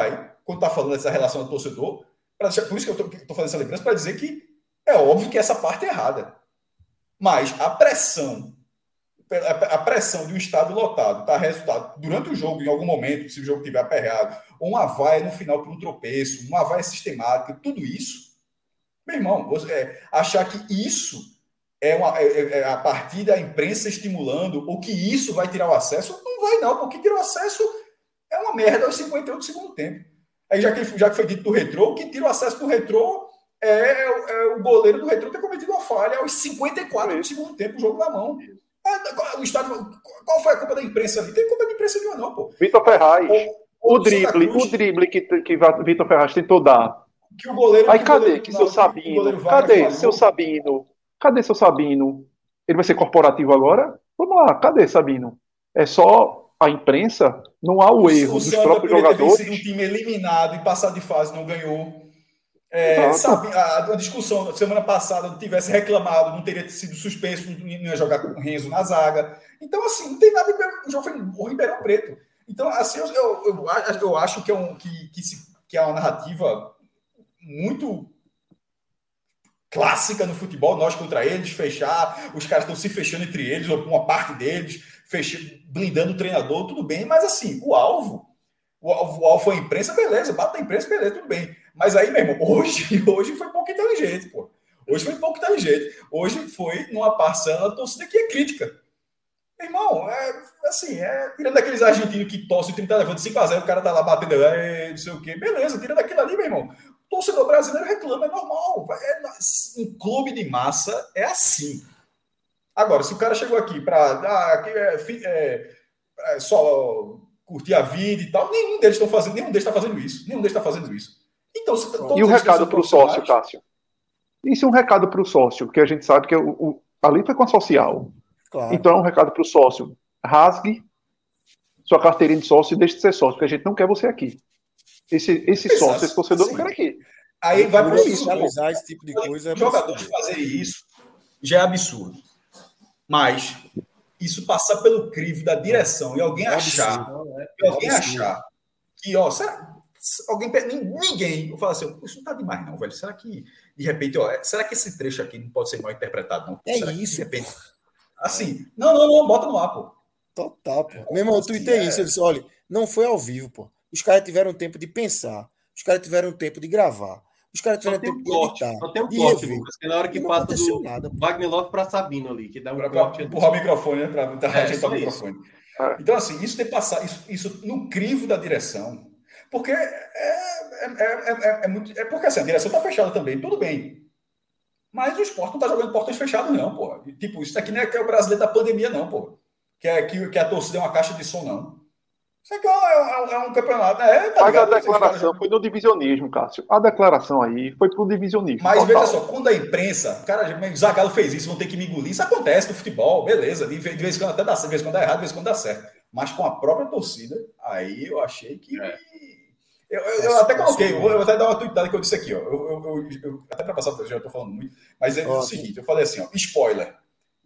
quando está falando dessa relação do torcedor, por isso que eu estou fazendo essa lembrança, para dizer que é óbvio que essa parte é errada. Mas a pressão de um estádio lotado, tá resultado durante o jogo, em algum momento, se o jogo estiver aperreado, ou uma vaia no final por um tropeço, uma vaia sistemática, tudo isso, meu irmão, achar que isso é a partir da imprensa estimulando, ou que isso vai tirar o acesso, não vai não, porque tirar o acesso é uma merda aos 58 do segundo tempo. Aí já que foi dito do Retrô, o que tira o acesso do Retrô é o goleiro do Retrô ter cometido uma falha aos 54 do segundo tempo, o jogo na mão. O estádio, qual foi a culpa da imprensa ali? Não tem culpa da imprensa nenhuma, não, pô. Vitor Ferraz. O drible que Vitor Ferraz tentou dar. Que o goleiro. Aí cadê seu Sabino? Cadê seu Sabino? Cadê seu Sabino? Ele vai ser corporativo agora? Vamos lá, cadê Sabino? É só a imprensa? Não há o erro dos próprios jogadores. Ter sido um time eliminado e passar de fase não ganhou. A discussão semana passada não tivesse reclamado, não teria sido suspenso, não ia jogar com o Renzo na zaga. Então, assim, não tem nada. O jogo foi o Ribeirão Preto. Então, assim, eu acho que é uma narrativa muito clássica no futebol, nós contra eles, fechar, os caras estão se fechando entre eles, ou uma parte deles, blindando o treinador, tudo bem, mas assim, o alvo foi a imprensa, beleza, bate a imprensa, beleza, tudo bem. Mas aí, meu irmão, hoje foi pouco inteligente, pô. Hoje foi pouco inteligente. Hoje foi numa parcela da torcida que é crítica. Meu irmão, tirando aqueles argentinos que torcem o time tá levando 5-0, o cara tá lá batendo, não sei o quê. Beleza, tira daquilo ali, meu irmão. O torcedor brasileiro reclama, é normal. Um clube de massa é assim. Agora, se o cara chegou aqui para só curtir a vida e tal, nenhum deles está fazendo isso. Então, e o recado para o sócio, Cássio? Isso é um recado para o sócio, porque a gente sabe que ali foi com a social. Claro. Então é um recado para o sócio. Rasgue sua carteirinha de sócio e deixe de ser sócio, porque a gente não quer você aqui. Esse sócio, esse torcedor não quer aqui. Aí vai para oficializar esse tipo de coisa. O jogador fazer isso já é absurdo. Mas isso passar pelo crivo da direção e alguém achar que, ninguém, eu falo assim, isso não tá demais não, velho. Será que, de repente, será que esse trecho aqui não pode ser mal interpretado, não? Será isso, que, de repente, assim, não, bota no ar, pô. Total, pô. Meu irmão, eu tuitei isso, eu disse, olha, não foi ao vivo, pô. Os caras tiveram tempo de pensar, os caras tiveram tempo de gravar, os caras tiveram tempo de editar. Só tem um corte, Lucas, que na hora que passa do Wagner Love para Sabino ali, que dá um corte. Empurrar o microfone, né? Para ajeitar o microfone. Então, assim, isso tem que passar, isso no crivo da direção, porque porque assim, a direção está fechada também, tudo bem. Mas o esporte não está jogando portões fechados, não, porra. Tipo, isso daqui não é que é o brasileiro da pandemia, não, porra. Que a torcida é uma caixa de som, não. Isso aqui é um campeonato. Mas a declaração foi no divisionismo, Cássio. A declaração aí foi pro divisionismo. Mas total. Veja só, quando a imprensa, cara, o Zagallo fez isso, vão ter que me engolir. Isso acontece no futebol, beleza. De vez em quando até dá certo, de vez em quando dá errado, de vez em quando dá certo. Mas com a própria torcida, aí eu achei que. Eu até coloquei, eu vou até dar uma tweetada que eu disse aqui, ó. Eu até para passar, eu já estou falando muito, mas é o seguinte: eu falei assim, ó, spoiler.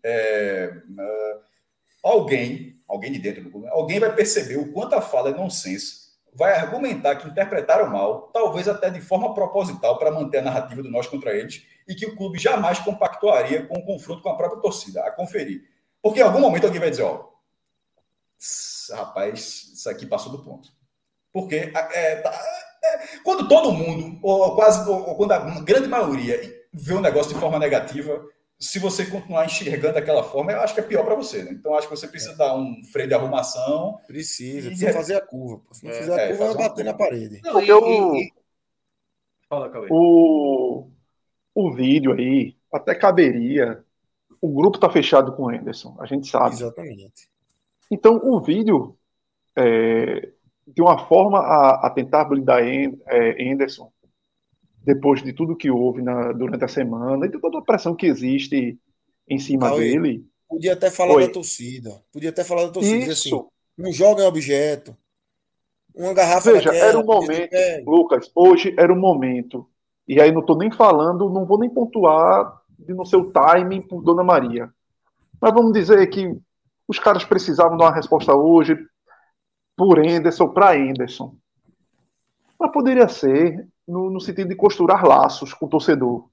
Alguém de dentro do clube, alguém vai perceber o quanto a fala é nonsense, vai argumentar que interpretaram mal, talvez até de forma proposital para manter a narrativa do nós contra eles, e que o clube jamais compactuaria com o confronto com a própria torcida, a conferir. Porque em algum momento alguém vai dizer, rapaz, isso aqui passou do ponto. Porque quando todo mundo, ou quando a grande maioria vê o negócio de forma negativa, se você continuar enxergando daquela forma, eu acho que é pior para você, né? Então, acho que você precisa dar um freio de arrumação. Precisa fazer a curva. Se não fizer a curva, vai bater na parede. Não, Fala, Cauê. O vídeo aí até caberia. O grupo está fechado com o Anderson, a gente sabe. Exatamente. Então, o vídeo, de uma forma a tentar blindar Anderson, depois de tudo que houve durante a semana e de toda a pressão que existe em cima dele. Podia até falar da torcida. Dizer assim, não joga em objeto. Uma garrafa Veja, era um momento, Lucas, hoje era um momento. E aí não estou nem falando, não vou nem pontuar no seu timing por Dona Maria. Mas vamos dizer que os caras precisavam dar uma resposta hoje por Anderson, para Anderson. Mas poderia ser no sentido de costurar laços com o torcedor.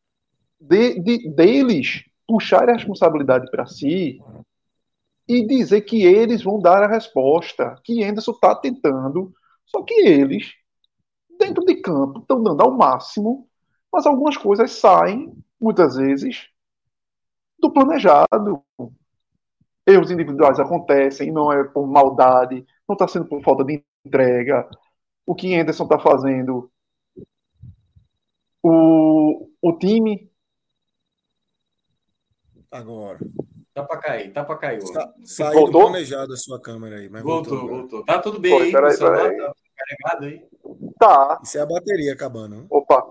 Deles puxarem a responsabilidade para si e dizer que eles vão dar a resposta, que Henderson está tentando, só que eles, dentro de campo, estão dando ao máximo, mas algumas coisas saem, muitas vezes, do planejado. Erros individuais acontecem, não é por maldade, não está sendo por falta de entrega. O que Henderson está fazendo, o time... Agora. Tá pra cair. Saiu do planejado a sua câmera aí, mas voltou. Tá tudo bem aí? Peraí. Tá carregado aí? Tá. Isso é a bateria acabando. Né? Opa.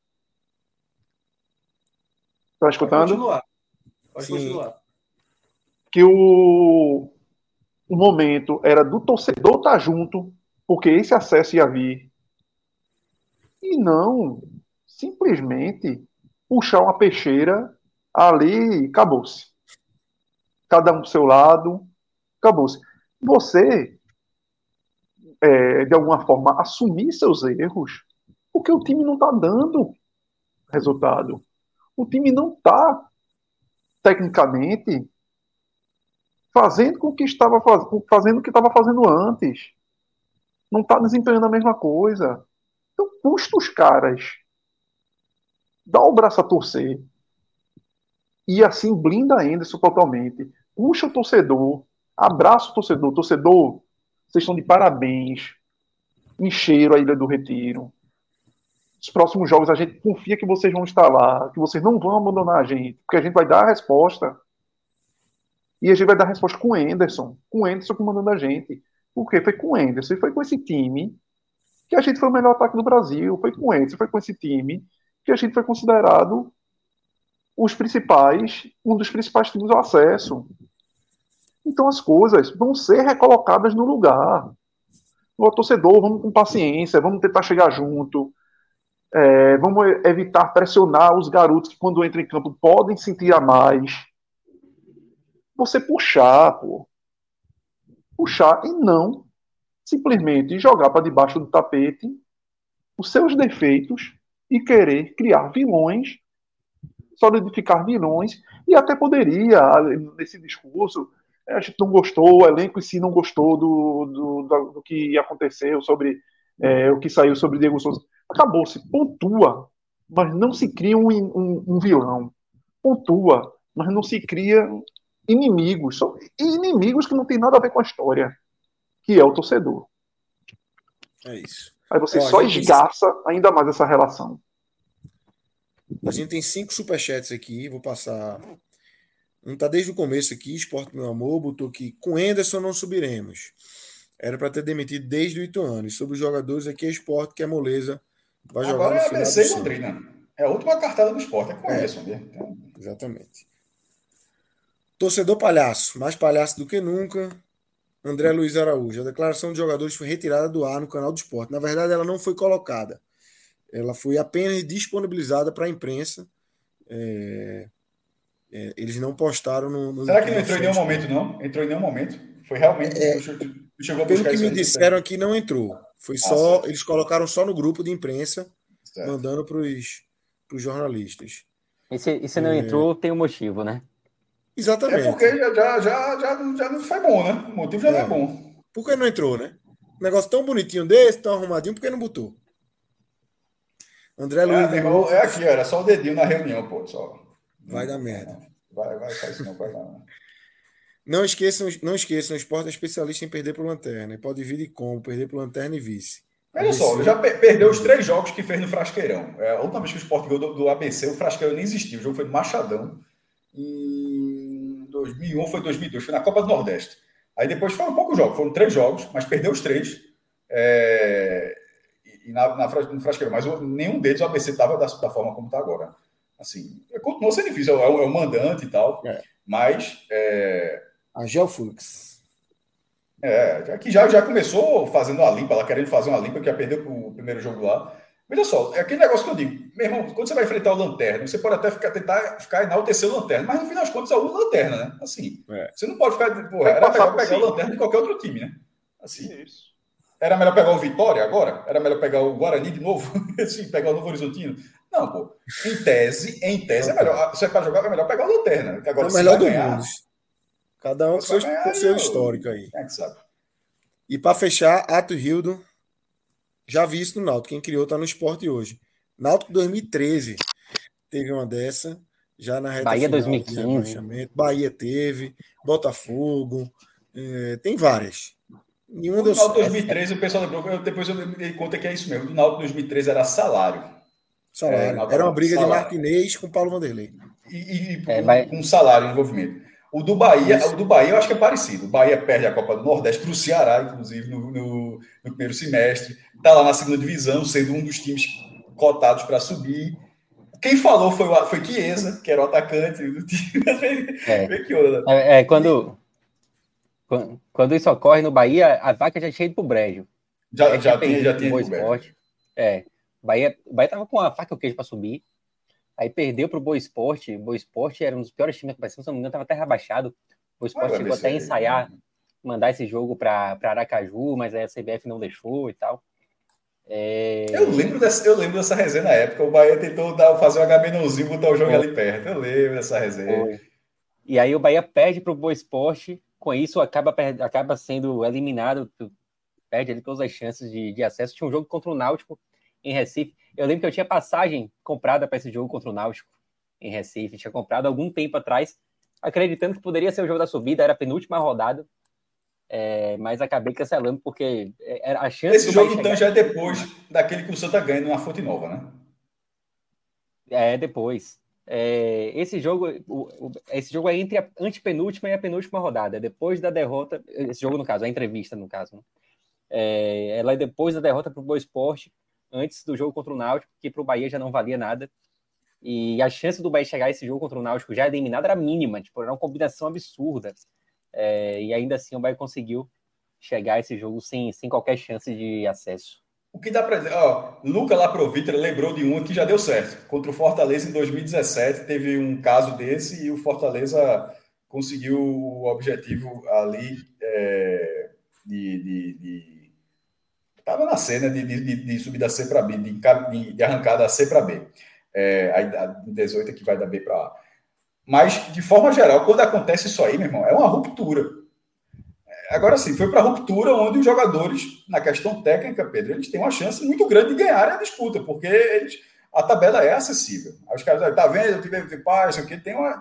Tá escutando? Pode continuar. Que o momento era do torcedor estar junto, porque esse acesso ia vir. E não simplesmente puxar uma peixeira ali, acabou-se. Cada um do seu lado, acabou-se. Você, de alguma forma, assumir seus erros, porque o time não está dando resultado. O time não está, tecnicamente, fazendo o que estava fazendo antes. Não está desempenhando a mesma coisa. Então, custa os caras. Dá o braço a torcer. E assim blinda a Henderson totalmente. Puxa o torcedor. Abraça o torcedor. Torcedor, vocês estão de parabéns. Encheram a Ilha do Retiro. Os próximos jogos a gente confia que vocês vão estar lá. Que vocês não vão abandonar a gente. Porque a gente vai dar a resposta. E a gente vai dar a resposta com o Henderson. Com o Henderson comandando a gente. Porque foi com o Henderson. E foi com esse time que a gente foi o melhor ataque do Brasil. Foi com o Henderson. Foi com esse time que a gente foi considerado um dos principais times do acesso. Então as coisas vão ser recolocadas no lugar. O torcedor, vamos com paciência, vamos tentar chegar junto, vamos evitar pressionar os garotos que quando entram em campo podem sentir a mais. Você puxar e não simplesmente jogar para debaixo do tapete os seus defeitos e querer criar vilões, solidificar vilões, e até poderia, nesse discurso, a gente não gostou, o elenco em si não gostou do que aconteceu, sobre o que saiu sobre Diego Souza. Acabou-se, pontua, mas não se cria um vilão. Pontua, mas não se cria inimigos. Inimigos que não tem nada a ver com a história, que é o torcedor. É isso. Aí você só esgarça ainda mais essa relação. A gente tem 5 superchats aqui, vou passar. Um tá desde o começo aqui, Esporte Meu Amor, botou aqui, com Henderson não subiremos. Era para ter demitido desde o Ituano. E sobre os jogadores aqui é Esporte, que é moleza. Vai jogar agora no é final ABC do e Londrina. É a última cartada do Esporte, é com Henderson mesmo. Então... Exatamente. Torcedor palhaço, mais palhaço do que nunca. André Luiz Araújo. A declaração de jogadores foi retirada do ar no canal do Esporte. Na verdade, ela não foi colocada. Ela foi apenas disponibilizada para a imprensa. Eles não postaram no Será que não entrou em nenhum momento, não? Entrou em nenhum momento? Foi realmente... chegou a pelo que me aí, disseram aqui, não entrou. Foi só... Eles colocaram só no grupo de imprensa, certo, mandando para os jornalistas. E se não entrou, tem um motivo, né? Exatamente. É porque já não foi bom, né? O motivo já não é bom. Por que não entrou, né? Um negócio tão bonitinho desse, tão arrumadinho, por que não botou? André Luiz. É aqui, era só o dedinho na reunião, pô. Só. Vai dar merda. Vai, faz isso não, vai dar. Não esqueçam, o Sport é especialista em perder pro Lanterna. E pode vir de como, perder pro Lanterna e vice. Olha só, já perdeu os 3 jogos que fez no Frasqueirão. A última vez que o Sport ganhou do ABC, o Frasqueirão nem existiu. O jogo foi no Machadão. Em 2001, foi 2002. Foi na Copa do Nordeste. Aí depois foram poucos jogos. Foram 3 jogos, mas perdeu os 3. E no Frasqueirão. Mas nenhum deles o ABC estava da forma como está agora. Assim, continuou sendo difícil. É o mandante e tal. Mas... A Geoflux. Que já começou fazendo a limpa, ela querendo fazer uma limpa, que já perdeu o primeiro jogo lá. Veja só, é aquele negócio que eu digo, meu irmão, quando você vai enfrentar o Lanterna, você pode até tentar ficar enaltecer o Lanterna, mas no fim das contas é o Lanterna, né? Assim, você não pode ficar, era pegar o Lanterna de qualquer outro time, né? Assim, isso. Era melhor pegar o Vitória agora? Era melhor pegar o Guarani de novo? Assim, pegar o Novo Horizontino? Não, pô. Em tese é melhor. Você para jogar, é melhor pegar o Lanterna. Que agora, é o melhor do ganhar, mundo. Cada um com seu histórico aí. Quem é que sabe? E para fechar, Ato Hildo. Já vi isso no Náutico. Quem criou tá no esporte hoje. Náutico 2013 teve uma dessa. Já na reta Bahia final 2015. Bahia teve. Botafogo. Tem várias. Nenhuma Do deu Náutico certo. 2013, o pessoal lembrou. Depois eu me dei conta que é isso mesmo. Do Náutico 2013 era salário. Era uma briga de Martinez com Paulo Vanderlei. Com salário, envolvimento. O do Bahia eu acho que é parecido. O Bahia perde a Copa do Nordeste para o Ceará, inclusive, no primeiro semestre. Está lá na segunda divisão, sendo um dos times cotados para subir. Quem falou foi Chiesa, que era o atacante do time. Quando isso ocorre no Bahia, a vaca já tinha ido pro brejo. Já tinha ido pro Esporte. O Bahia tava com a faca e o queijo para subir. Aí perdeu pro Boa Esporte. Boa Esporte era um dos piores times da competição, se não me engano, tava até rebaixado. O Boa Esporte chegou até a ensaiar, mandar esse jogo para Aracaju, mas aí a CBF não deixou e tal. Eu lembro dessa resenha na época. O Bahia tentou fazer um Agamenonzinho, botar o jogo ali perto. Eu lembro dessa resenha. E aí o Bahia perde pro Boa Esporte. Com isso, acaba sendo eliminado. Perde ali todas as chances de acesso. Tinha um jogo contra o Náutico em Recife. Eu lembro que eu tinha passagem comprada para esse jogo contra o Náutico em Recife. Tinha comprado algum tempo atrás, acreditando que poderia ser o jogo da subida. Era a penúltima rodada. Mas acabei cancelando porque era a chance. Esse jogo, então, já é depois daquele que o Santa ganha na Fonte Nova, né? Depois. Esse jogo é entre a antepenúltima e a penúltima rodada. Depois da derrota. Esse jogo, no caso, a entrevista, no caso. Né? Ela é depois da derrota para o Boa Esporte, antes do jogo contra o Náutico, que para o Bahia já não valia nada. E a chance do Bahia chegar a esse jogo contra o Náutico já eliminado era mínima. Era uma combinação absurda. E ainda assim o Bahia conseguiu chegar a esse jogo sem qualquer chance de acesso. O que dá para dizer? Luca Laprovitra lembrou de uma que já deu certo. Contra o Fortaleza em 2017, teve um caso desse e o Fortaleza conseguiu o objetivo ali estava na cena de subir da C para B, de arrancar da C para B. A 18 que vai da B para A. Mas, de forma geral, quando acontece isso aí, meu irmão, é uma ruptura. Agora sim, foi para a ruptura onde os jogadores, na questão técnica, Pedro, eles têm uma chance muito grande de ganhar a disputa, porque a tabela é acessível. Aí os caras, tá vendo? Eu tive paz, aqui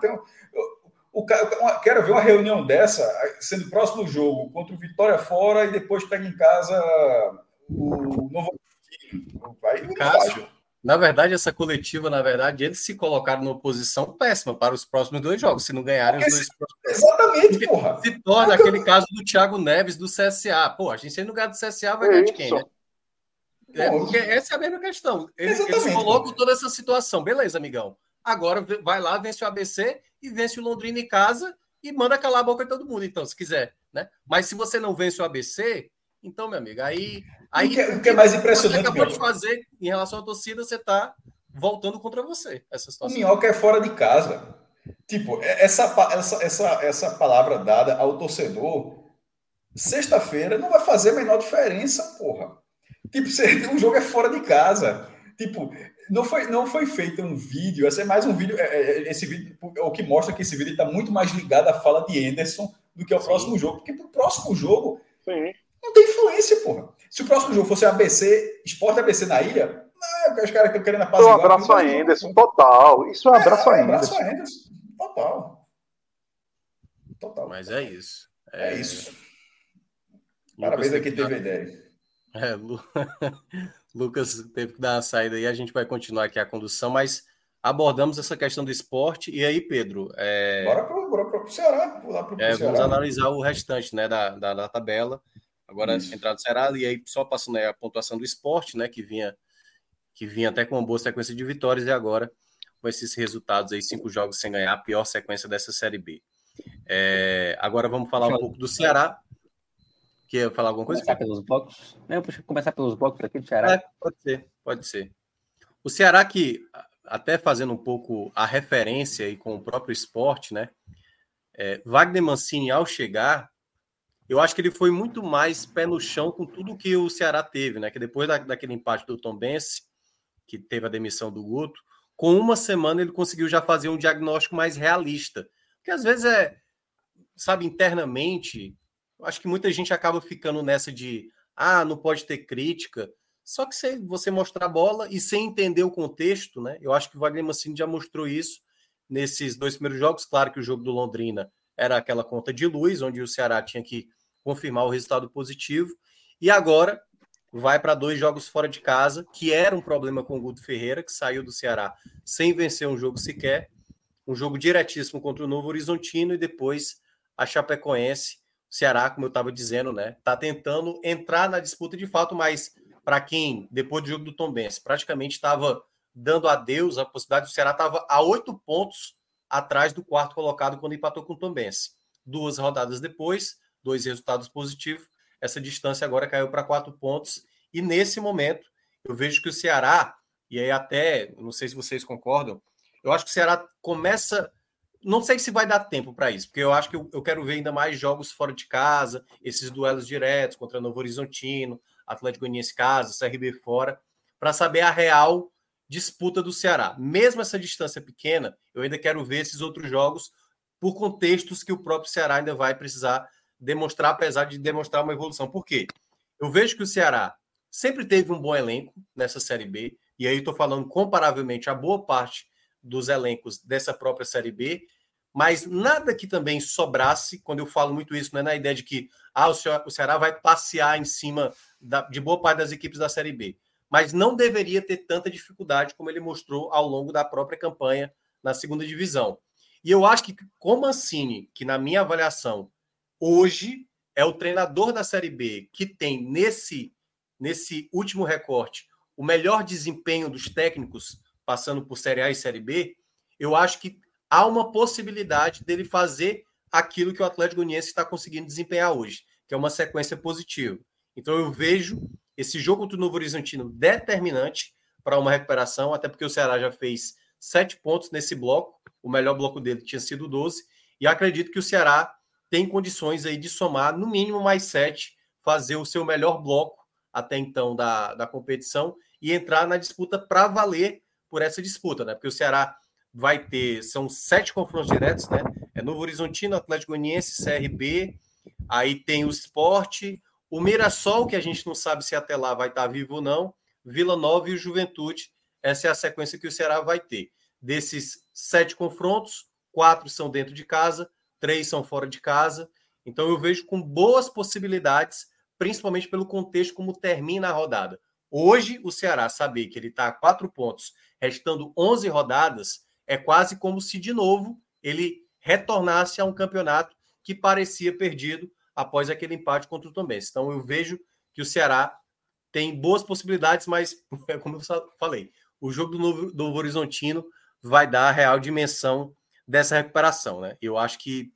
quero ver uma reunião dessa, sendo próximo jogo, contra o Vitória fora e depois pega em casa o Novo. Aí não faz. Na verdade, essa coletiva, eles se colocaram numa posição péssima para os próximos 2 jogos, se não ganharem os 2 próximos. Exatamente, porra. Se torna aquele caso do Thiago Neves do CSA. Pô, a gente sendo no lugar do CSA vai ganhar de quem, né? Porque essa é a mesma questão. Eles colocam toda essa situação. Beleza, amigão. Agora vai lá, vence o ABC e vence o Londrina em casa e manda calar a boca de todo mundo, então, se quiser, né? Mas se você não vence o ABC, então, meu amigo, aí o que é mais impressionante, você acabou de fazer em relação à torcida, você está voltando contra você, essa situação. O Minhoca é fora de casa. Tipo, essa palavra dada ao torcedor, sexta-feira não vai fazer a menor diferença, porra. Tipo, o jogo é fora de casa. Tipo, não foi feito um vídeo, esse é mais um vídeo. Esse vídeo, o que mostra que esse vídeo está muito mais ligado à fala de Anderson do que ao próximo jogo. Porque pro próximo jogo não tem influência, porra. Se o próximo jogo fosse ABC, Sport ABC na ilha, os caras estão querendo apaziguar. Isso é um abraço a Anderson, total. Isso é um abraço a Anderson. Total. Mas é isso. É isso. Parabéns a quem teve a ideia. Lucas teve que dar uma saída aí, a gente vai continuar aqui a condução, mas abordamos essa questão do esporte. E aí, Pedro? Bora pro Ceará. Vamos analisar o restante, né, da tabela. Agora, entrar no Ceará, e aí só passando a pontuação do esporte, né, que vinha até com uma boa sequência de vitórias, e agora com esses resultados aí, 5 jogos sem ganhar, a pior sequência dessa Série B. Agora vamos falar um pouco do Ceará. Quer falar alguma coisa? Começar pelos blocos? Não, começar pelos blocos aqui do Ceará. Pode ser. O Ceará, que até fazendo um pouco a referência aí com o próprio esporte, né? Wagner Mancini, ao chegar, eu acho que ele foi muito mais pé no chão com tudo que o Ceará teve, né? Que depois daquele empate do Tombense, que teve a demissão do Guto, com uma semana ele conseguiu já fazer um diagnóstico mais realista. Porque às vezes sabe, internamente, eu acho que muita gente acaba ficando nessa de não pode ter crítica. Só que se você mostrar a bola e sem entender o contexto, né? Eu acho que o Wagner Mancini já mostrou isso nesses 2 primeiros jogos. Claro que o jogo do Londrina era aquela conta de luz, onde o Ceará tinha que confirmar o resultado positivo. E agora vai para 2 jogos fora de casa, que era um problema com o Guto Ferreira, que saiu do Ceará sem vencer um jogo sequer. Um jogo diretíssimo contra o Novo Horizontino e depois a Chapecoense. O Ceará, como eu estava dizendo, né, está tentando entrar na disputa de fato, mas para quem, depois do jogo do Tombense, praticamente estava dando adeus, a possibilidade do Ceará estava a 8 pontos atrás do 4º colocado quando empatou com o Tombense. 2 rodadas depois, 2 resultados positivos, essa distância agora caiu para 4 pontos. E nesse momento, eu vejo que o Ceará, e aí até, não sei se vocês concordam, eu acho que o Ceará começa... Não sei se vai dar tempo para isso, porque eu acho que eu quero ver ainda mais jogos fora de casa, esses duelos diretos contra Novo Horizontino, Atlético Goianiense casa, CRB fora, para saber a real disputa do Ceará. Mesmo essa distância pequena, eu ainda quero ver esses outros jogos por contextos que o próprio Ceará ainda vai precisar demonstrar, apesar de demonstrar uma evolução. Por quê? Eu vejo que o Ceará sempre teve um bom elenco nessa Série B, e aí estou falando comparavelmente a boa parte dos elencos dessa própria Série B, mas nada que também sobrasse, quando eu falo muito isso, não é na ideia de que o Ceará vai passear em cima de boa parte das equipes da Série B, mas não deveria ter tanta dificuldade como ele mostrou ao longo da própria campanha na segunda divisão. E eu acho que com o Mancini, que na minha avaliação, hoje é o treinador da Série B que tem nesse último recorte o melhor desempenho dos técnicos passando por Série A e Série B, eu acho que há uma possibilidade dele fazer aquilo que o Atlético Goianiense está conseguindo desempenhar hoje, que é uma sequência positiva. Então eu vejo esse jogo contra o Novo Horizontino determinante para uma recuperação, até porque o Ceará já fez 7 pontos nesse bloco, o melhor bloco dele tinha sido 12, e acredito que o Ceará tem condições aí de somar no mínimo mais 7, fazer o seu melhor bloco até então da competição e entrar na disputa para valer por essa disputa, né? Porque o Ceará vai ter, são 7 confrontos diretos, né? É Novo Horizontino, Atlético Goianiense, CRB, aí tem o Sport, o Mirassol, que a gente não sabe se até lá vai estar vivo ou não, Vila Nova e o Juventude. Essa é a sequência que o Ceará vai ter. Desses 7 confrontos, 4 são dentro de casa, 3 são fora de casa. Então eu vejo com boas possibilidades, principalmente pelo contexto como termina a rodada. Hoje, o Ceará saber que ele está a 4 pontos, restando 11 rodadas, é quase como se, de novo, ele retornasse a um campeonato que parecia perdido após aquele empate contra o Tombense. Então, eu vejo que o Ceará tem boas possibilidades, mas, como eu falei, o jogo do Novo Horizontino vai dar a real dimensão dessa recuperação, né? Eu acho que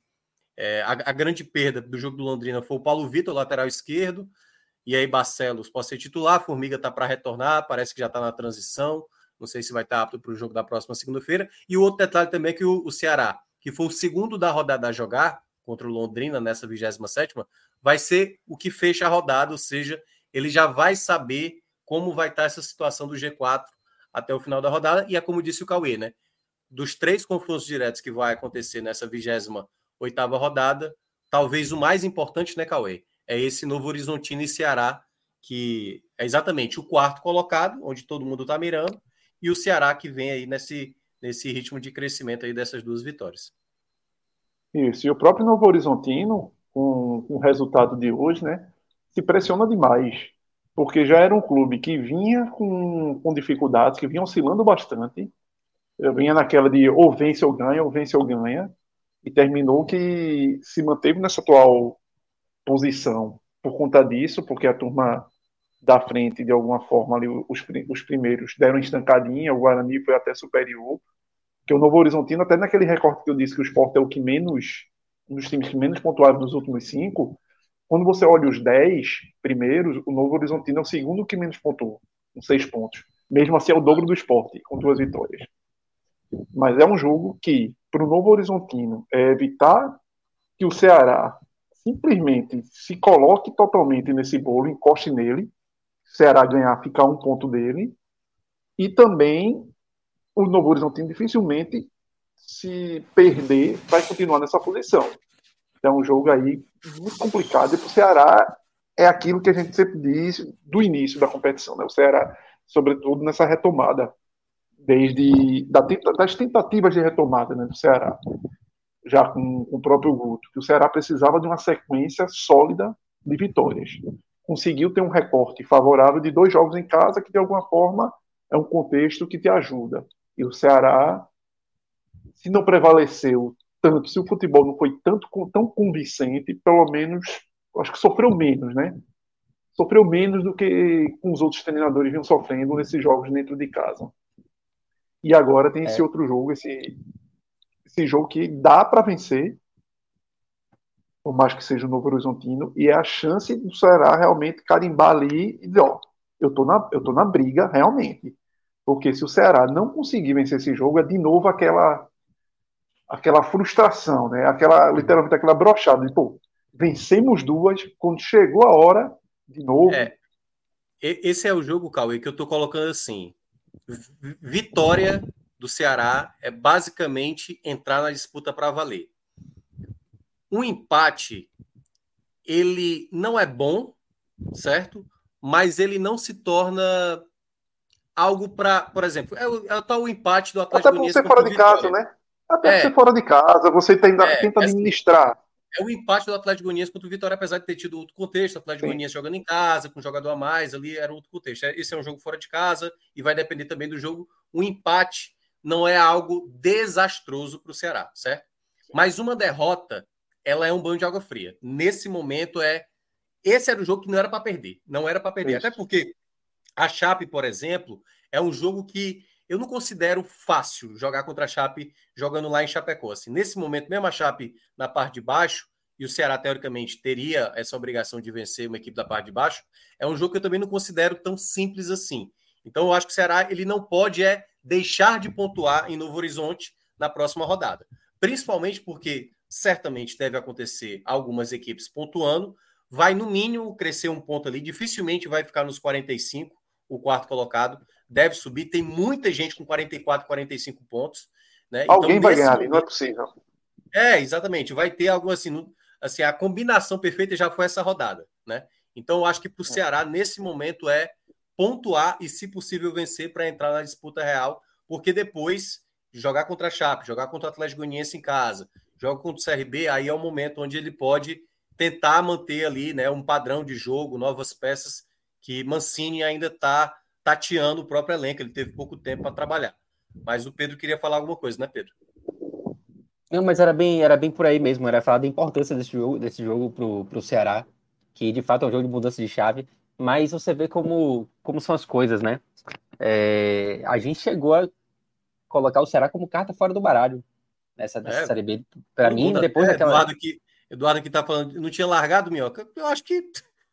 a grande perda do jogo do Londrina foi o Paulo Vitor, lateral esquerdo, e aí Barcelos pode ser titular, Formiga está para retornar, parece que já está na transição, não sei se vai estar apto para o jogo da próxima segunda-feira. E o outro detalhe também é que o Ceará, que foi o segundo da rodada a jogar contra o Londrina nessa 27ª, vai ser o que fecha a rodada, ou seja, ele já vai saber como vai estar essa situação do G4 até o final da rodada. E é como disse o Cauê, né? Dos 3 confrontos diretos que vai acontecer nessa 28ª rodada, talvez o mais importante, né, Cauê? É esse Novo Horizontino e Ceará, que é exatamente o 4º colocado, onde todo mundo está mirando, e o Ceará que vem aí nesse ritmo de crescimento aí dessas 2 vitórias. Isso, e o próprio Novo Horizontino, com o resultado de hoje, né, se pressiona demais, porque já era um clube que vinha com dificuldades, que vinha oscilando bastante, vinha naquela de ou vence ou ganha, e terminou que se manteve nessa atual posição por conta disso, porque a turma da frente, de alguma forma, ali, os primeiros deram estancadinha, o Guarani foi até superior, que o Novo Horizontino, até naquele recorte que eu disse que o Sport é o que menos, um dos times que menos pontuaram nos últimos 5, quando você olha os 10 primeiros, o Novo Horizontino é o segundo que menos pontuou, com 6 pontos. Mesmo assim, é o dobro do Sport, com 2 vitórias. Mas é um jogo que, para o Novo Horizontino, é evitar que o Ceará simplesmente se coloque totalmente nesse bolo, encoste nele, o Ceará ganhar, ficar um ponto dele, e também o Novo Horizontino dificilmente, se perder, vai continuar nessa posição. É um jogo aí muito complicado, e para o Ceará é aquilo que a gente sempre diz do início da competição, né? O Ceará, sobretudo nessa retomada, das tentativas de retomada, né, do Ceará, já com o próprio Guto, que o Ceará precisava de uma sequência sólida de vitórias. Conseguiu ter um recorte favorável de 2 jogos em casa, que de alguma forma é um contexto que te ajuda. E o Ceará, se não prevaleceu tanto, se o futebol não foi tão convincente, pelo menos, acho que sofreu menos, né? Sofreu menos do que com os outros treinadores vinham sofrendo nesses jogos dentro de casa. E agora tem esse outro jogo, esse jogo que dá para vencer, por mais que seja o Novo Horizontino, e é a chance do Ceará realmente carimbar ali e dizer, ó, eu tô na briga realmente. Porque se o Ceará não conseguir vencer esse jogo, é de novo aquela frustração, né? Literalmente aquela brochada de, pô, vencemos 2, quando chegou a hora, de novo. Esse é o jogo, Cauê, que eu tô colocando assim. Vitória do Ceará é basicamente entrar na disputa para valer. Um empate, ele não é bom, certo? Mas ele não se torna algo para, por exemplo, é o tal empate do Atlético Goianiense. Até por ser fora de casa, né? Até por ser fora de casa, você tenta administrar. É o empate do Atlético Goianiense contra o Vitória, apesar de ter tido outro contexto. O Atlético Goianiense jogando em casa, com um jogador a mais, ali era outro contexto. Esse é um jogo fora de casa e vai depender também do jogo. O empate não é algo desastroso para o Ceará, certo? Mas uma derrota, ela é um banho de água fria. Nesse momento, esse era o jogo que não era para perder. Não era para perder. Isso. Até porque a Chape, por exemplo, é um jogo que eu não considero fácil jogar contra a Chape jogando lá em Chapecó. Assim, nesse momento, mesmo a Chape na parte de baixo, e o Ceará, teoricamente, teria essa obrigação de vencer uma equipe da parte de baixo, é um jogo que eu também não considero tão simples assim. Então, eu acho que o Ceará ele não pode deixar de pontuar em Novo Horizonte na próxima rodada. Principalmente porque, certamente, deve acontecer algumas equipes pontuando, vai, no mínimo, crescer um ponto ali, dificilmente vai ficar nos 45, o quarto colocado, deve subir, tem muita gente com 44, 45 pontos. Né? Alguém então, vai ganhar ali, não é possível. Exatamente, vai ter algo assim, a combinação perfeita já foi essa rodada, né? Então eu acho que para o Ceará, nesse momento, é pontuar e, se possível, vencer para entrar na disputa real, porque depois jogar contra a Chape, jogar contra o Atlético Goianiense em casa, joga contra o CRB, aí é o momento onde ele pode tentar manter ali, né, um padrão de jogo, novas peças, que Mancini ainda está tateando o próprio elenco, ele teve pouco tempo para trabalhar. Mas o Pedro queria falar alguma coisa, né, Pedro? Não, mas era bem por aí mesmo, era falar da importância desse jogo pro Ceará, que de fato é um jogo de mudança de chave, mas você vê como são as coisas, né? A gente chegou a colocar o Ceará como carta fora do baralho nessa Série B. Para mim, depois daquela... Eduardo que tá falando, não tinha largado, Minhoca? Eu acho que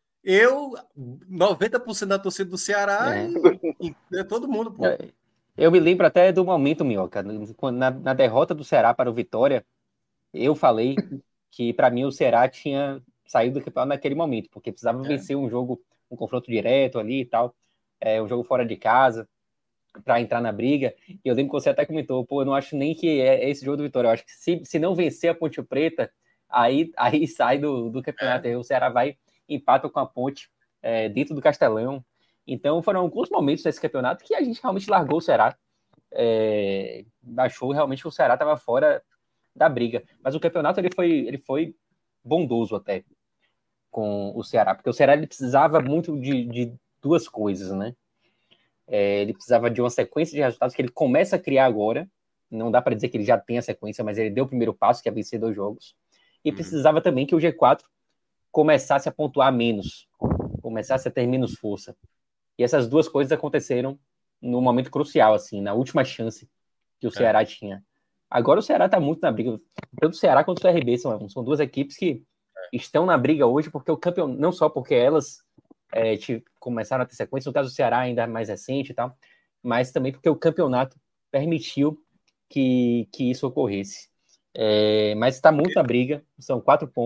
90% da torcida do Ceará e todo mundo, pô. Eu me lembro até do momento, Minhoca, na derrota do Ceará para o Vitória, eu falei que para mim o Ceará tinha saído do campeonato naquele momento, porque precisava vencer um jogo, um confronto direto ali e tal, um jogo fora de casa, para entrar na briga. E eu lembro que você até comentou, pô, eu não acho nem que é esse jogo do Vitória, eu acho que se não vencer a Ponte Preta, aí sai do campeonato, aí o Ceará vai, empata com a Ponte dentro do Castelão. Então foram alguns momentos nesse campeonato que a gente realmente largou o Ceará, achou realmente que o Ceará estava fora da briga, mas o campeonato ele foi bondoso até com o Ceará, porque o Ceará ele precisava muito de duas coisas, né? Ele precisava de uma sequência de resultados que ele começa a criar agora, não dá para dizer que ele já tem a sequência, mas ele deu o primeiro passo, que é vencer 2 jogos, e precisava também que o G4 começasse a pontuar menos, começasse a ter menos força, e essas duas coisas aconteceram no momento crucial, assim, na última chance que o Ceará tinha. Agora o Ceará está muito na briga, tanto o Ceará quanto o CRB são duas equipes que estão na briga hoje, porque o campeão, não só porque elas começaram a ter sequência, no caso do Ceará ainda é mais recente e tal, mas também porque o campeonato permitiu que isso ocorresse. Mas está muito na briga, são 4 pontos,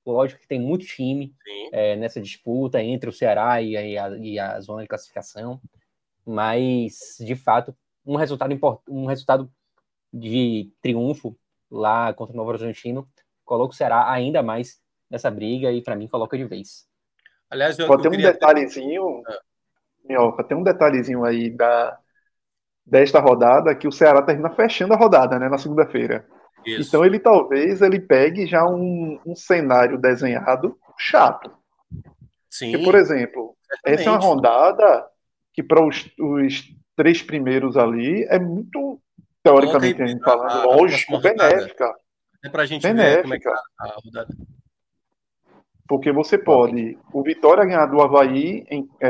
Lógico que tem muito time nessa disputa entre o Ceará e a zona de classificação, mas, de fato, um resultado de triunfo lá contra o Novo Horizontino coloca o Ceará ainda mais nessa briga e, para mim, coloca de vez. Aliás, Pode ter um detalhezinho, Minhoca, tem um detalhezinho aí desta rodada que o Ceará termina fechando a rodada, né, na segunda-feira. Isso. Então talvez ele pegue já um cenário desenhado chato. Sim. Porque, por exemplo, essa é uma rodada que para os 3 primeiros ali é muito, teoricamente falando, lógico, benéfica. É para a gente ver como é que tá a rodada. Porque você pode, o Vitória ganhar do Avaí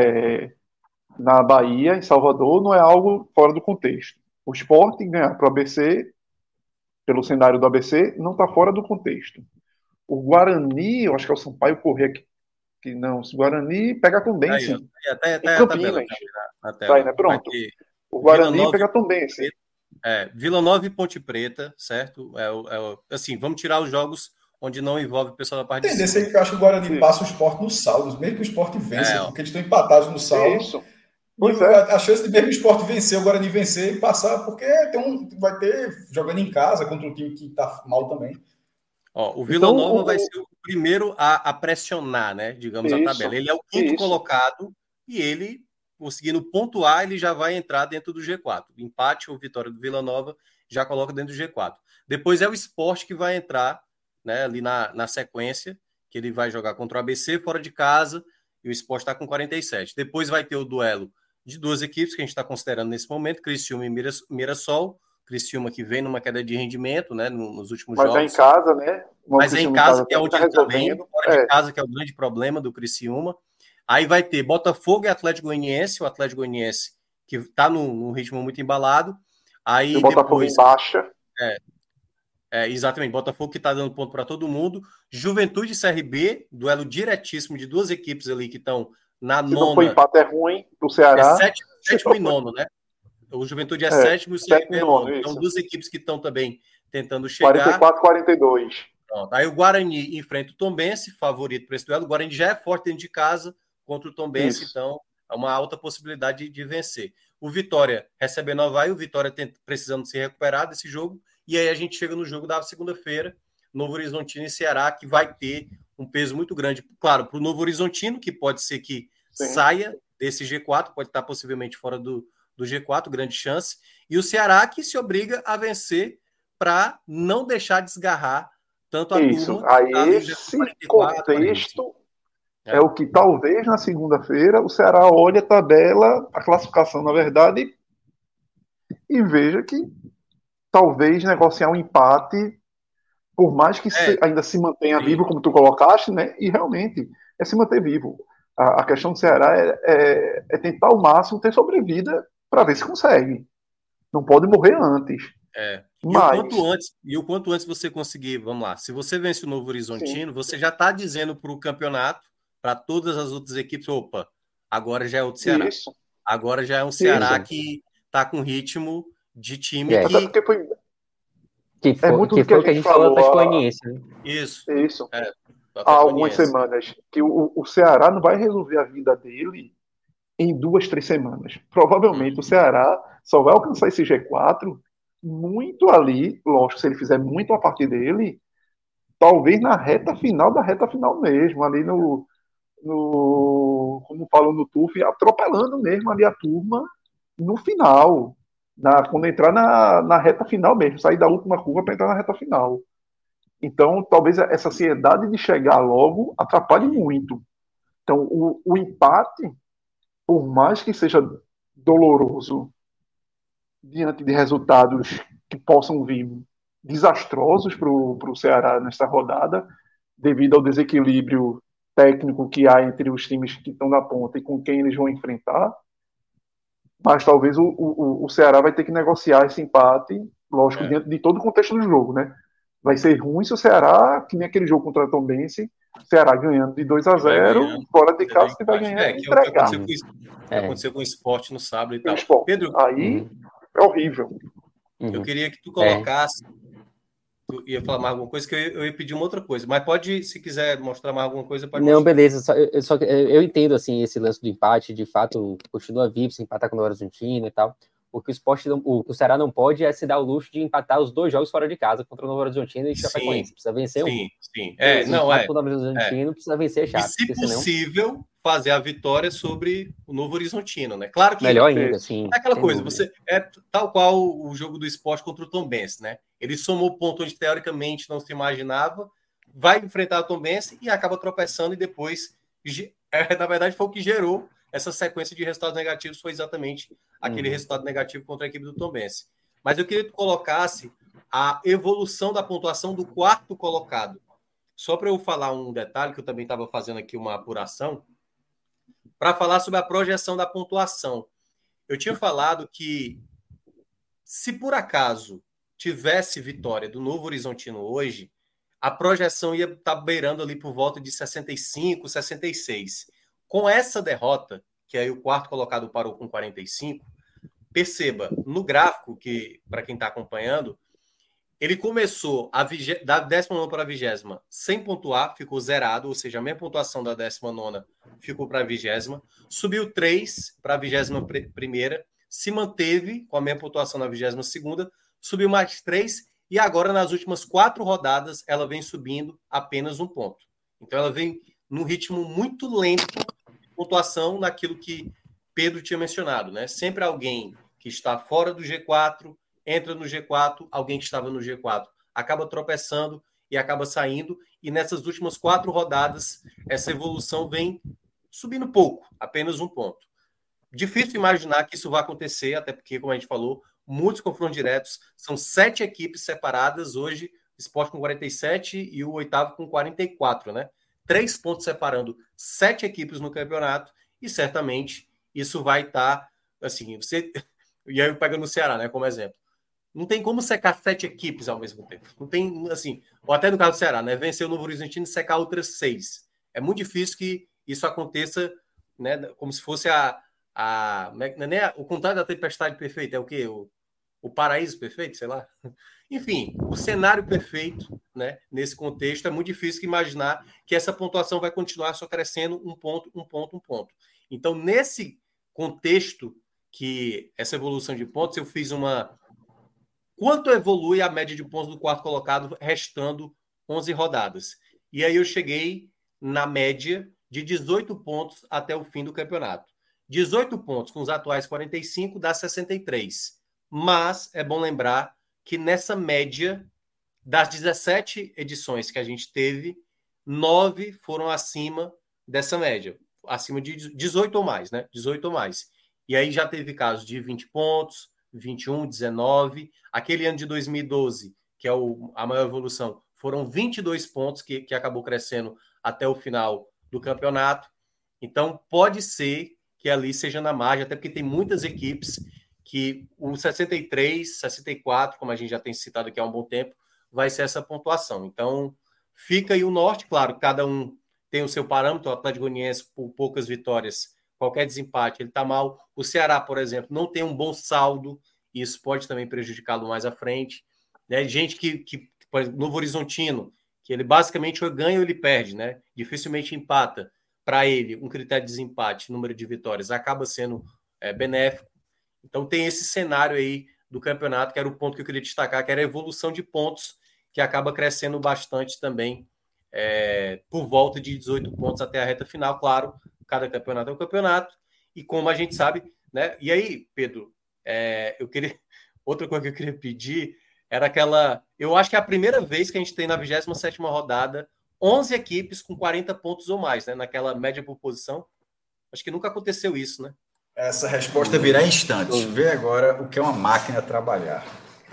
na Bahia, em Salvador, não é algo fora do contexto. O Sport ganhar para o ABC, pelo cenário do ABC, não está fora do contexto. O Guarani, eu acho que é o Sampaio Corrêa que não. O Guarani pega a Tombense. Até em Campinas. Na tela. Vai, né? Pronto. O Guarani Vila pega a Tombense. Vila Nova e Ponte Preta, certo? Assim, vamos tirar os jogos onde não envolve o pessoal da parte de cima. Tendência que eu acho que o Guarani passa o Sport no saldo, mesmo que o Sport vença, porque eles estão empatados no saldo. Isso. A chance de mesmo o Sport vencer, o Guarani vencer e passar, porque vai ter jogando em casa contra um time que está mal também. O Vila Nova vai ser o primeiro a pressionar, né? Digamos, a tabela. Ele é o quinto colocado e ele, conseguindo pontuar, ele já vai entrar dentro do G4. Empate ou vitória do Vila Nova já coloca dentro do G4. Depois é o Sport que vai entrar, né, ali na sequência, que ele vai jogar contra o ABC fora de casa e o Sport está com 47. Depois vai ter o duelo de 2 equipes que a gente está considerando nesse momento, Criciúma e Mirassol. Criciúma que vem numa queda de rendimento, né, nos últimos jogos. Mas é em casa, né? Mas é em casa que é onde ele está bem, fora de casa que é o grande problema do Criciúma. Aí vai ter Botafogo e Atlético Goianiense, o Atlético Goianiense que está num ritmo muito embalado. Aí e o Botafogo em baixa. Exatamente, Botafogo que está dando ponto para todo mundo. Juventude e CRB, duelo diretíssimo de 2 equipes ali que estão na nona. Se não for empate é ruim pro Ceará. Sétimo e nono, né? O Juventude é sétimo e o CRB é nono. Então, 2 equipes que estão também tentando chegar. 44-42. Pronto. Aí o Guarani enfrenta o Tombense, favorito para esse duelo. O Guarani já é forte dentro de casa contra o Tombense, então é uma alta possibilidade de vencer. O Vitória recebendo o Avaí, o Vitória precisando se recuperar desse jogo. E aí a gente chega no jogo da segunda-feira, Novo Horizontino e Ceará, que vai ter um peso muito grande. Claro, para o Novo Horizontino, que pode ser que saia desse G4, pode estar possivelmente fora do G4, grande chance. E o Ceará, que se obriga a vencer para não deixar desgarrar tanto a turma. Aí esse contexto é o que talvez na segunda-feira o Ceará olhe a tabela, a classificação, na verdade, e veja que talvez negociar um empate, por mais que ainda se mantenha vivo, como tu colocaste, né? E realmente é se manter vivo. A questão do Ceará é tentar ao máximo ter sobrevida para ver se consegue. Não pode morrer antes. E o quanto antes você conseguir, vamos lá, se você vence o Novo Horizontino, você já está dizendo para o campeonato, para todas as outras equipes, opa, agora já é outro Ceará. Isso. Agora já é um Ceará que está com ritmo de time que foi o que a gente falou para Goianiense. Isso. Há algumas semanas que o Ceará não vai resolver a vida dele em 2, 3 semanas. Provavelmente o Ceará só vai alcançar esse G4 muito ali, lógico, se ele fizer muito a partir dele, talvez na reta final da reta final mesmo, ali como falam no TUF, atropelando mesmo ali a turma no final. Quando entrar na reta final mesmo, sair da última curva para entrar na reta final. Então, talvez essa ansiedade de chegar logo atrapalhe muito. Então, o empate, por mais que seja doloroso, diante de resultados que possam vir desastrosos para o Ceará nesta rodada, devido ao desequilíbrio técnico que há entre os times que estão na ponta e com quem eles vão enfrentar, mas talvez o Ceará vai ter que negociar esse empate, lógico, diante de todo o contexto do jogo, né? Vai ser ruim se o Ceará, que nem aquele jogo contra a Tombense, o Ceará ganhando de 2-0, fora de casa que vai ganhar e entregar. Que aconteceu com o Sport no sábado e tal. Pedro, aí é horrível. Eu queria que tu colocasse tu ia falar mais alguma coisa, que eu ia pedir uma outra coisa. Mas pode, se quiser mostrar mais alguma coisa, pode Não, mostrar. beleza. Eu entendo, assim, esse lance do empate. De fato, continua vivo se empatar com o Novo Horizontino e tal. O que o Ceará não pode é se dar o luxo de empatar os 2 jogos fora de casa contra o Novo Horizontino e Chapecoense. Precisa vencer um. Sim. Com o Novo Horizontino precisa vencer Chape. E, se possível, fazer a vitória sobre o Novo Horizontino, né? Claro que... Melhor ainda, sim. É aquela coisa, você é tal qual o jogo do Sport contra o Tombense, né? Ele somou ponto onde, teoricamente, não se imaginava, vai enfrentar o Tombense e acaba tropeçando e depois... na verdade, foi o que gerou essa sequência de resultados negativos, foi exatamente aquele resultado negativo contra a equipe do Tombense. Mas eu queria que tu colocasse a evolução da pontuação do 4º colocado. Só para eu falar um detalhe, que eu também estava fazendo aqui uma apuração, para falar sobre a projeção da pontuação. Eu tinha falado que, se por acaso tivesse vitória do Novo Horizontino hoje, a projeção ia estar beirando ali por volta de 65, 66. Com essa derrota, que aí o 4º colocado parou com 45, perceba, no gráfico, que para quem está acompanhando, ele começou da 19ª para a 20ª sem pontuar, ficou zerado, ou seja, a mesma pontuação da 19ª ficou para a 20ª, subiu 3 para a 21ª, se manteve com a mesma pontuação na 22ª, subiu mais 3 e agora nas últimas 4 rodadas ela vem subindo apenas 1 ponto. Então ela vem num ritmo muito lento de pontuação naquilo que Pedro tinha mencionado, né? Sempre alguém que está fora do G4 entra no G4, alguém que estava no G4 acaba tropeçando e acaba saindo, e nessas últimas 4 rodadas essa evolução vem subindo pouco, apenas 1 ponto. Difícil imaginar que isso vai acontecer, até porque, como a gente falou, muitos confrontos diretos, são 7 equipes separadas hoje, Sport com 47 e o 8º com 44, né? 3 pontos separando 7 equipes no campeonato, e certamente isso vai estar, assim, e aí eu pego no Ceará, né, como exemplo. Não tem como secar 7 equipes ao mesmo tempo. Não tem, assim, ou até no caso do Ceará, né? Vencer o Novo Horizontino e secar outras 6. É muito difícil que isso aconteça, né? Como se fosse o contrário da tempestade perfeita. É o quê? O paraíso perfeito, sei lá. Enfim, o cenário perfeito, né? Nesse contexto, é muito difícil imaginar que essa pontuação vai continuar só crescendo 1 ponto, 1 ponto, 1 ponto. Então, nesse contexto, que essa evolução de pontos, eu fiz quanto evolui a média de pontos do 4º colocado, restando 11 rodadas. E aí eu cheguei na média de 18 pontos até o fim do campeonato. 18 pontos com os atuais 45 dá 63. Mas é bom lembrar que nessa média, das 17 edições que a gente teve, 9 foram acima dessa média. Acima de 18 ou mais, né? 18 ou mais. E aí já teve casos de 20 pontos, 21, 19. Aquele ano de 2012, que é a maior evolução, foram 22 pontos que acabou crescendo até o final do campeonato. Então, pode ser que ali seja na margem, até porque tem muitas equipes que o 63, 64, como a gente já tem citado aqui há um bom tempo, vai ser essa pontuação. Então, fica aí o norte, claro, cada um tem o seu parâmetro. O Atlético Goianiense, por poucas vitórias, qualquer desempate, ele está mal. O Ceará, por exemplo, não tem um bom saldo, e isso pode também prejudicá-lo mais à frente. Né? Gente por exemplo, Novo Horizontino, que ele basicamente ou ganha ou ele perde, né? Dificilmente empata. Para ele, um critério de desempate, número de vitórias, acaba sendo benéfico. Então tem esse cenário aí do campeonato, que era o ponto que eu queria destacar, que era a evolução de pontos, que acaba crescendo bastante também, por volta de 18 pontos até a reta final. Claro, cada campeonato é um campeonato, e como a gente sabe, né? E aí, Pedro, outra coisa que eu queria pedir era eu acho que é a primeira vez que a gente tem na 27ª rodada 11 equipes com 40 pontos ou mais, né? Naquela média por posição. Acho que nunca aconteceu isso, né? Essa resposta virá em instantes. Vê agora o que é uma máquina trabalhar.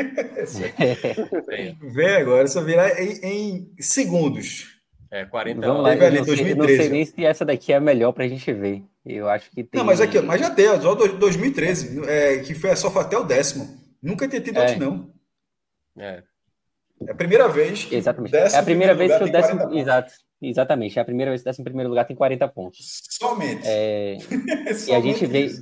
Vê agora, isso virá em segundos. 40 Vamos lá, eu não sei nem se essa daqui é a melhor pra gente ver. Eu acho que tem... Não, mas já deu, só 2013, que foi até o 10º. Nunca tinha tido outro, não. É a primeira vez que exatamente. É a primeira vez que o 10º... Exatamente. É a primeira vez que o 11º lugar tem 40 pontos. Somente. E a gente vê...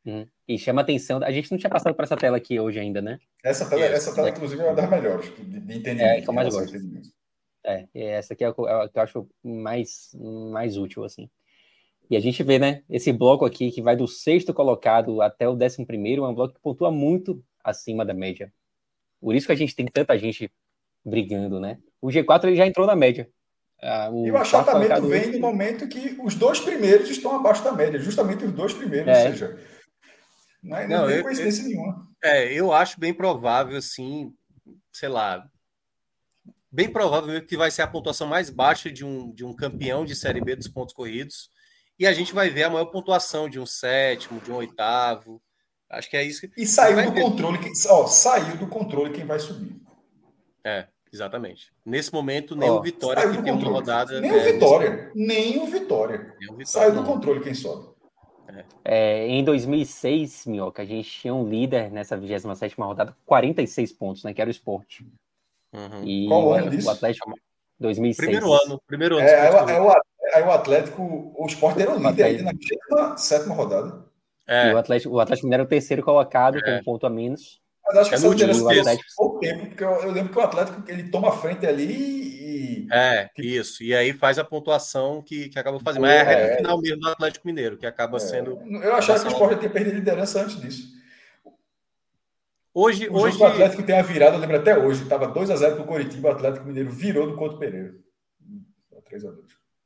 E chama atenção. A gente não tinha passado por essa tela aqui hoje ainda, né? Essa tela inclusive, é uma das melhores de entendimento. Que eu mais gosto. Essa aqui é a que eu acho mais útil, assim. E a gente vê, né? Esse bloco aqui, que vai do 6º colocado até o 11º, é um bloco que pontua muito acima da média. Por isso que a gente tem tanta gente brigando, né? O G4 ele já entrou na média. E o achatamento vem no momento que os 2 primeiros estão abaixo da média. Justamente os 2 primeiros, ou seja... Não tem coincidência nenhuma. Eu acho bem provável, assim, sei lá, bem provável que vai ser a pontuação mais baixa de um campeão de Série B dos pontos corridos, e a gente vai ver a maior pontuação de um 7º, de um 8º, acho que é isso. E saiu do controle, saiu do controle quem vai subir. Exatamente. Nesse momento, nem o Vitória, que tem uma rodada... Nem o Vitória. Saiu do controle quem sobe. Em 2006, Minhoca, a gente tinha um líder nessa 27ª rodada com 46 pontos, né? Que era o Sport. E qual ano disso? O Atlético, 2006. Primeiro ano. Aí o Atlético, o Sport era o líder ainda na 7ª rodada. E o Atlético Mineiro era o 3º colocado, com um ponto a menos. Mas acho que essa liderança pouco tempo, porque eu lembro que o Atlético ele toma a frente ali isso. E aí faz a pontuação que acaba fazendo. Mas é a reta final mesmo do Atlético Mineiro, que acaba sendo... Eu achava que o Sport tinha perdido a liderança antes disso. Hoje... O Atlético tem a virada, eu lembro até hoje, estava 2-0 para o Coritiba, o Atlético Mineiro virou do Couto Pereira. 3-2.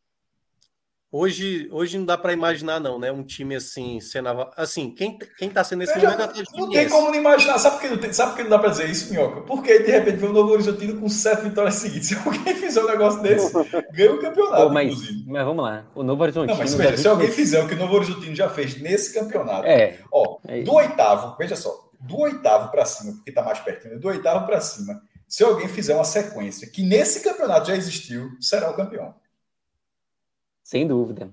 Hoje não dá para imaginar, não, né? Um time assim, sendo... Assim, quem tá sendo nesse momento... Não tem como não imaginar. Sabe por que não dá para dizer isso, Minhoca? Porque, de repente, vem o Novo Horizontino com 7 vitórias seguidas. Se alguém fizer um negócio desse, ganha o campeonato, inclusive. Mas vamos lá. O Novo Horizontino... Não, mas veja, se alguém fizer o que o Novo Horizontino já fez nesse campeonato... Do 8º, veja só, do 8º para cima, porque tá mais perto, né? Do 8º para cima, se alguém fizer uma sequência que nesse campeonato já existiu, será o campeão. Sem dúvida.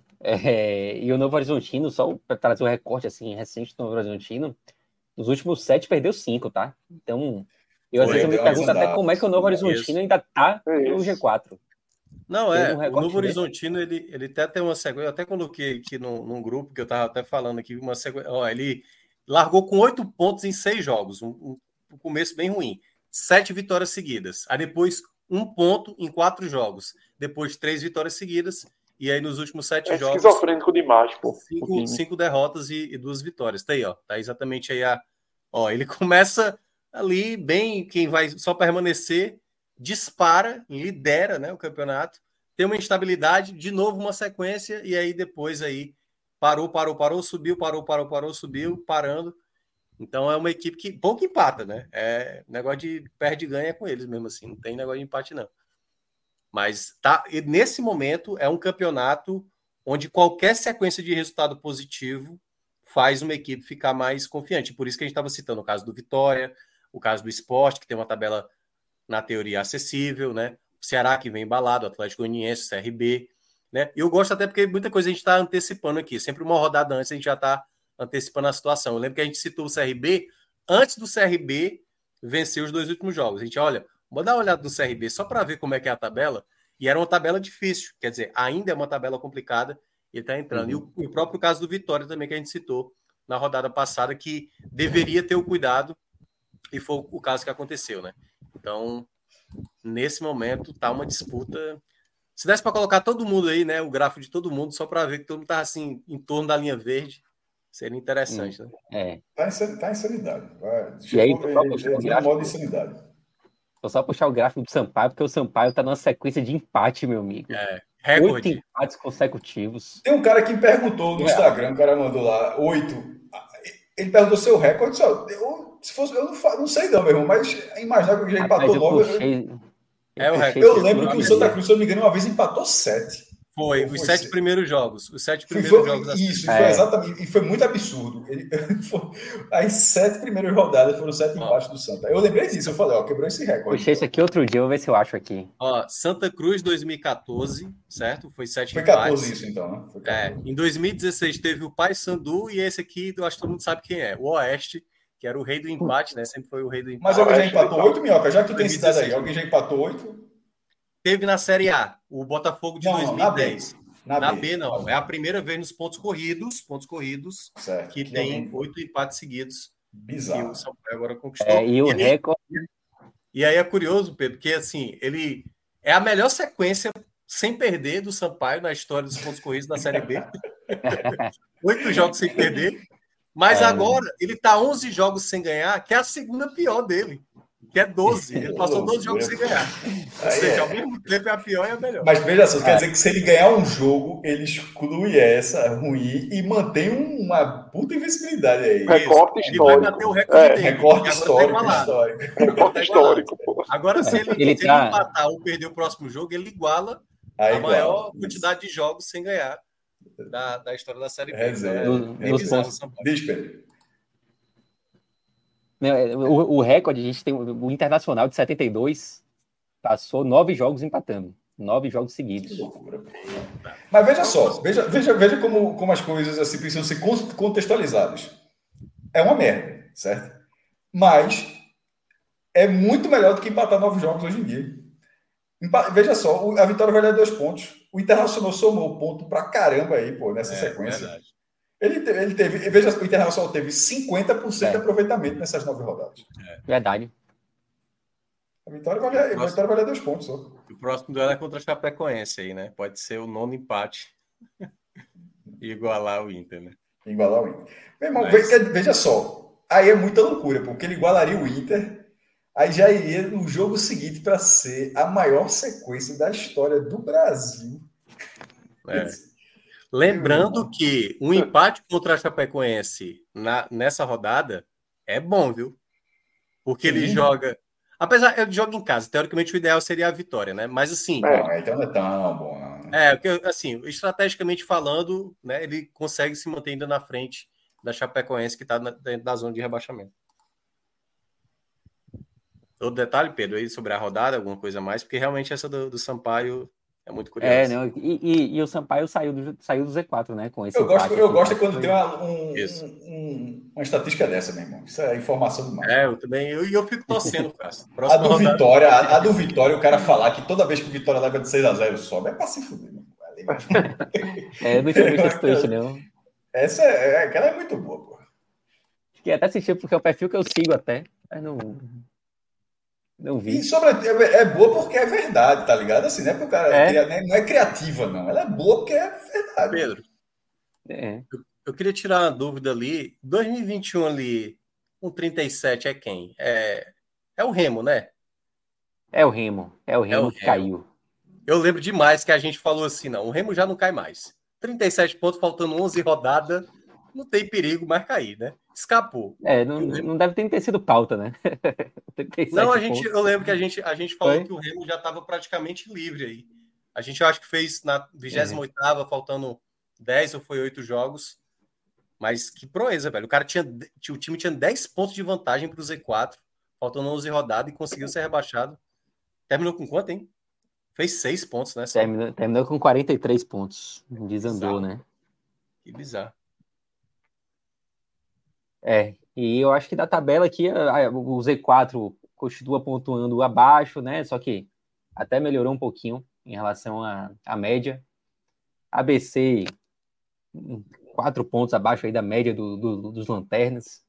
E o Novo Horizontino, só para trazer o recorte assim, recente do Novo Horizontino, nos últimos 7 perdeu 5, tá? Então, às vezes eu me pergunto até como é que o Novo Horizontino ainda tá no G4. Não, o Novo Horizontino, ele até tem uma sequência, eu até coloquei aqui num grupo, que eu tava até falando aqui, uma sequência, ele largou com 8 pontos em 6 jogos, um começo bem ruim, 7 vitórias seguidas, aí depois 1 ponto em 4 jogos, depois 3 vitórias seguidas, e aí nos últimos 7 jogos... esquizofrênico demais, pô. 5 derrotas e 2 vitórias. Tá aí, ó. Tá exatamente aí ele começa ali bem, quem vai só permanecer, dispara, lidera, né, o campeonato, tem uma instabilidade, de novo uma sequência, e aí depois aí parou, subiu, parou, subiu, parando. Então é uma equipe que pouco empata, né? Negócio de perde e ganha com eles mesmo assim, não tem negócio de empate não. Mas nesse momento é um campeonato onde qualquer sequência de resultado positivo faz uma equipe ficar mais confiante. Por isso que a gente estava citando o caso do Vitória, o caso do Sport, que tem uma tabela, na teoria, acessível, né? O Ceará, que vem embalado, o Atlético Goianiense, o CRB, né? E eu gosto até porque muita coisa a gente está antecipando aqui. Sempre uma rodada antes a gente já está antecipando a situação. Eu lembro que a gente citou o CRB, antes do CRB vencer os 2 últimos jogos. A gente, olha... Vou dar uma olhada no CRB só para ver como é que é a tabela. E era uma tabela difícil. Quer dizer, ainda é uma tabela complicada. E ele está entrando. E o próprio caso do Vitória também, que a gente citou na rodada passada, que deveria ter o cuidado. E foi o caso que aconteceu, né? Então, nesse momento, tá uma disputa. Se desse para colocar todo mundo aí, né? O gráfico de todo mundo, só para ver que todo mundo tá assim, em torno da linha verde. Seria interessante, né? Tá em insanidade. E aí, modo de insanidade. Vou só puxar o gráfico do Sampaio, porque o Sampaio tá numa sequência de empate, meu amigo. Recorde. 8 empates consecutivos. Tem um cara que perguntou no Instagram, o cara mandou lá, 8. Ele perguntou seu recorde, se fosse, eu não sei não, meu irmão, mas imaginar que ele já empatou 9. Eu lembro que o Santa Cruz, se eu não me engano, uma vez empatou 7. Foi, os 7 primeiros jogos. Os 7 primeiros jogos. Isso, foi exatamente. E foi muito absurdo. As 7 primeiras rodadas foram 7 empates do Santa. Eu lembrei disso, eu falei, quebrou esse recorde. Puxei isso aqui outro dia, vou ver se eu acho aqui. Santa Cruz 2014, certo? Foi 7 empates. Foi 14 isso, então, né? Foi 14. Em 2016 teve o Paysandu e esse aqui, eu acho que todo mundo sabe quem é. O Oeste, que era o rei do empate, né? Sempre foi o rei do empate. Mas alguém já empatou 8, Minhoca? Já que tu tem cidade aí, alguém já empatou 8? Teve na Série A, o Botafogo de 2010. Na B, não. É a primeira vez nos pontos corridos certo, que tem 8 empates seguidos. Bizarro. Que o Sampaio agora conquistou. E o recorde... E aí é curioso, Pedro, que assim, ele é a melhor sequência sem perder do Sampaio na história dos pontos corridos da Série B. 8 jogos sem perder. Mas agora ele tá 11 jogos sem ganhar, que é a segunda pior dele. Que é 12. Ele passou 12 jogos sem ganhar. Ou seja, ao mesmo tempo é a pior e a melhor. Mas veja só, quer dizer que se ele ganhar um jogo, ele exclui essa ruim e mantém uma puta invencibilidade aí. Recorte Ele histórico. vai bater o recorde dele. Recorte histórico. Recorte histórico, pô. Agora, se ele empatar ou perder o próximo jogo, ele iguala a maior quantidade de jogos sem ganhar da história da Série B. O recorde, a gente tem o Internacional de 72, passou 9 jogos empatando. 9 jogos seguidos. Que loucura. Mas veja só, veja como as coisas assim precisam ser contextualizadas. É uma merda, certo? Mas é muito melhor do que empatar 9 jogos hoje em dia. Veja só, a Vitória vai dar 2 pontos. O Internacional somou ponto pra caramba aí, pô, nessa sequência. Verdade. Ele teve, veja, o Internacional teve 50% de aproveitamento nessas 9 rodadas. Verdade. A Vitória vai dar 2 pontos só. O próximo duelo é contra a Chapecoense aí, né? Pode ser o 9º empate e igualar o Inter, né? Igualar o Inter. Meu irmão, veja só. Aí é muita loucura, porque ele igualaria o Inter, aí já iria no jogo seguinte para ser a maior sequência da história do Brasil. Lembrando que um empate contra a Chapecoense nessa rodada é bom, viu? Porque ele joga... Apesar, ele joga em casa. Teoricamente, o ideal seria a vitória, né? Mas, assim... então não é tão bom, não. Porque, assim, estrategicamente falando, né, ele consegue se manter ainda na frente da Chapecoense, que está dentro da zona de rebaixamento. Outro detalhe, Pedro, aí sobre a rodada, alguma coisa a mais? Porque, realmente, essa do Sampaio... É muito curioso. Não, e o Sampaio saiu do Z4, né? Com esse eu gosto quando tem uma estatística dessa, meu irmão. Isso é informação demais. Eu também. Eu fico torcendo, cara. A do Vitória, o cara falar que toda vez que o Vitória leva de 6-0 sobe, é pra se fuder, meu irmão. Eu não tinha visto esse tweet, não. Aquela é muito boa, pô. Fiquei até assistindo porque é o perfil que eu sigo até. Mas não vi. E é boa porque é verdade, tá ligado? Assim, não é porque o cara não é criativa, não. Ela é boa porque é verdade. Pedro, eu queria tirar uma dúvida ali. 2021 ali, com 37 é quem? É o Remo, né? É o Remo que caiu. Eu lembro demais que a gente falou assim, não, o Remo já não cai mais. 37 pontos, faltando 11 rodadas, não tem perigo mais cair, né? Escapou. Não deve ter sido pauta, né? Não, eu lembro que a gente falou que o Remo já estava praticamente livre aí. A gente acho que fez na 28ª, faltando 10 ou foi 8 jogos. Mas que proeza, velho. O time tinha 10 pontos de vantagem para o Z4, faltando 11 rodadas e conseguiu ser rebaixado. Terminou com quanto, hein? Fez 6 pontos, né? Terminou com 43 pontos. Desandou, né? Que bizarro. E eu acho que da tabela aqui, o Z4 continua pontuando abaixo, né? Só que até melhorou um pouquinho em relação à média. ABC, 4 pontos abaixo aí da média dos lanternas.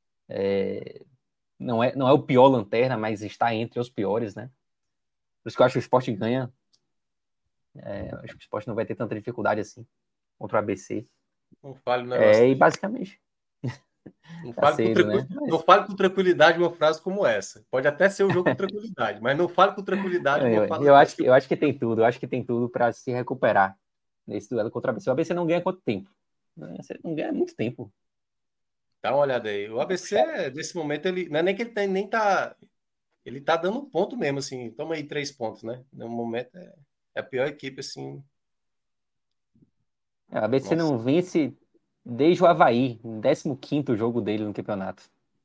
Não é o pior lanterna, mas está entre os piores, né? Por isso que eu acho que o Sport ganha. Acho que o Sport não vai ter tanta dificuldade assim contra o ABC. Não fale o negócio. E basicamente... Não fale com tranquilidade uma frase como essa. Pode até ser um jogo com tranquilidade, mas não fale com tranquilidade. Eu acho que tem tudo. Eu acho que tem tudo para se recuperar nesse duelo contra o ABC. O ABC não ganha quanto tempo? Você não ganha muito tempo. Dá uma olhada aí. O ABC, nesse momento, ele não é nem que ele nem tá. Ele tá dando um ponto mesmo, assim. Toma aí 3 pontos, né? No momento é a pior equipe, assim. O ABC não vence desde o Avaí, o 15º jogo dele no campeonato.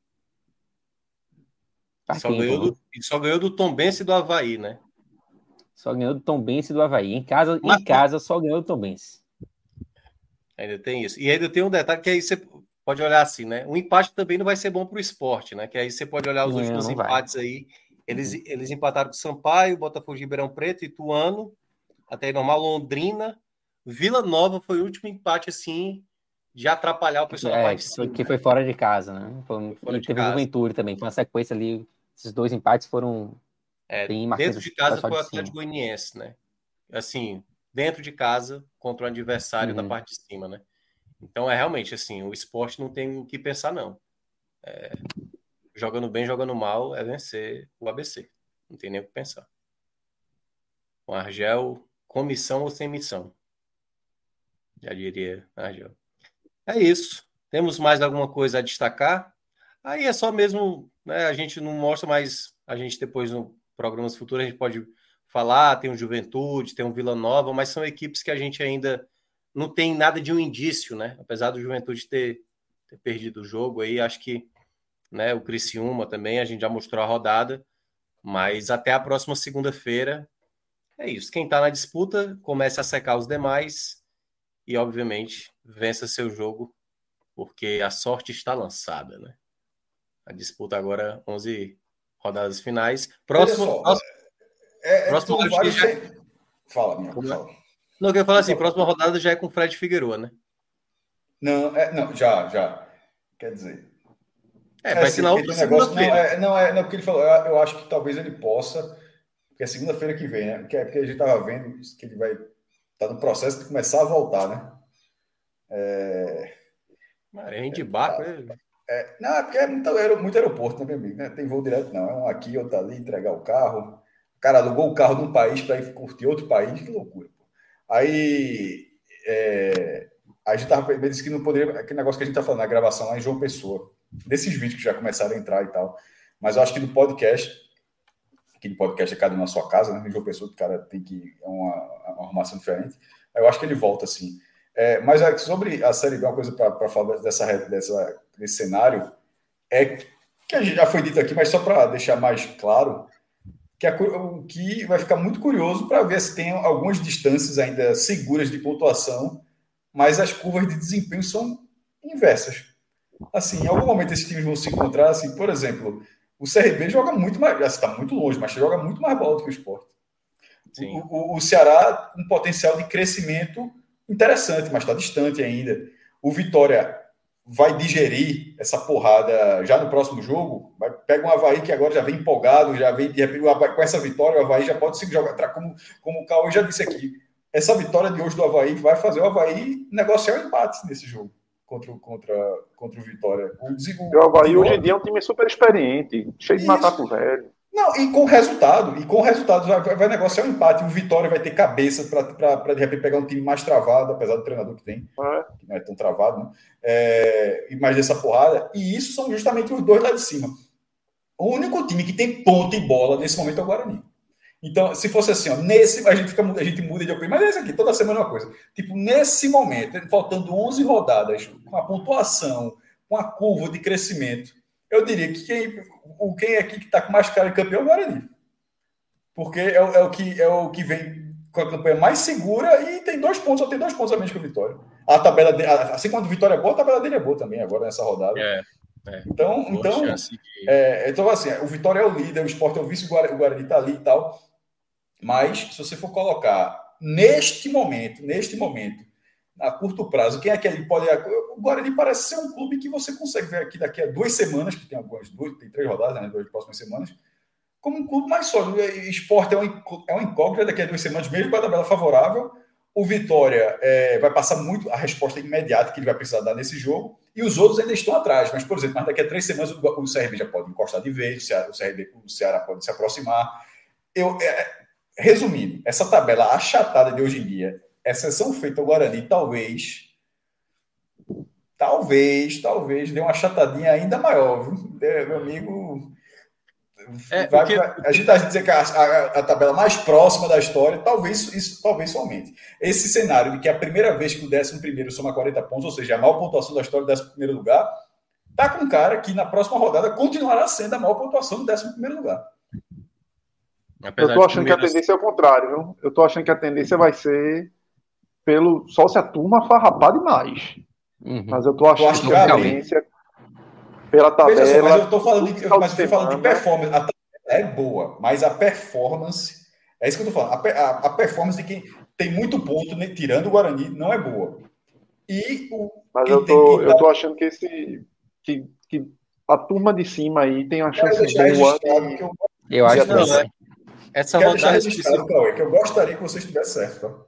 Só ganhou do Tombense e do Avaí, né? Só ganhou do Tombense e do Avaí. Em casa só ganhou do Tombense. Ainda tem isso. E ainda tem um detalhe que aí você pode olhar assim, né? O empate também não vai ser bom para o Sport, né? Que aí você pode olhar os últimos empates aí. Eles empataram com o Sampaio, Botafogo de Ribeirão Preto, Ituano, até aí normal, Londrina, Vila Nova foi o último empate, assim, de atrapalhar o pessoal na parte de cima. Que foi fora de casa, né? E teve o Juventude também. Foi uma sequência ali. Esses 2 empates foram bem marcantes. Dentro de casa foi o Atlético Goianiense, né? Assim, dentro de casa contra o adversário na parte de cima, né? Então, realmente, assim, o Sport não tem o que pensar, não. Jogando bem, jogando mal, é vencer o ABC. Não tem nem o que pensar. O Argel, com missão ou sem missão? Já diria Argel. É isso. Temos mais alguma coisa a destacar? Aí é só mesmo, né? A gente não mostra, mas a gente depois no programas futuros a gente pode falar, tem o Juventude, tem o Vila Nova, mas são equipes que a gente ainda não tem nada de um indício, né? Apesar do Juventude ter perdido o jogo aí, acho que, né, o Criciúma também, a gente já mostrou a rodada, mas até a próxima segunda-feira é isso. Quem tá na disputa, comece a secar os demais e, obviamente, vença seu jogo, porque a sorte está lançada, né? A disputa agora, 11 rodadas finais. Próximo Fala, minha. Fala. Não, eu queria falar assim, próxima rodada já é com o Fred Figueroa, né? Não, já. Quer dizer... vai ser na outra segunda-feira. Não, porque ele falou, eu acho que talvez ele possa, porque é segunda-feira que vem, né? Porque a gente estava vendo que ele vai estar no processo de começar a voltar, né? Marinho de barco, não, é porque é muito aeroporto, né, meu amigo? Né? Tem voo direto, não. É um aqui, outro ali, entregar o carro. O cara alugou o carro num país para ir curtir outro país, que loucura. Pô. Aí a gente tava, ele disse que não poderia, aquele negócio que a gente tá falando, a gravação lá em João Pessoa, desses vídeos que já começaram a entrar e tal. Mas eu acho que do podcast, aquele podcast é cada um na sua casa, né? Em João Pessoa, o cara tem que. É uma arrumação diferente. Eu acho que ele volta assim. Mas sobre a Série B, uma coisa para falar desse cenário é que a gente já foi dito aqui, mas só para deixar mais claro, que vai ficar muito curioso para ver se tem algumas distâncias ainda seguras de pontuação, mas as curvas de desempenho são inversas. Assim, em algum momento esses times vão se encontrar, assim, por exemplo, o CRB joga muito mais, está muito longe, mas joga muito mais bola do que o Sport. O Ceará com um potencial de crescimento interessante, mas está distante ainda. O Vitória vai digerir essa porrada já no próximo jogo, pega um Avaí que agora já vem empolgado, já vem de repente, com essa vitória o Avaí já pode se jogar, como o Cauê já disse aqui, essa vitória de hoje do Avaí vai fazer o Avaí negociar um empate nesse jogo contra o Vitória. O Avaí hoje em dia é um time super experiente, cheio de matar pro velho. Não, e com resultado vai negociar um empate. O Vitória vai ter cabeça para de repente pegar um time mais travado, apesar do treinador que tem, que não é tão travado, né? E mais dessa porrada. E isso são justamente os dois lá de cima. O único time que tem ponta e bola nesse momento é o Guarani. Então, se fosse assim, ó, a gente muda de opinião, mas é isso aqui, toda semana é uma coisa. Tipo, nesse momento, faltando 11 rodadas, com a pontuação, com a curva de crescimento, eu diria que quem aqui que está com mais cara de campeão é o Guarani. Porque é o que vem com a campanha mais segura e tem 2 pontos, só tem 2 pontos a menos que o Vitória. A tabela dele, assim quando o Vitória é boa, a tabela dele é boa também, agora nessa rodada. Então, assim, o Vitória é o líder, o Sport é o vice, o Guarani está ali e tal. Mas, se você for colocar neste momento, a curto prazo, quem é que ele pode... O Guarani parece ser um clube que você consegue ver aqui daqui a 2 semanas, que tem 3 rodadas, né, 2 próximas semanas, como um clube mais sólido. O Sport é um incógnito daqui a 2 semanas, mesmo com a tabela favorável. O Vitória vai passar muito a resposta imediata que ele vai precisar dar nesse jogo, e os outros ainda estão atrás. Mas, por exemplo, daqui a 3 semanas o CRB já pode encostar de vez, o Ceará pode se aproximar. Resumindo, essa tabela achatada de hoje em dia, exceção feita ao Guarani, talvez dê uma achatadinha ainda maior, viu? Meu amigo, a gente está dizendo que a tabela mais próxima da história, talvez somente. Esse cenário de que é a primeira vez que o 11º soma 40 pontos, ou seja, a maior pontuação da história do 11º lugar, tá com um cara que na próxima rodada continuará sendo a maior pontuação do 11º lugar. Eu tô achando que a tendência é o contrário, viu? Eu tô achando que a tendência vai ser só se a turma farrapar demais. Mas eu tô achando que a tendência pela tabela... Veja só, mas eu tô falando de performance. A tabela é boa, mas a performance... É isso que eu tô falando. A performance de quem... tem muito ponto, né? Tirando o Guarani, não é boa. Mas eu tô achando que que a turma de cima aí tem uma chance boa de... Eu acho que não, né? Essa rodada registrado, Cauê, que eu gostaria que você estivesse certo.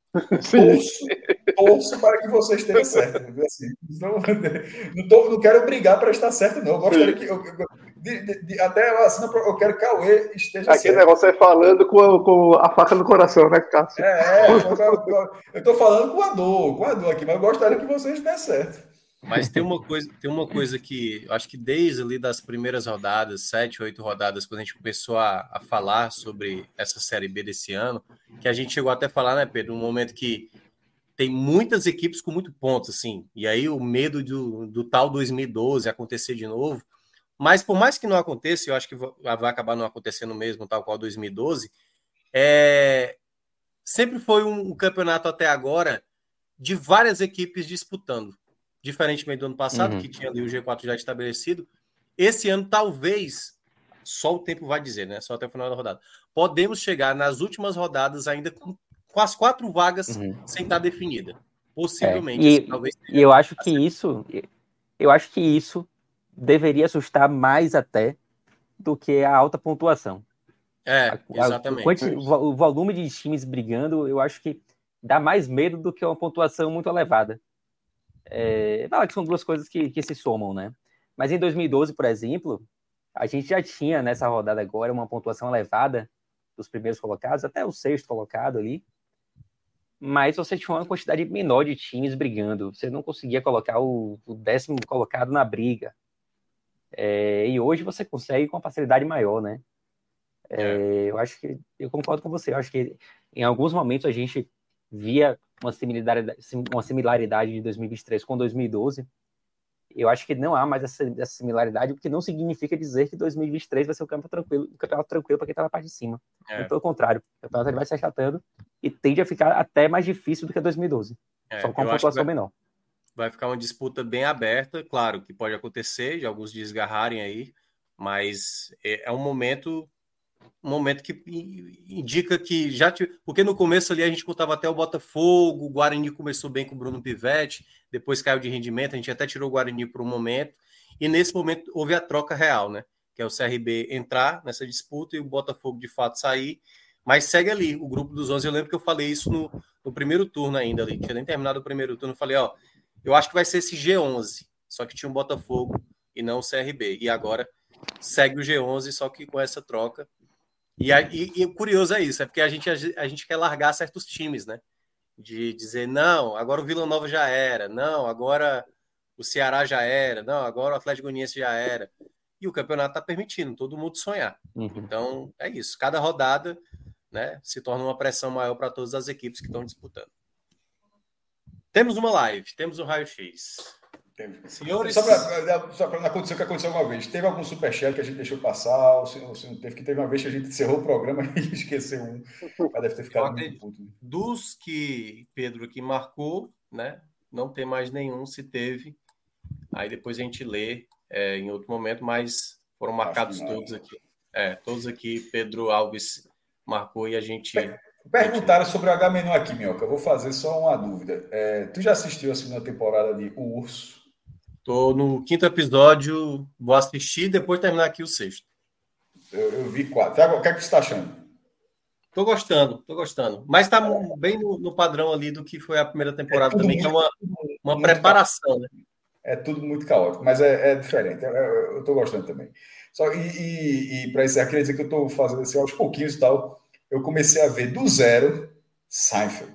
Torço para que você esteja certo. Assim, não quero brigar para estar certo, não. Eu gostaria que eu quero que Cauê esteja certo. Aquele negócio é falando com a faca no coração, né, Cássio? Eu estou falando com a dor aqui, mas eu gostaria que você estivesse certo. Mas tem uma coisa que eu acho que desde ali das primeiras rodadas, 7, 8 rodadas, quando a gente começou a falar sobre essa Série B desse ano, que a gente chegou até a falar, né, Pedro, um momento que tem muitas equipes com muito pontos, assim, e aí o medo do tal 2012 acontecer de novo, mas por mais que não aconteça, eu acho que vai acabar não acontecendo mesmo, tal qual 2012, sempre foi um campeonato até agora de várias equipes disputando. Diferentemente do ano passado, que tinha ali o G4 já estabelecido, esse ano talvez, só o tempo vai dizer, né? Só até o final da rodada. Podemos chegar nas últimas rodadas ainda com as 4 vagas sem estar definida. Possivelmente. E eu acho que isso deveria assustar mais até do que a alta pontuação. Exatamente. O volume de times brigando, eu acho que dá mais medo do que uma pontuação muito elevada. Fala que são duas coisas que se somam, né? Mas em 2012, por exemplo, a gente já tinha nessa rodada agora uma pontuação elevada dos primeiros colocados, até o 6º colocado ali, mas você tinha uma quantidade menor de times brigando, você não conseguia colocar o 10º colocado na briga, e hoje você consegue com uma facilidade maior, né? Eu concordo com você, eu acho que em alguns momentos a gente via uma similaridade de 2023 com 2012. Eu acho que não há mais essa similaridade, porque não significa dizer que 2023 vai ser um campeonato tranquilo para quem está na parte de cima. Pelo contrário, o campeonato vai se achatando e tende a ficar até mais difícil do que 2012, só com uma pontuação menor. Vai ficar uma disputa bem aberta, claro que pode acontecer, de alguns desgarrarem aí, mas é um momento que indica que porque no começo ali a gente contava até o Botafogo, o Guarani começou bem com o Bruno Pivetti, depois caiu de rendimento, a gente até tirou o Guarani por um momento, e nesse momento houve a troca real, né? Que é o CRB entrar nessa disputa e o Botafogo de fato sair, mas segue ali o grupo dos 11. Eu lembro que eu falei isso no primeiro turno ainda ali, tinha nem terminado o primeiro turno, eu falei, eu acho que vai ser esse G11, só que tinha um Botafogo e não o CRB, e agora segue o G11, só que com essa troca. E o curioso é isso, é porque a gente quer largar certos times, né? De dizer, não, agora o Vila Nova já era, não, agora o Ceará já era, não, agora o Atlético Goianiense já era. E o campeonato está permitindo todo mundo sonhar. Então, é isso. Cada rodada, né, se torna uma pressão maior para todas as equipes que estão disputando. Temos uma live, temos um raio-x. Senhores, só para não acontecer o que aconteceu uma vez. Teve algum superchat que a gente deixou passar, ou se não teve, que teve uma vez que a gente encerrou o programa e esqueceu um. Mas deve ter ficado muito puto. Dos que Pedro aqui marcou, né? Não tem mais nenhum, se teve. Aí depois a gente lê em outro momento, mas foram marcados todos aqui. Todos aqui, Pedro Alves marcou e a gente... Perguntaram sobre o Agamenon aqui, Minhoca. Eu vou fazer só uma dúvida. Tu já assistiu a segunda temporada de O Urso? Tô no 5º episódio, vou assistir e depois terminar aqui o 6º. Eu vi 4. Thiago, o que é que você está achando? Tô gostando. Mas tá bem no padrão ali do que foi a primeira temporada também, que é uma preparação, né? É tudo muito caótico, mas é diferente. Eu tô gostando também. E para isso, eu queria dizer que eu tô fazendo assim, aos pouquinhos e tal. Eu comecei a ver do zero Seinfeld.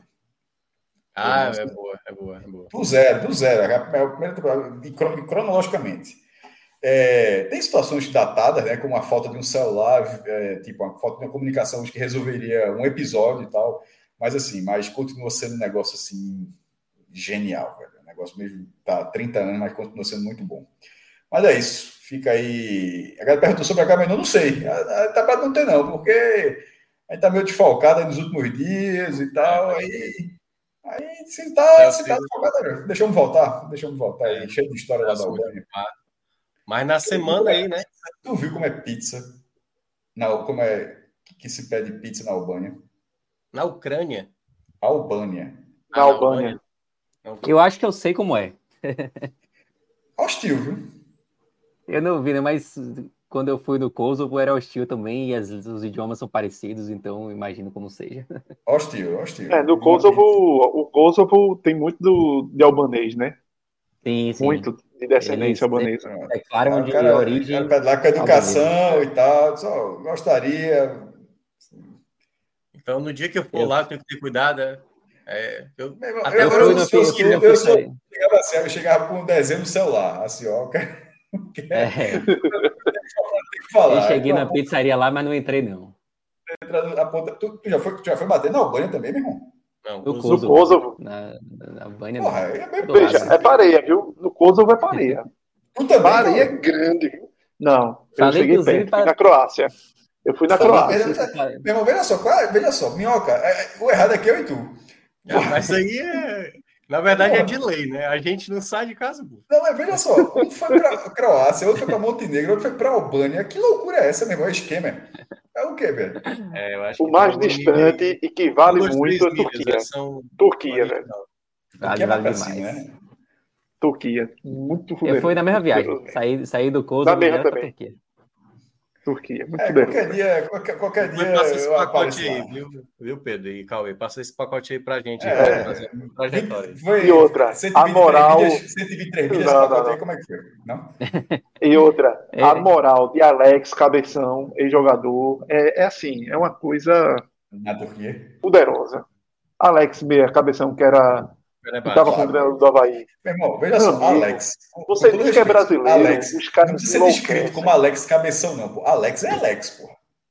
É boa. Do zero. É a primeira temporada, cronologicamente. Tem situações datadas, né, como a falta de um celular, tipo, a falta de uma comunicação que resolveria um episódio e tal. Mas continua sendo um negócio assim genial, velho. Um negócio mesmo, tá há 30 anos, mas continua sendo muito bom. Mas é isso. Fica aí. A galera perguntou sobre a Agamenon, não sei. Tá para não ter, não, porque a gente tá meio desfalcado nos últimos dias e tal. Aí se tá desfalcado, deixamos voltar aí, cheio de história lá da Albânia. Mas na semana aí, né? Tu viu como é pizza? Não, como é que se pede pizza na Albânia? Na Ucrânia? Albânia. Na Albânia. Eu acho que eu sei como é. Hostil, viu? Eu não vi, né? Mas quando eu fui no Kosovo era hostil também, e os idiomas são parecidos, então eu imagino como seja. Hostil. No Kosovo, o Kosovo tem muito de albanês, né? Sim. Muito de descendência albanesa. Declaram de origem. Lá com educação e tal, só gostaria. Então, no dia que eu for lá, eu tenho que ter cuidado. Eu chegava com um desenho no celular, assim, ó. Tem que falar. Eu cheguei na pizzaria lá, mas não entrei, não. Tu já foi bater na Albânia também, meu irmão? Não, no Kosovo. Na Albânia, porra, não. Veja, é pareia, viu? No Kosovo é pareia. Tu também, pareia grande, viu? Não, eu cheguei perto, fui na Croácia. Eu fui na Croácia. Meu irmão, veja só, Minhoca, o errado aqui é eu e tu. Mas aí na verdade é de lei, né? A gente não sai de casa. Não, mas veja só, um foi pra Croácia, outro foi pra Montenegro, outro foi pra Albânia. Que loucura é essa, meu irmão? É esquema. É o quê, velho? O mais distante e que vale muito é Turquia. Turquia, velho. Vale demais. Né? Turquia, muito fudendo. Eu fui na mesma viagem. Saí do Kosovo e direto pra Turquia. Turquia, muito qualquer dia passa esse pacote aí, viu, Pedro e Cauê? Passa esse pacote aí pra gente. Fazer uma trajetória. E outra, a moral... 123 milhas, esse pacote aí, como é que foi? Não? E outra, a moral de Alex Cabeção, ex-jogador, é assim, é uma coisa... Na Turquia? Poderosa. Alex Cabeção, que estava com o treinador do Avaí. Meu irmão, veja só, Alex. Você diz que é brasileiro, Alex, os caras não precisa ser descrito como Alex Cabeção, não, pô. Alex é Alex, pô.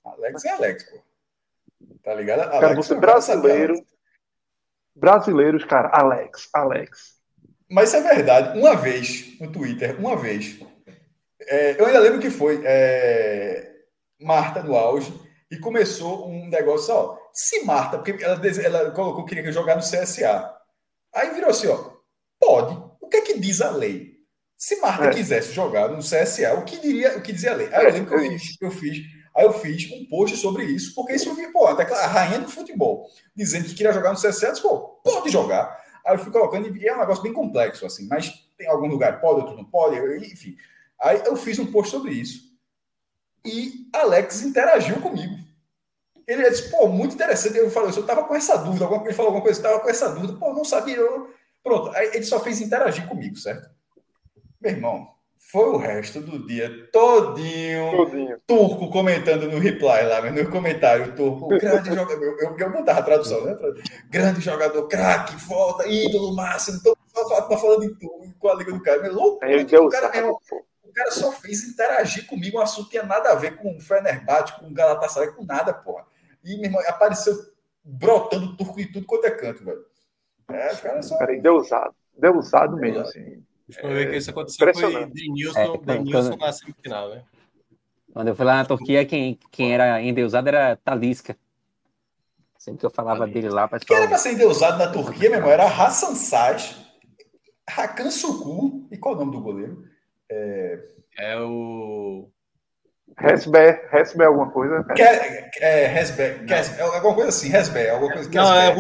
Tá ligado? Alex, cara, você brasileiros, cara, Alex. Mas isso é verdade. Uma vez, no Twitter, eu ainda lembro que foi Marta no auge, e começou um negócio, ó, se Marta, porque ela colocou que queria jogar no CSA. Aí virou assim, ó, pode. O que é que diz a lei? Se Marta quisesse jogar no CSA, o que dizia a lei? Aí eu lembro que eu fiz um post sobre isso, porque isso eu vi, a rainha do futebol, dizendo que queria jogar no CSA, eu disse, pode jogar. Aí eu fui colocando, e é um negócio bem complexo, assim, mas tem algum lugar pode, outro não pode, enfim. Aí eu fiz um post sobre isso, e Alex interagiu comigo. Ele disse, muito interessante. Eu falei, eu estava com essa dúvida. Ele falou alguma coisa, estava com essa dúvida. Não sabia. Pronto. Aí ele só fez interagir comigo, certo? Meu irmão, foi o resto do dia todinho. Turco comentando no reply lá, no comentário. Turco, grande jogador. Eu botava a tradução, né? Grande jogador, craque, volta, ídolo máximo. Então, só falando de tudo com a liga do cara. Meu louco, o cara só fez interagir comigo. Um assunto que tinha nada a ver com o Fenerbahçe, com o Galatasaray, com nada, porra. E, meu irmão, apareceu brotando turco de tudo quanto é canto, velho. Os caras só... Cara, deu usado mesmo, assim. Deixa eu ver que isso aconteceu foi Denilson na semifinal, né? Quando eu fui lá na Turquia, quem era endeusado era Talisca. Sempre que eu falava dele lá, pessoal... Quem era pra ser endeusado na Turquia, meu irmão, era Hasan Sash, Hakan Sukur, e qual é o nome do goleiro? É o... Resber alguma coisa? Resber, alguma coisa assim, Resber, alguma coisa que não, é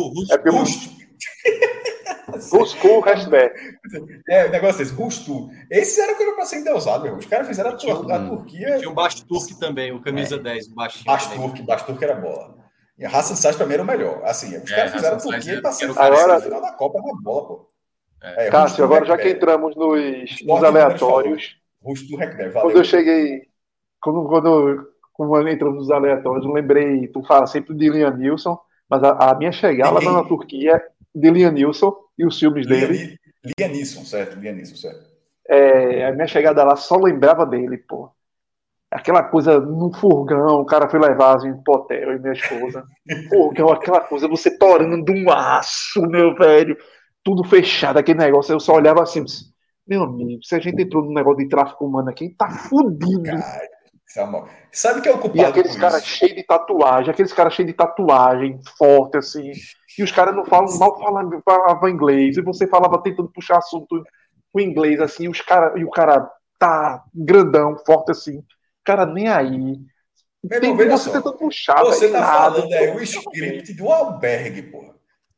Rusku, Resber. O negócio desse, Rustu. Esses eram que eram para ser endeusados, meu. Os caras fizeram a Turquia. Tinha o Basturk também, o camisa 10, o baixinho. Basturk era bola. E a Hasan Sash também era o melhor. Assim, os caras fizeram a Turquia para ser agora, no final da Copa na bola, pô. Cássio, agora já que entramos nos aleatórios. Rustu Rekber, valeu. Quando eu cheguei. Quando entramos nos aleatórios, eu lembrei, tu fala sempre de Liam Nilsson, mas a minha chegada lá na Turquia de Liam Nilsson e os filmes dele. Liam Nilsson, certo. A minha chegada lá só lembrava dele, pô. Aquela coisa no furgão, o cara foi levar assim, pro hotel e minha esposa. Furgão, aquela coisa, você torando um aço, meu velho. Tudo fechado, aquele negócio. Eu só olhava assim, meu amigo, se a gente entrou num negócio de tráfico humano aqui, tá fudido. Cara, sabe que é o culpado? E aqueles caras cheios de tatuagem, forte, assim. E os caras não falam, mal falavam inglês. E você falava tentando puxar assunto com inglês, assim. E o cara tá grandão, forte, assim. O cara nem aí. Você tentando puxar. Você tá falando o script do albergue, porra.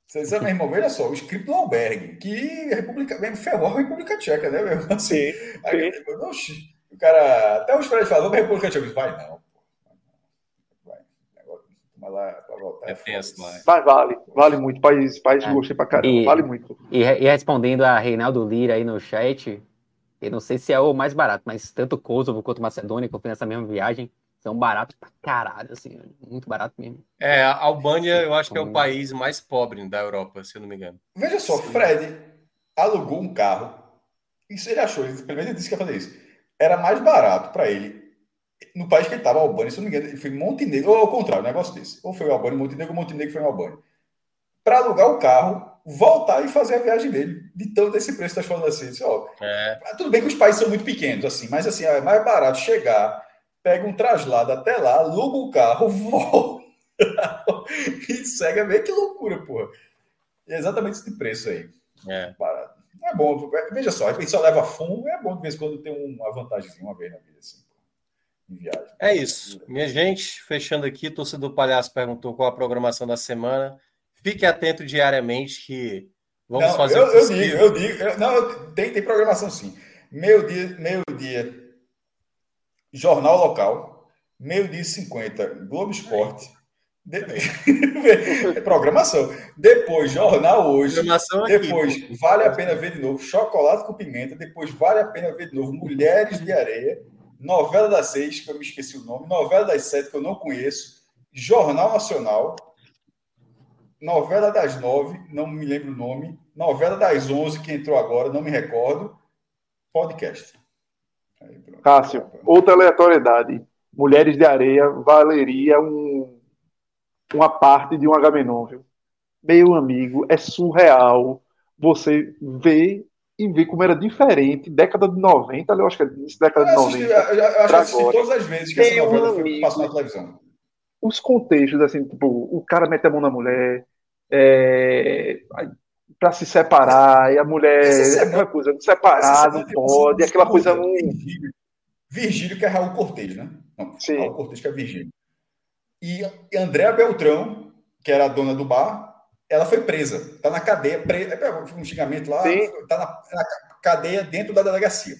Você sabe, meu irmão, veja só, o script do Albergue, que ferrou a República Tcheca, né, meu? Assim, oxi, o cara, até os caras falam, vamos República Tcheca. Vai, não. Vai. Agora, lá para voltar. Mas vale muito. País gostei pra caramba, vale muito. E respondendo a Reinaldo Lira aí no chat, eu não sei se é o mais barato, mas tanto Kosovo quanto Macedônia, que eu fui nessa mesma viagem, são baratos pra caralho, assim, muito barato mesmo. A Albânia, eu acho que é o país mais pobre da Europa, se eu não me engano. Veja só, Fred alugou um carro, isso ele achou, pelo menos ele disse que ia fazer isso, era mais barato para ele, no país que ele estava, Albânia, se eu não me engano, ele foi Montenegro, ou ao contrário, um negócio desse, ou foi Albânia, Montenegro foi em Albânia, para alugar o carro, voltar e fazer a viagem dele, de tanto esse preço que tá falando assim, tudo bem que os países são muito pequenos, assim, mas assim, é mais barato chegar, pega um traslado até lá, aluga o carro, volta e segue a ver. Que loucura, porra. É exatamente esse preço aí. Barato. É bom. Veja só, a gente só leva fumo, é bom de vez em quando ter uma vantagemzinha uma vez na vida, assim, em viagem. É isso. Minha gente, fechando aqui, torcedor Palhaço perguntou qual a programação da semana. Fique atento diariamente que vamos fazer eu digo. Tem programação sim. Meio dia. Jornal Local, 12h50, Globo Esporte. Programação. Depois, Jornal Hoje. Depois, aqui. Vale a Pena Ver de Novo, Chocolate com Pimenta. Depois, Vale a Pena Ver de Novo, Mulheres de Areia. Novela das 6, que eu me esqueci o nome. Novela das 7, que eu não conheço. Jornal Nacional. Novela das 9, não me lembro o nome. Novela das 11, que entrou agora, não me recordo. Podcast. Cássio, outra aleatoriedade. Mulheres de Areia valeria uma parte de um Agamenon, viu? Meu amigo, é surreal você ver e ver como era diferente. Década de 90, eu acho que é década de 90. Eu assisti todas as vezes que essa novela passou na televisão. Os contextos, assim, tipo, o cara mete a mão na mulher para se separar, e a mulher, aquela coisa, separar, não pode, aquela coisa não... Virgílio, que é Raul Cortez, né? Não, sim. Raul Cortez, que é Virgílio. E Andréa Beltrão, que era a dona do bar, ela foi presa. Está na cadeia, um xingamento lá, está na cadeia dentro da delegacia.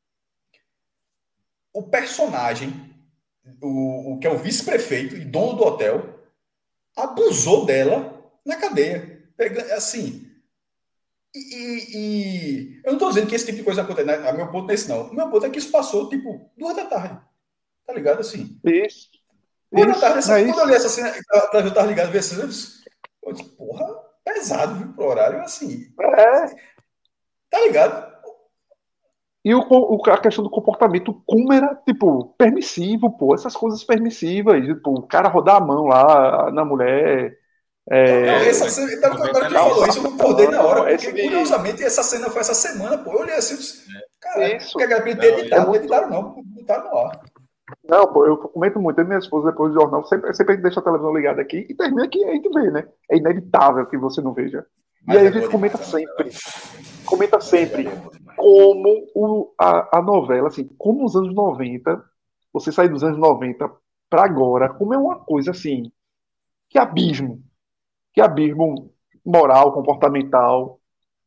O personagem, o que é o vice-prefeito e dono do hotel, abusou dela na cadeia. Assim... E eu não estou dizendo que esse tipo de coisa acontece, né? Meu ponto não é esse, não. O meu ponto é que isso passou, tipo, 2 da tarde. Tá ligado? Assim. Isso. 2 da tarde. Quando eu li essa cena, eu tava ligado, eu disse, porra, pesado, viu, pro horário, assim. Tá ligado? E a questão do comportamento, como era, tipo, permissivo, pô. Essas coisas permissivas. Tipo, o cara rodar a mão lá na mulher... essa cena, então, agora que falou isso, eu concordei na hora, porque curiosamente essa cena foi essa semana, pô. Eu olhei assim, cara, porque a galera editaram não no ar. Não, pô, eu comento muito, eu e minha esposa depois do jornal, sempre a gente deixa a televisão ligada aqui e termina que a gente vê, né? É inevitável que você não veja. E aí a gente comenta sempre como a novela, assim, como os anos 90, você sair dos anos 90 para agora, como é uma coisa assim, que abismo moral, comportamental,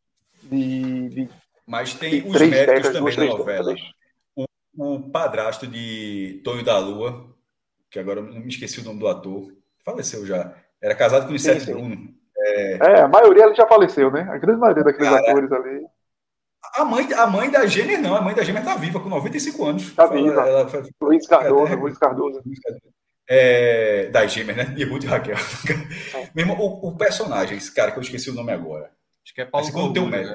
Mas tem os méritos também da novela. O padrasto de Tonho da Lua, que agora eu não me esqueci o nome do ator, faleceu já. Era casado com o Nicete Bruno. A maioria ali já faleceu, né? A grande maioria daqueles atores ali. A mãe da Jenner não, a mãe da Jenner tá viva, com 95 anos. Tá viva. Luiz Cardoso. Da Gêmeas, né? De Ruth e Raquel. Mesmo o personagem, esse cara que eu esqueci o nome agora. Acho que é Paulo Goulart, né?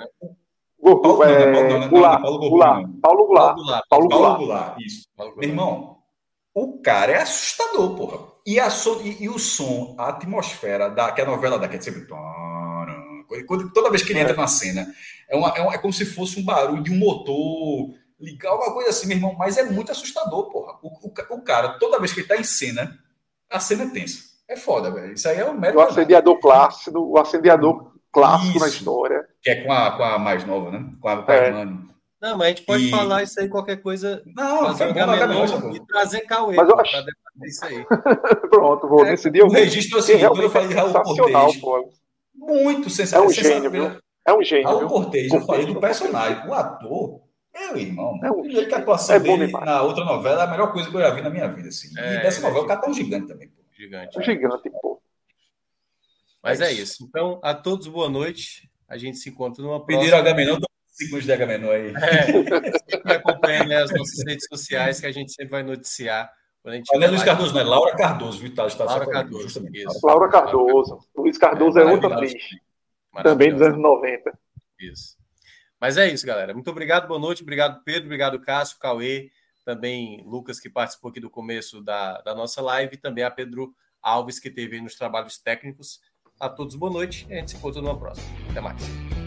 Paulo Goulart. Isso. Meu irmão, o cara é assustador, porra. E o som, a atmosfera que a novela dá, que é sempre... Toda vez que ele entra na cena, é como se fosse um barulho de um motor... ligar alguma coisa assim, meu irmão, mas é muito assustador, porra. O cara, toda vez que ele tá em cena, a cena é tensa. É foda, velho. Isso aí é um mérito. O assediador clássico na história. Que é com a mais nova, né? Com a irmã. Não, mas a gente pode falar isso aí, qualquer coisa. Não, foi bom, e trazer Cauê. Mas eu acho... isso aí. Pronto, nesse dia o registro assim, quando eu falei de Raul Cortez. Muito sensacional. É um gênio, viu? É um gênio. Raul Cortez, eu falei do personagem. O ator, meu irmão. Primeiro que a atuação dele na outra novela é a melhor coisa que eu já vi na minha vida. Assim. E dessa novela, o cara tá um gigante também. Pô. Gigante. Um gigante, pô. Mas é isso. Então, a todos, boa noite. A gente se encontra numa próxima. Pediram Agamenon, tô 5 minutos de Agamenon aí. Sempre acompanhe, né, as nossas redes sociais, que a gente sempre vai noticiar. Não é Luiz Cardoso, não é Laura Cardoso, viu? Laura Cardoso. Laura Cardoso. Luiz Cardoso é outra atriz. Também dos anos 90. Isso. Mas é isso, galera. Muito obrigado, boa noite. Obrigado, Pedro. Obrigado, Cássio, Cauê. Também Lucas, que participou aqui do começo da nossa live. E também a Pedro Alves, que esteve aí nos trabalhos técnicos. A todos, boa noite. E a gente se encontra numa próxima. Até mais.